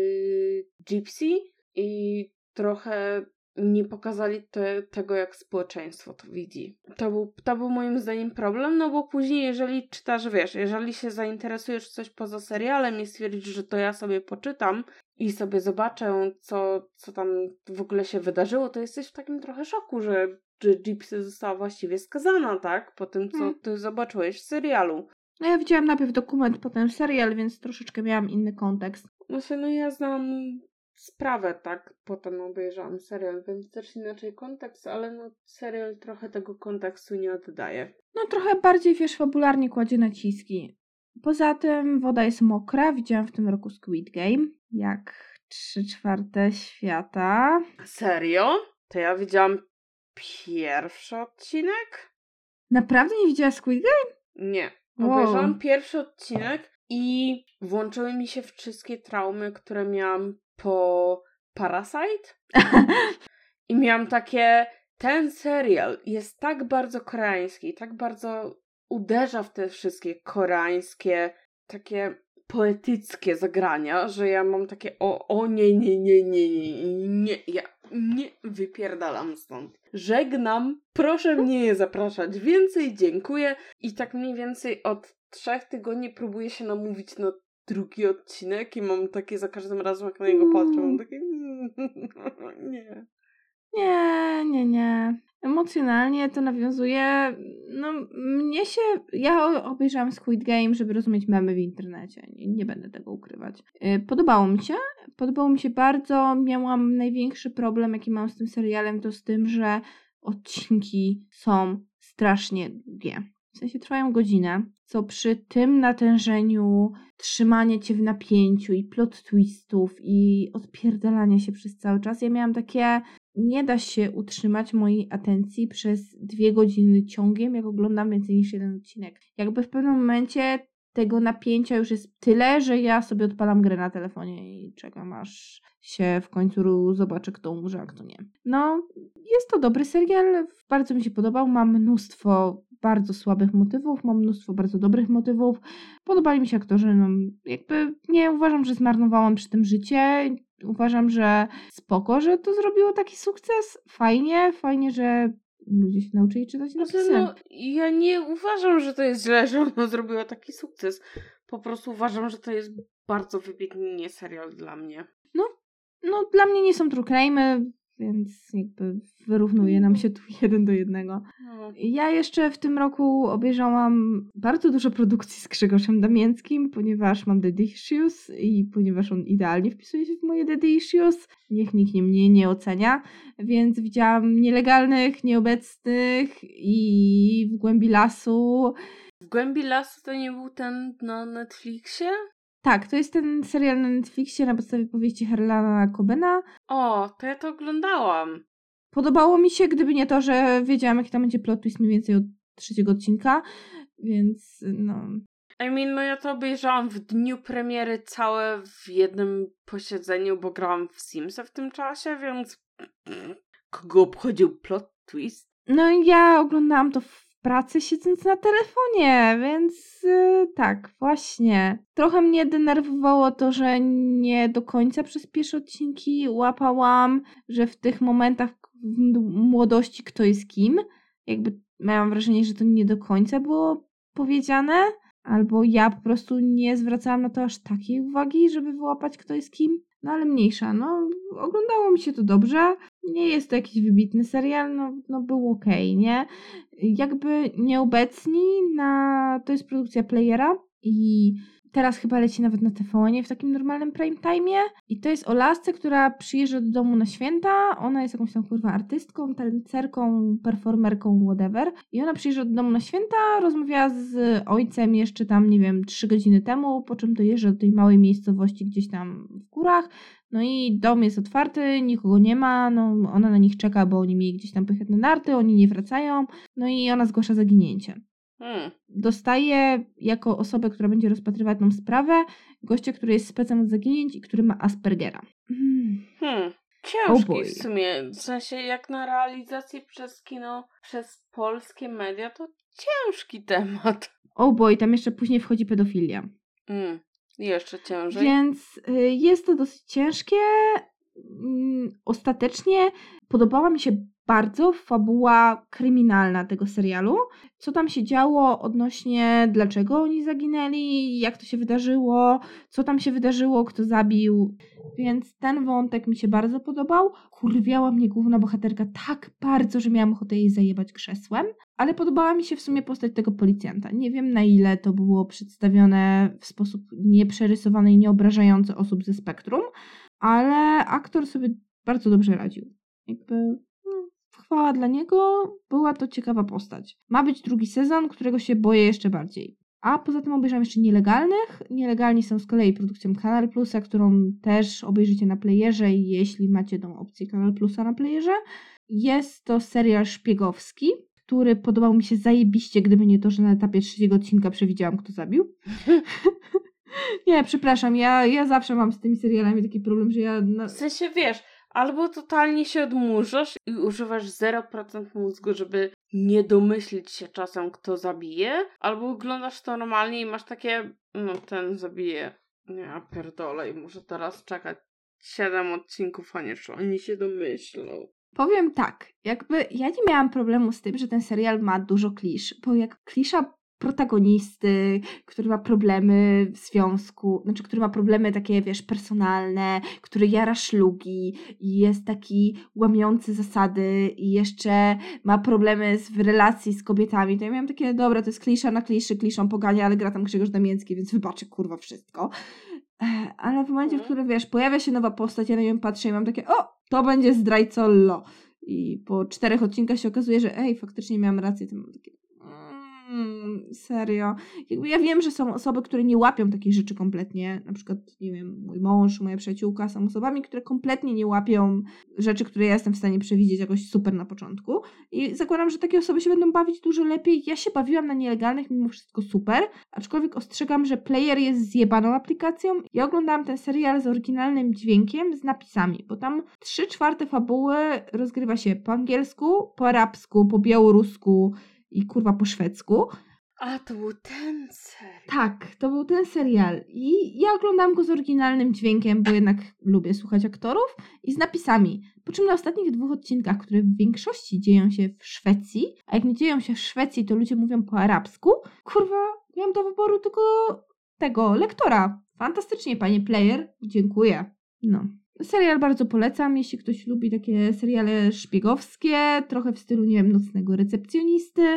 Gypsy i trochę nie pokazali te, tego, jak społeczeństwo to widzi. To był, to był moim zdaniem problem, no bo później, jeżeli czytasz, wiesz, jeżeli się zainteresujesz coś poza serialem i stwierdzisz, że to ja sobie poczytam i sobie zobaczę, co, co tam w ogóle się wydarzyło, to jesteś w takim trochę szoku, że, że Gypsy została właściwie skazana, tak? Po tym, co hmm. ty zobaczyłeś w serialu. No ja widziałam najpierw dokument, potem serial, więc troszeczkę miałam inny kontekst. Znaczy, no ja znam sprawę, tak? Potem obejrzałam serial, więc też inaczej kontekst, ale no serial trochę tego kontekstu nie oddaje. No trochę bardziej, wiesz, fabularnie kładzie naciski. Poza tym woda jest mokra. Widziałam w tym roku Squid Game. Jak trzy czwarte świata. Serio? To ja widziałam pierwszy odcinek? Naprawdę nie widziałaś Squid Game? Nie. Obejrzałam wow. pierwszy odcinek i włączyły mi się wszystkie traumy, które miałam po Parasite. I miałam takie, ten serial jest tak bardzo koreański, tak bardzo uderza w te wszystkie koreańskie, takie poetyckie zagrania, że ja mam takie, o, o nie, nie, nie, nie, nie, nie, ja nie wypierdalam stąd. Żegnam, proszę mnie nie zapraszać więcej, dziękuję. I tak mniej więcej od trzech tygodni próbuję się namówić na drugi odcinek i mam takie za każdym razem, jak na niego patrzę, mam takie nie. Nie, nie, nie. Emocjonalnie to nawiązuje, no mnie się, ja obejrzałam Squid Game, żeby rozumieć memy w internecie, nie, nie będę tego ukrywać. Podobało mi się, podobało mi się bardzo, miałam największy problem, jaki mam z tym serialem, to z tym, że odcinki są strasznie długie. W sensie trwają godzinę, co przy tym natężeniu, trzymanie cię w napięciu i plot twistów i odpierdalania się przez cały czas, ja miałam takie, nie da się utrzymać mojej atencji przez dwie godziny ciągiem, jak oglądam więcej niż jeden odcinek. Jakby w pewnym momencie tego napięcia już jest tyle, że ja sobie odpalam grę na telefonie i czekam, aż się w końcu zobaczę, kto umrze, a kto nie. No, jest to dobry serial, bardzo mi się podobał, mam mnóstwo bardzo słabych motywów, mam mnóstwo bardzo dobrych motywów. Podobali mi się aktorzy, no jakby nie uważam, że zmarnowałam przy tym życie. Uważam, że spoko, że to zrobiło taki sukces. Fajnie, fajnie, że ludzie się nauczyli czytać napisy. No, ja nie uważam, że to jest źle, że ono zrobiło taki sukces. Po prostu uważam, że to jest bardzo wybitnie serial dla mnie. No, no dla mnie nie są true crime'y, więc jakby wyrównuje nam się tu jeden do jednego. No. Ja jeszcze w tym roku obejrzałam bardzo dużo produkcji z Grzegorzem Damięckim, ponieważ mam daddy issues i ponieważ on idealnie wpisuje się w moje daddy issues. Niech nikt nie mnie nie ocenia, więc widziałam Nielegalnych, Nieobecnych i W głębi lasu. W głębi lasu to nie był ten na Netflixie? Tak, to jest ten serial na Netflixie na podstawie powieści Harlana Cobena. O, to ja to oglądałam. Podobało mi się, gdyby nie to, że wiedziałam, jaki tam będzie plot twist mniej więcej od trzeciego odcinka, więc no... I mean, no ja to obejrzałam w dniu premiery całe w jednym posiedzeniu, bo grałam w Simsa w tym czasie, więc kogo obchodził plot twist? No i ja oglądałam to w pracy siedząc na telefonie, więc yy, tak, właśnie. Trochę mnie denerwowało to, że nie do końca przez pierwsze odcinki łapałam, że w tych momentach w młodości kto jest kim. Jakby miałam wrażenie, że to nie do końca było powiedziane, albo ja po prostu nie zwracałam na to aż takiej uwagi, żeby wyłapać kto jest kim. No ale mniejsza, no oglądało mi się to dobrze. Nie jest to jakiś wybitny serial, no, no był okej, okay, nie? Jakby Nieobecni na... to jest produkcja Playera i teraz chyba leci nawet na T V N-ie w takim normalnym prime time'ie i to jest o lasce, która przyjeżdża do domu na święta, ona jest jakąś tam kurwa artystką, tancerką, performerką, whatever i ona przyjeżdża do domu na święta, rozmawiała z ojcem jeszcze tam, nie wiem, trzy godziny temu, po czym dojeżdża do tej małej miejscowości gdzieś tam w górach, no i dom jest otwarty, nikogo nie ma, no ona na nich czeka, bo oni mieli gdzieś tam pojechać na narty, oni nie wracają, no i ona zgłasza zaginięcie. Hmm. Dostaje jako osobę, która będzie rozpatrywać tą sprawę, gościa, który jest specem od zaginięć i który ma Aspergera. Hmm. hmm. Ciężki w sumie. W sensie jak na realizację przez kino, przez polskie media, to ciężki temat. Oh boy, tam jeszcze później wchodzi pedofilia. Hmm. Jeszcze ciężej. Więc y, jest to dosyć ciężkie. Y, ostatecznie podobała mi się bardzo fabuła kryminalna tego serialu. Co tam się działo odnośnie dlaczego oni zaginęli, jak to się wydarzyło, co tam się wydarzyło, kto zabił. Więc ten wątek mi się bardzo podobał. Kurwiała mnie główna bohaterka tak bardzo, że miałam ochotę jej zajebać krzesłem. Ale podobała mi się w sumie postać tego policjanta. Nie wiem, na ile to było przedstawione w sposób nieprzerysowany i nieobrażający osób ze spektrum, ale aktor sobie bardzo dobrze radził. Jakby no, chwała dla niego, była to ciekawa postać. Ma być drugi sezon, którego się boję jeszcze bardziej. A poza tym obejrzałam jeszcze Nielegalnych. Nielegalni są z kolei produkcją Kanal Plusa, którą też obejrzycie na Playerze, jeśli macie tą opcję Kanal Plusa na Playerze. Jest to serial szpiegowski, który podobał mi się zajebiście, gdyby nie to, że na etapie trzeciego odcinka przewidziałam, kto zabił. Nie, przepraszam, ja, ja zawsze mam z tymi serialami taki problem, że ja... No... W sensie, wiesz, albo totalnie się odmurzasz i używasz zero procent mózgu, żeby nie domyślić się czasem, kto zabije, albo oglądasz to normalnie i masz takie, no ten zabije. Nie, ja pierdolę i muszę teraz czekać siedem odcinków, a nie czy oni się domyślą. Powiem tak, jakby ja nie miałam problemu z tym, że ten serial ma dużo klisz, bo jak klisza protagonisty, który ma problemy w związku, znaczy, który ma problemy takie, wiesz, personalne, który jara szlugi i jest taki łamiący zasady i jeszcze ma problemy z, w relacji z kobietami. To ja miałam takie, dobra, to jest klisza na kliszy, kliszą pogania, ale gra tam Grzegorz Damięcki, więc wybaczę, kurwa, wszystko. Ale w momencie, w którym, wiesz, pojawia się nowa postać, ja na nią patrzę i mam takie, o, to będzie zdrajcollo. I po czterech odcinkach się okazuje, że ej, faktycznie miałam rację. To mam takie, mm, serio. Jakby ja wiem, że są osoby, które nie łapią takich rzeczy kompletnie. Na przykład, nie wiem, mój mąż, moja przyjaciółka są osobami, które kompletnie nie łapią rzeczy, które ja jestem w stanie przewidzieć jakoś super na początku. I zakładam, że takie osoby się będą bawić dużo lepiej. Ja się bawiłam na nielegalnych mimo wszystko super, aczkolwiek ostrzegam, że Player jest zjebaną aplikacją. Ja oglądałam ten serial z oryginalnym dźwiękiem, z napisami, bo tam trzy czwarte fabuły rozgrywa się po angielsku, po arabsku, po białorusku i kurwa po szwedzku. A, to był ten serial. Tak, to był ten serial. I ja oglądałam go z oryginalnym dźwiękiem, bo jednak lubię słuchać aktorów i z napisami. Po czym na ostatnich dwóch odcinkach, które w większości dzieją się w Szwecji, a jak nie dzieją się w Szwecji, to ludzie mówią po arabsku, kurwa, miałam do wyboru tylko tego, lektora. Fantastycznie, panie Player. Dziękuję. No. Serial bardzo polecam, jeśli ktoś lubi takie seriale szpiegowskie, trochę w stylu, nie wiem, Nocnego recepcjonisty,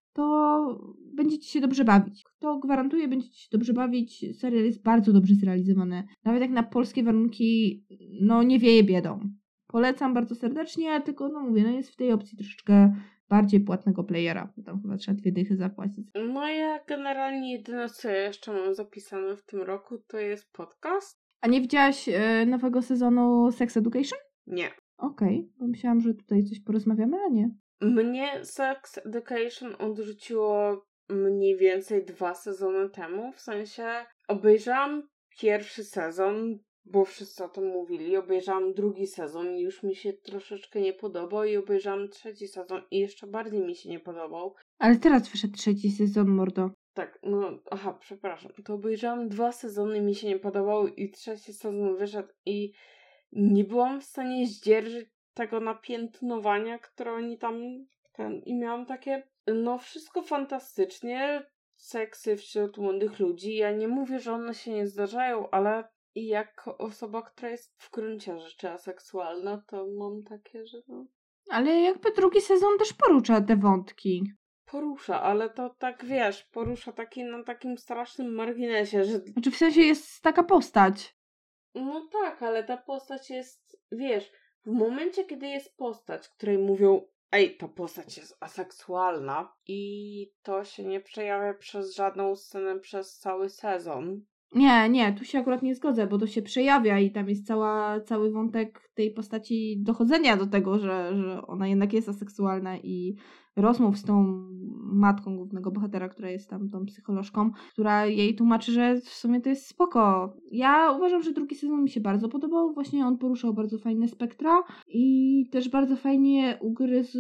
to będziecie się dobrze bawić. Kto gwarantuje, będziecie się dobrze bawić. Serial jest bardzo dobrze zrealizowany. Nawet jak na polskie warunki, no nie wieje biedą. Polecam bardzo serdecznie, tylko no mówię, no jest w tej opcji troszeczkę bardziej płatnego Playera, bo tam chyba trzeba dwie dychy zapłacić. No ja generalnie jedyne, co ja jeszcze mam zapisane w tym roku, to jest podcast. A nie widziałaś e, nowego sezonu Sex Education? Nie. Okej, okay, bo myślałam, że tutaj coś porozmawiamy, a nie. Mnie Sex Education odrzuciło mniej więcej dwa sezony temu, w sensie obejrzałam pierwszy sezon, bo wszyscy o tym mówili, obejrzałam drugi sezon i już mi się troszeczkę nie podobał i obejrzałam trzeci sezon i jeszcze bardziej mi się nie podobał. Ale teraz wyszedł trzeci sezon, mordo. Tak, no, aha, przepraszam. To obejrzałam dwa sezony, mi się nie podobał i trzeci sezon wyszedł i nie byłam w stanie zdzierżyć tego napiętnowania, które oni tam ten i miałam takie, no wszystko fantastycznie, seksy wśród młodych ludzi. Ja nie mówię, że one się nie zdarzają, ale jako osoba, która jest w gruncie rzeczy aseksualna, to mam takie, że no... Ale jakby drugi sezon też porusza te wątki. Porusza, ale to tak, wiesz, porusza taki na takim strasznym marginesie, że... Znaczy w sensie jest taka postać. No tak, ale ta postać jest, wiesz, w momencie, kiedy jest postać, której mówią, ej, ta postać jest aseksualna i to się nie przejawia przez żadną scenę przez cały sezon. Nie, nie, tu się akurat nie zgodzę, bo to się przejawia i tam jest cała, cały wątek tej postaci dochodzenia do tego, że, że ona jednak jest aseksualna i rozmów z tą matką głównego bohatera, która jest tam tą psycholożką, która jej tłumaczy, że w sumie to jest spoko. Ja uważam, że drugi sezon mi się bardzo podobał. Właśnie on poruszał bardzo fajne spektra i też bardzo fajnie ugryzł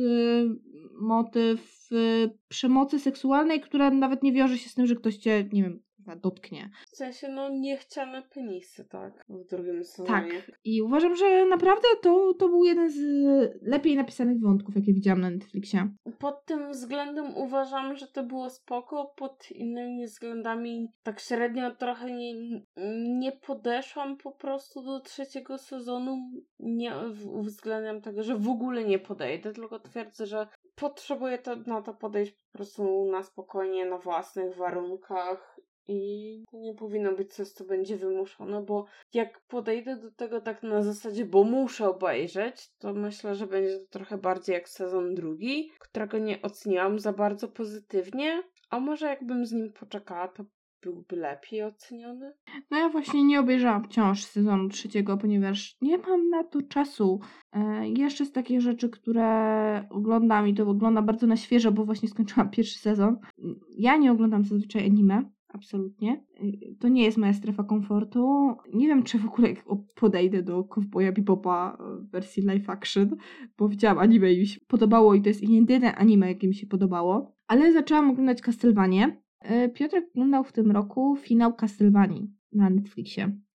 motyw przemocy seksualnej, która nawet nie wiąże się z tym, że ktoś cię, nie wiem, dotknie. W sensie, no, niechciane penisy, tak? W drugim sezonie. Tak. I uważam, że naprawdę to, to był jeden z lepiej napisanych wątków, jakie widziałam na Netflixie. Pod tym względem uważam, że to było spoko, pod innymi względami tak średnio trochę nie, nie podeszłam po prostu do trzeciego sezonu, nie względem tego, że w ogóle nie podejdę, tylko twierdzę, że potrzebuję to, na to podejść po prostu na spokojnie, na własnych warunkach. I to nie powinno być coś, co będzie wymuszone, bo jak podejdę do tego tak na zasadzie, bo muszę obejrzeć, to myślę, że będzie to trochę bardziej jak sezon drugi, którego nie oceniłam za bardzo pozytywnie, a może jakbym z nim poczekała, to byłby lepiej oceniony. No ja właśnie nie obejrzałam wciąż sezonu trzeciego, ponieważ nie mam na to czasu. E, jeszcze z takich rzeczy, które oglądam i to oglądam bardzo na świeżo, bo właśnie skończyłam pierwszy sezon. Ja nie oglądam zazwyczaj anime. Absolutnie. To nie jest moja strefa komfortu. Nie wiem, czy w ogóle podejdę do Cowboya Bebopa w wersji live action, bo widziałam anime i mi się podobało i to jest jedyne anime, jakie mi się podobało. Ale zaczęłam oglądać Castlevanię. Piotrek oglądał w tym roku finał Castlevanii na Netflixie.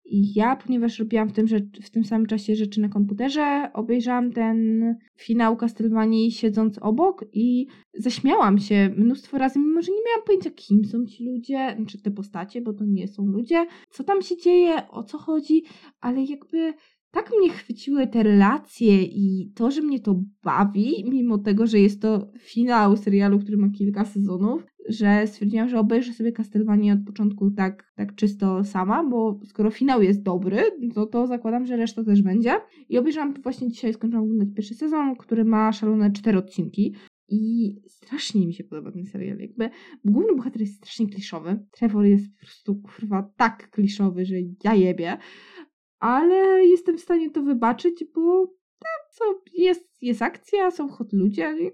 I ja, ponieważ robiłam w tym, rzecz, w tym samym czasie rzeczy na komputerze, obejrzałam ten finał Castlevanii siedząc obok i zaśmiałam się mnóstwo razy, mimo że nie miałam pojęcia, kim są ci ludzie, znaczy te postacie, bo to nie są ludzie, co tam się dzieje, o co chodzi, ale jakby tak mnie chwyciły te relacje i to, że mnie to bawi, mimo tego, że jest to finał serialu, który ma kilka sezonów, że stwierdziłam, że obejrzę sobie Castlevanię od początku tak, tak czysto sama, bo skoro finał jest dobry, to, to zakładam, że reszta też będzie. I obejrzałam właśnie dzisiaj, skończyłam oglądać pierwszy sezon, który ma szalone cztery odcinki. I strasznie mi się podoba ten serial. Jakby główny bohater jest strasznie kliszowy. Trevor jest po prostu, kurwa, tak kliszowy, że ja jebie. Ale jestem w stanie to wybaczyć, bo tak, co, jest, jest akcja, są hot ludzie. Jakby,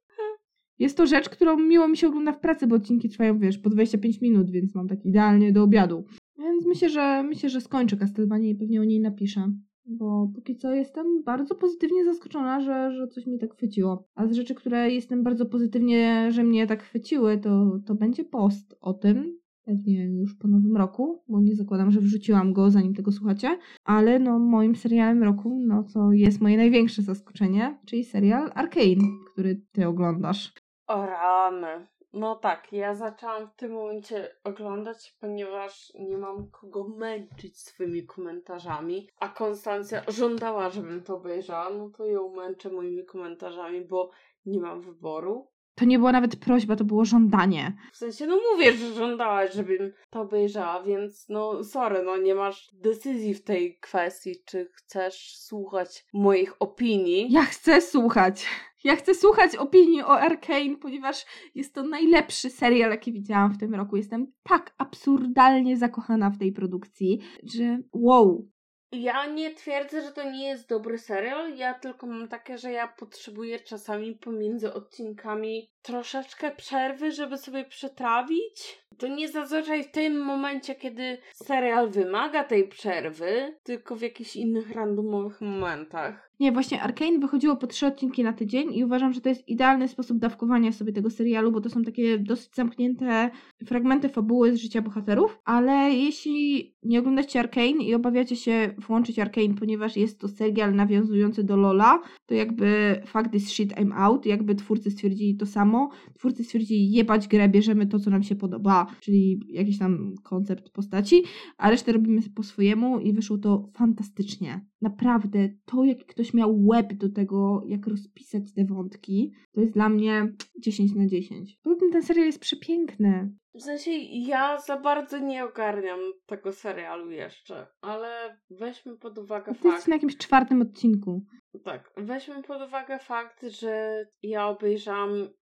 jest to rzecz, którą miło mi się ogląda w pracy, bo odcinki trwają, wiesz, po dwadzieścia pięć minut, więc mam tak idealnie do obiadu. Więc myślę, że myślę, że skończę Castlevanię i pewnie o niej napiszę. Bo póki co jestem bardzo pozytywnie zaskoczona, że, że coś mnie tak chwyciło. A z rzeczy, które jestem bardzo pozytywnie, że mnie tak chwyciły, to, to będzie post o tym. Pewnie już po nowym roku, bo nie zakładam, że wrzuciłam go, zanim tego słuchacie. Ale no moim serialem roku, no co jest moje największe zaskoczenie, czyli serial Arcane, który ty oglądasz. O rany. No tak, ja zaczęłam w tym momencie oglądać, ponieważ nie mam kogo męczyć swoimi komentarzami, a Konstancja żądała, żebym to obejrzała, no to ją męczę moimi komentarzami, bo nie mam wyboru. To nie była nawet prośba, to było żądanie. W sensie, no mówię, że żądałaś, żebym to obejrzała, więc no sorry, no nie masz decyzji w tej kwestii, czy chcesz słuchać moich opinii. Ja chcę słuchać. Ja chcę słuchać opinii o Arcane, ponieważ jest to najlepszy serial, jaki widziałam w tym roku. Jestem tak absurdalnie zakochana w tej produkcji, że wow. Ja nie twierdzę, że to nie jest dobry serial, ja tylko mam takie, że ja potrzebuję czasami pomiędzy odcinkami troszeczkę przerwy, żeby sobie przetrawić. To nie zazwyczaj w tym momencie, kiedy serial wymaga tej przerwy, tylko w jakichś innych randomowych momentach. Nie, właśnie Arcane wychodziło po trzy odcinki na tydzień i uważam, że to jest idealny sposób dawkowania sobie tego serialu, bo to są takie dosyć zamknięte fragmenty fabuły z życia bohaterów, ale jeśli nie oglądacie Arcane i obawiacie się włączyć Arcane, ponieważ jest to serial nawiązujący do Lola, to jakby fuck this shit, I'm out, jakby twórcy stwierdzili to samo. Twórcy stwierdzili jebać grę, bierzemy to, co nam się podoba, czyli jakiś tam koncept postaci, a resztę robimy po swojemu i wyszło to fantastycznie. Naprawdę, to jak ktoś miał łeb do tego, jak rozpisać te wątki, to jest dla mnie dziesięć na dziesięć. Poza tym ten serial jest przepiękny. W sensie ja za bardzo nie ogarniam tego serialu jeszcze, ale weźmy pod uwagę Ty fakt... jesteś na jakimś czwartym odcinku. Tak, weźmy pod uwagę fakt, że ja obejrzałam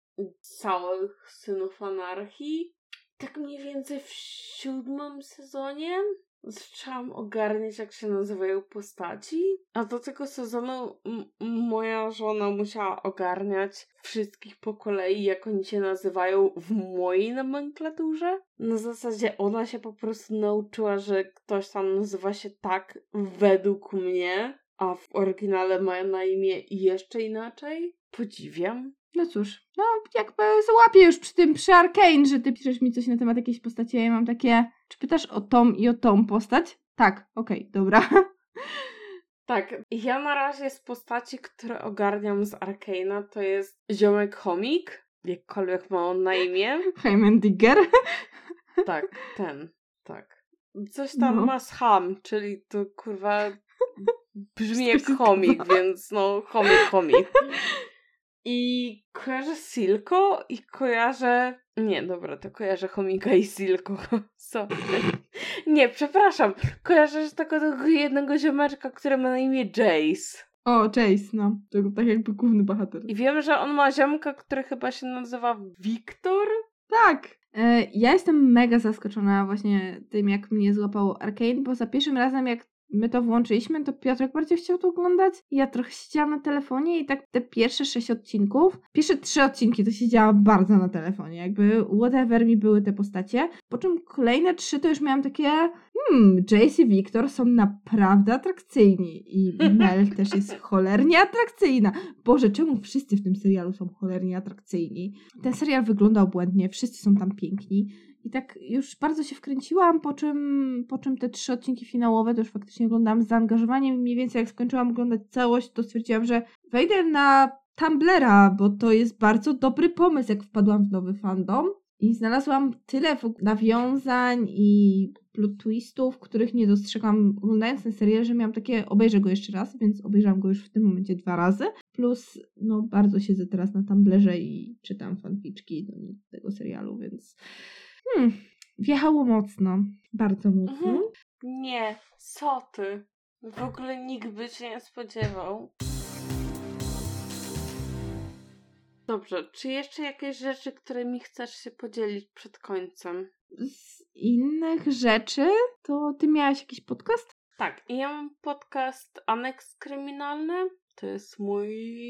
całych Synów Anarchii. Tak mniej więcej w siódmym sezonie zaczęłam ogarniać, jak się nazywają postaci, a do tego sezonu m- moja żona musiała ogarniać wszystkich po kolei, jak oni się nazywają w mojej nomenklaturze. Na zasadzie ona się po prostu nauczyła, że ktoś tam nazywa się tak według mnie, a w oryginale ma na imię jeszcze inaczej. Podziwiam. No cóż, no jakby załapię już przy tym, przy Arcane, że ty piszesz mi coś na temat jakiejś postaci, a ja mam takie, czy pytasz o tą i o tą postać? Tak, okej, okay, dobra. Tak, ja na razie z postaci, które ogarniam z Arcane'a, to jest ziomek chomik, jakkolwiek ma on na imię. Heimendinger. Tak, ten, tak. Coś tam no. ma z ham, czyli to kurwa brzmi jak chomik, więc no chomik, chomik. I kojarzę Silko i kojarzę... Nie, dobra, to kojarzę chomika i Silko. Sorry. Nie, przepraszam. Kojarzę tego, tego jednego ziomeczka, który ma na imię Jace. O, Jace, no. To tak jakby główny bohater. I wiem, że on ma ziomka, który chyba się nazywa Wiktor? Tak. E, ja jestem mega zaskoczona właśnie tym, jak mnie złapało Arcane, bo za pierwszym razem, jak my to włączyliśmy, to Piotrek bardziej chciał to oglądać. Ja trochę siedziałam na telefonie i tak te pierwsze sześć odcinków, pierwsze trzy odcinki to siedziałam bardzo na telefonie, jakby whatever mi były te postacie. Po czym kolejne trzy to już miałam takie hmm, Jace i Wiktor są naprawdę atrakcyjni i Mel też jest cholernie atrakcyjna. Boże, czemu wszyscy w tym serialu są cholernie atrakcyjni? Ten serial wygląda obłędnie, wszyscy są tam piękni. I tak już bardzo się wkręciłam, po czym, po czym te trzy odcinki finałowe to już faktycznie oglądałam z zaangażowaniem. Mniej więcej jak skończyłam oglądać całość, to stwierdziłam, że wejdę na Tumblera, bo to jest bardzo dobry pomysł, jak wpadłam w nowy fandom. I znalazłam tyle nawiązań i plot twistów, których nie dostrzegłam oglądając ten serial, że miałam takie, obejrzę go jeszcze raz, więc obejrzałam go już w tym momencie dwa razy. Plus, no bardzo siedzę teraz na Tumblerze i czytam fanficzki do tego serialu, więc hmm, wjechało mocno. Bardzo mocno. Mhm. Nie, co ty? W ogóle nikt by się nie spodziewał. Dobrze, czy jeszcze jakieś rzeczy, którymi chcesz się podzielić przed końcem? Z innych rzeczy, to ty miałaś jakiś podcast? Tak, i ja mam podcast Aneks Kryminalny. To jest mój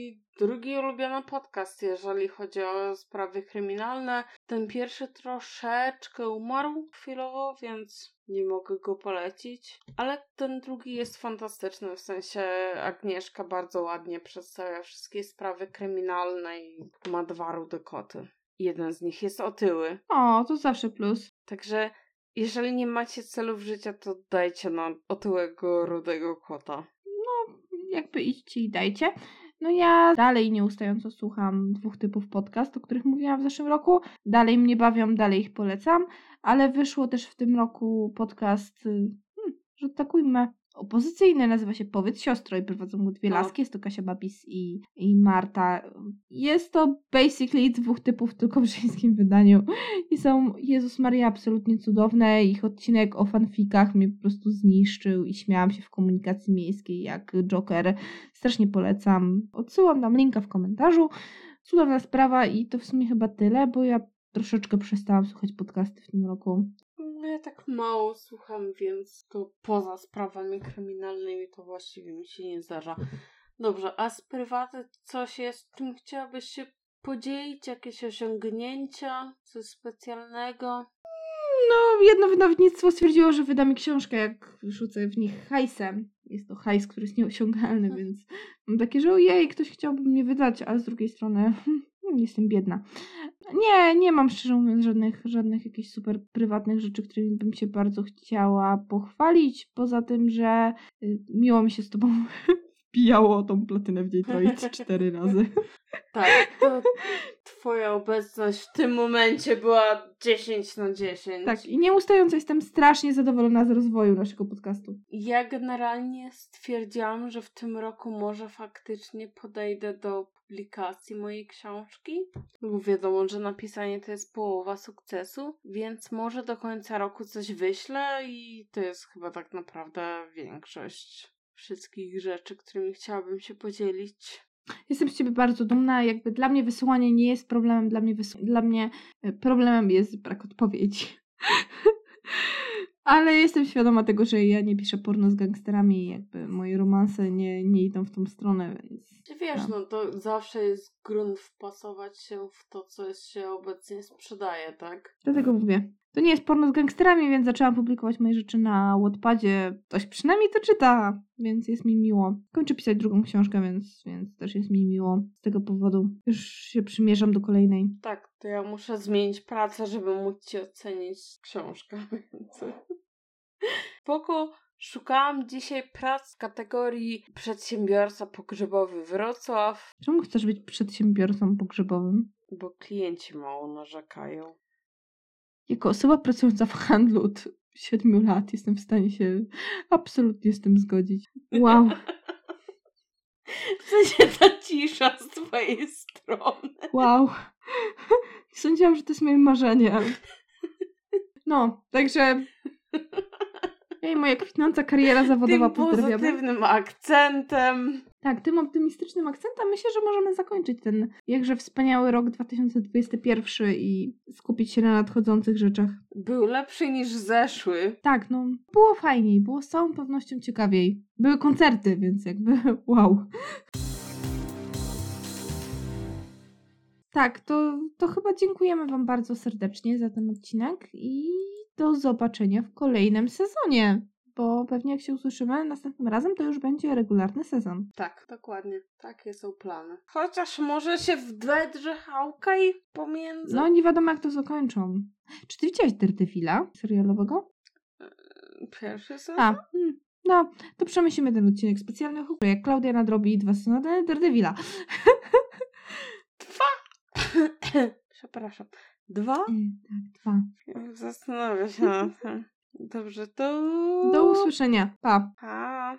drugi ulubiony podcast, jeżeli chodzi o sprawy kryminalne. Ten pierwszy troszeczkę umarł chwilowo, więc nie mogę go polecić. Ale ten drugi jest fantastyczny, w sensie Agnieszka bardzo ładnie przedstawia wszystkie sprawy kryminalne i ma dwa rude koty. Jeden z nich jest otyły. O, to zawsze plus. Także jeżeli nie macie celów życia, to dajcie na otyłego rudego kota. Jakby idźcie i dajcie. No ja dalej nieustająco słucham dwóch typów podcast, o których mówiłam w zeszłym roku. Dalej mnie bawią, dalej ich polecam, ale wyszło też w tym roku podcast, hmm, że tak ujmę, opozycyjny, nazywa się Powiedz Siostro i prowadzą go dwie No. laski, jest to Kasia Babis i, i Marta. Jest to basically dwóch typów, tylko w żeńskim wydaniu i są, Jezus Maria, absolutnie cudowne. Ich odcinek o fanfikach mnie po prostu zniszczył i śmiałam się w komunikacji miejskiej jak Joker. Strasznie polecam. Odsyłam tam linka w komentarzu. Cudowna sprawa i to w sumie chyba tyle, bo ja troszeczkę przestałam słuchać podcasty w tym roku. No ja tak mało słucham, więc to poza sprawami kryminalnymi to właściwie mi się nie zdarza. Dobrze, a z prywaty coś jest, czym chciałabyś się podzielić? Jakieś osiągnięcia? Coś specjalnego? No, jedno wydawnictwo stwierdziło, że wyda mi książkę, jak rzucę w nich hajsem. Jest to hajs, który jest nieosiągalny, więc mam takie, że ojej, ktoś chciałby mnie wydać, ale z drugiej strony jestem biedna. Nie, nie mam szczerze mówiąc żadnych, żadnych jakichś super prywatnych rzeczy, którymi bym się bardzo chciała pochwalić. Poza tym, że y, miło mi się z tobą wbijało tą platynę w Detroit cztery razy. Tak, to twoja obecność w tym momencie była dziesięć na dziesięć. Tak, i nieustająco jestem strasznie zadowolona z rozwoju naszego podcastu. Ja generalnie stwierdziłam, że w tym roku może faktycznie podejdę do publikacji mojej książki, bo wiadomo, że napisanie to jest połowa sukcesu, więc może do końca roku coś wyślę i to jest chyba tak naprawdę większość wszystkich rzeczy, którymi chciałabym się podzielić. Jestem z ciebie bardzo dumna, jakby dla mnie wysyłanie nie jest problemem, dla mnie, wysu- dla mnie problemem jest brak odpowiedzi. Ale jestem świadoma tego, że ja nie piszę porno z gangsterami i jakby moje romanse nie, nie idą w tą stronę, więc... Wiesz, no. no to zawsze jest grunt wpasować się w to, co się obecnie sprzedaje, tak? Dlatego mówię. To nie jest porno z gangsterami, więc zaczęłam publikować moje rzeczy na Wattpadzie. Ktoś przynajmniej to czyta, więc jest mi miło. Kończę pisać drugą książkę, więc, więc też jest mi miło z tego powodu. Już się przymierzam do kolejnej. Tak, to ja muszę zmienić pracę, żeby móc ci ocenić książkę. Spoko. Szukałam dzisiaj prac w kategorii przedsiębiorca pogrzebowy Wrocław, Czemu chcesz być przedsiębiorcą pogrzebowym? bo klienci mało narzekają. Jako osoba pracująca w handlu od siedmiu lat jestem w stanie się absolutnie z tym zgodzić. Wow. W sensie ta cisza z twojej strony. Wow. Nie sądziłam, że to jest moje marzenie, ale... No, także... Ej, moja kwitnąca kariera zawodowa, Tym pozdrawiamy. pozytywnym akcentem. Tak, tym optymistycznym akcentem myślę, że możemy zakończyć ten jakże wspaniały rok dwa tysiące dwudziesty pierwszy i skupić się na nadchodzących rzeczach. Był lepszy niż zeszły. Tak, no, było fajniej, było z całą pewnością ciekawiej. Były koncerty, więc jakby wow. Tak, to, to chyba dziękujemy wam bardzo serdecznie za ten odcinek i do zobaczenia w kolejnym sezonie. bo pewnie jak się usłyszymy następnym razem, to już będzie regularny sezon. Tak, dokładnie. Takie są plany. Chociaż może się wdrze Hawkeye pomiędzy... No nie wiadomo jak to zakończą. Czy ty widziałaś Daredevila serialowego? Pierwszy sezon? A, hmm, no, to przemyślimy ten odcinek specjalny, jak Klaudia nadrobi dwa sezony Daredevila. Dwa! Przepraszam. Dwa? E, tak, dwa. Zastanawiam się nad tym. Dobrze, to... Do usłyszenia. Pa. Pa.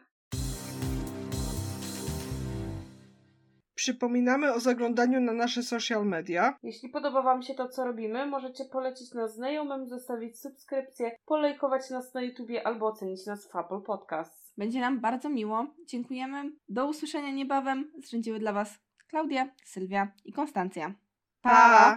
Przypominamy o zaglądaniu na nasze social media. Jeśli podoba Wam się to, co robimy, możecie polecić nas znajomym, zostawić subskrypcję, polajkować nas na YouTubie albo ocenić nas w Apple Podcasts. Będzie nam bardzo miło. Dziękujemy. Do usłyszenia niebawem. Zrzędziły dla Was Klaudia, Sylwia i Konstancja. Pa!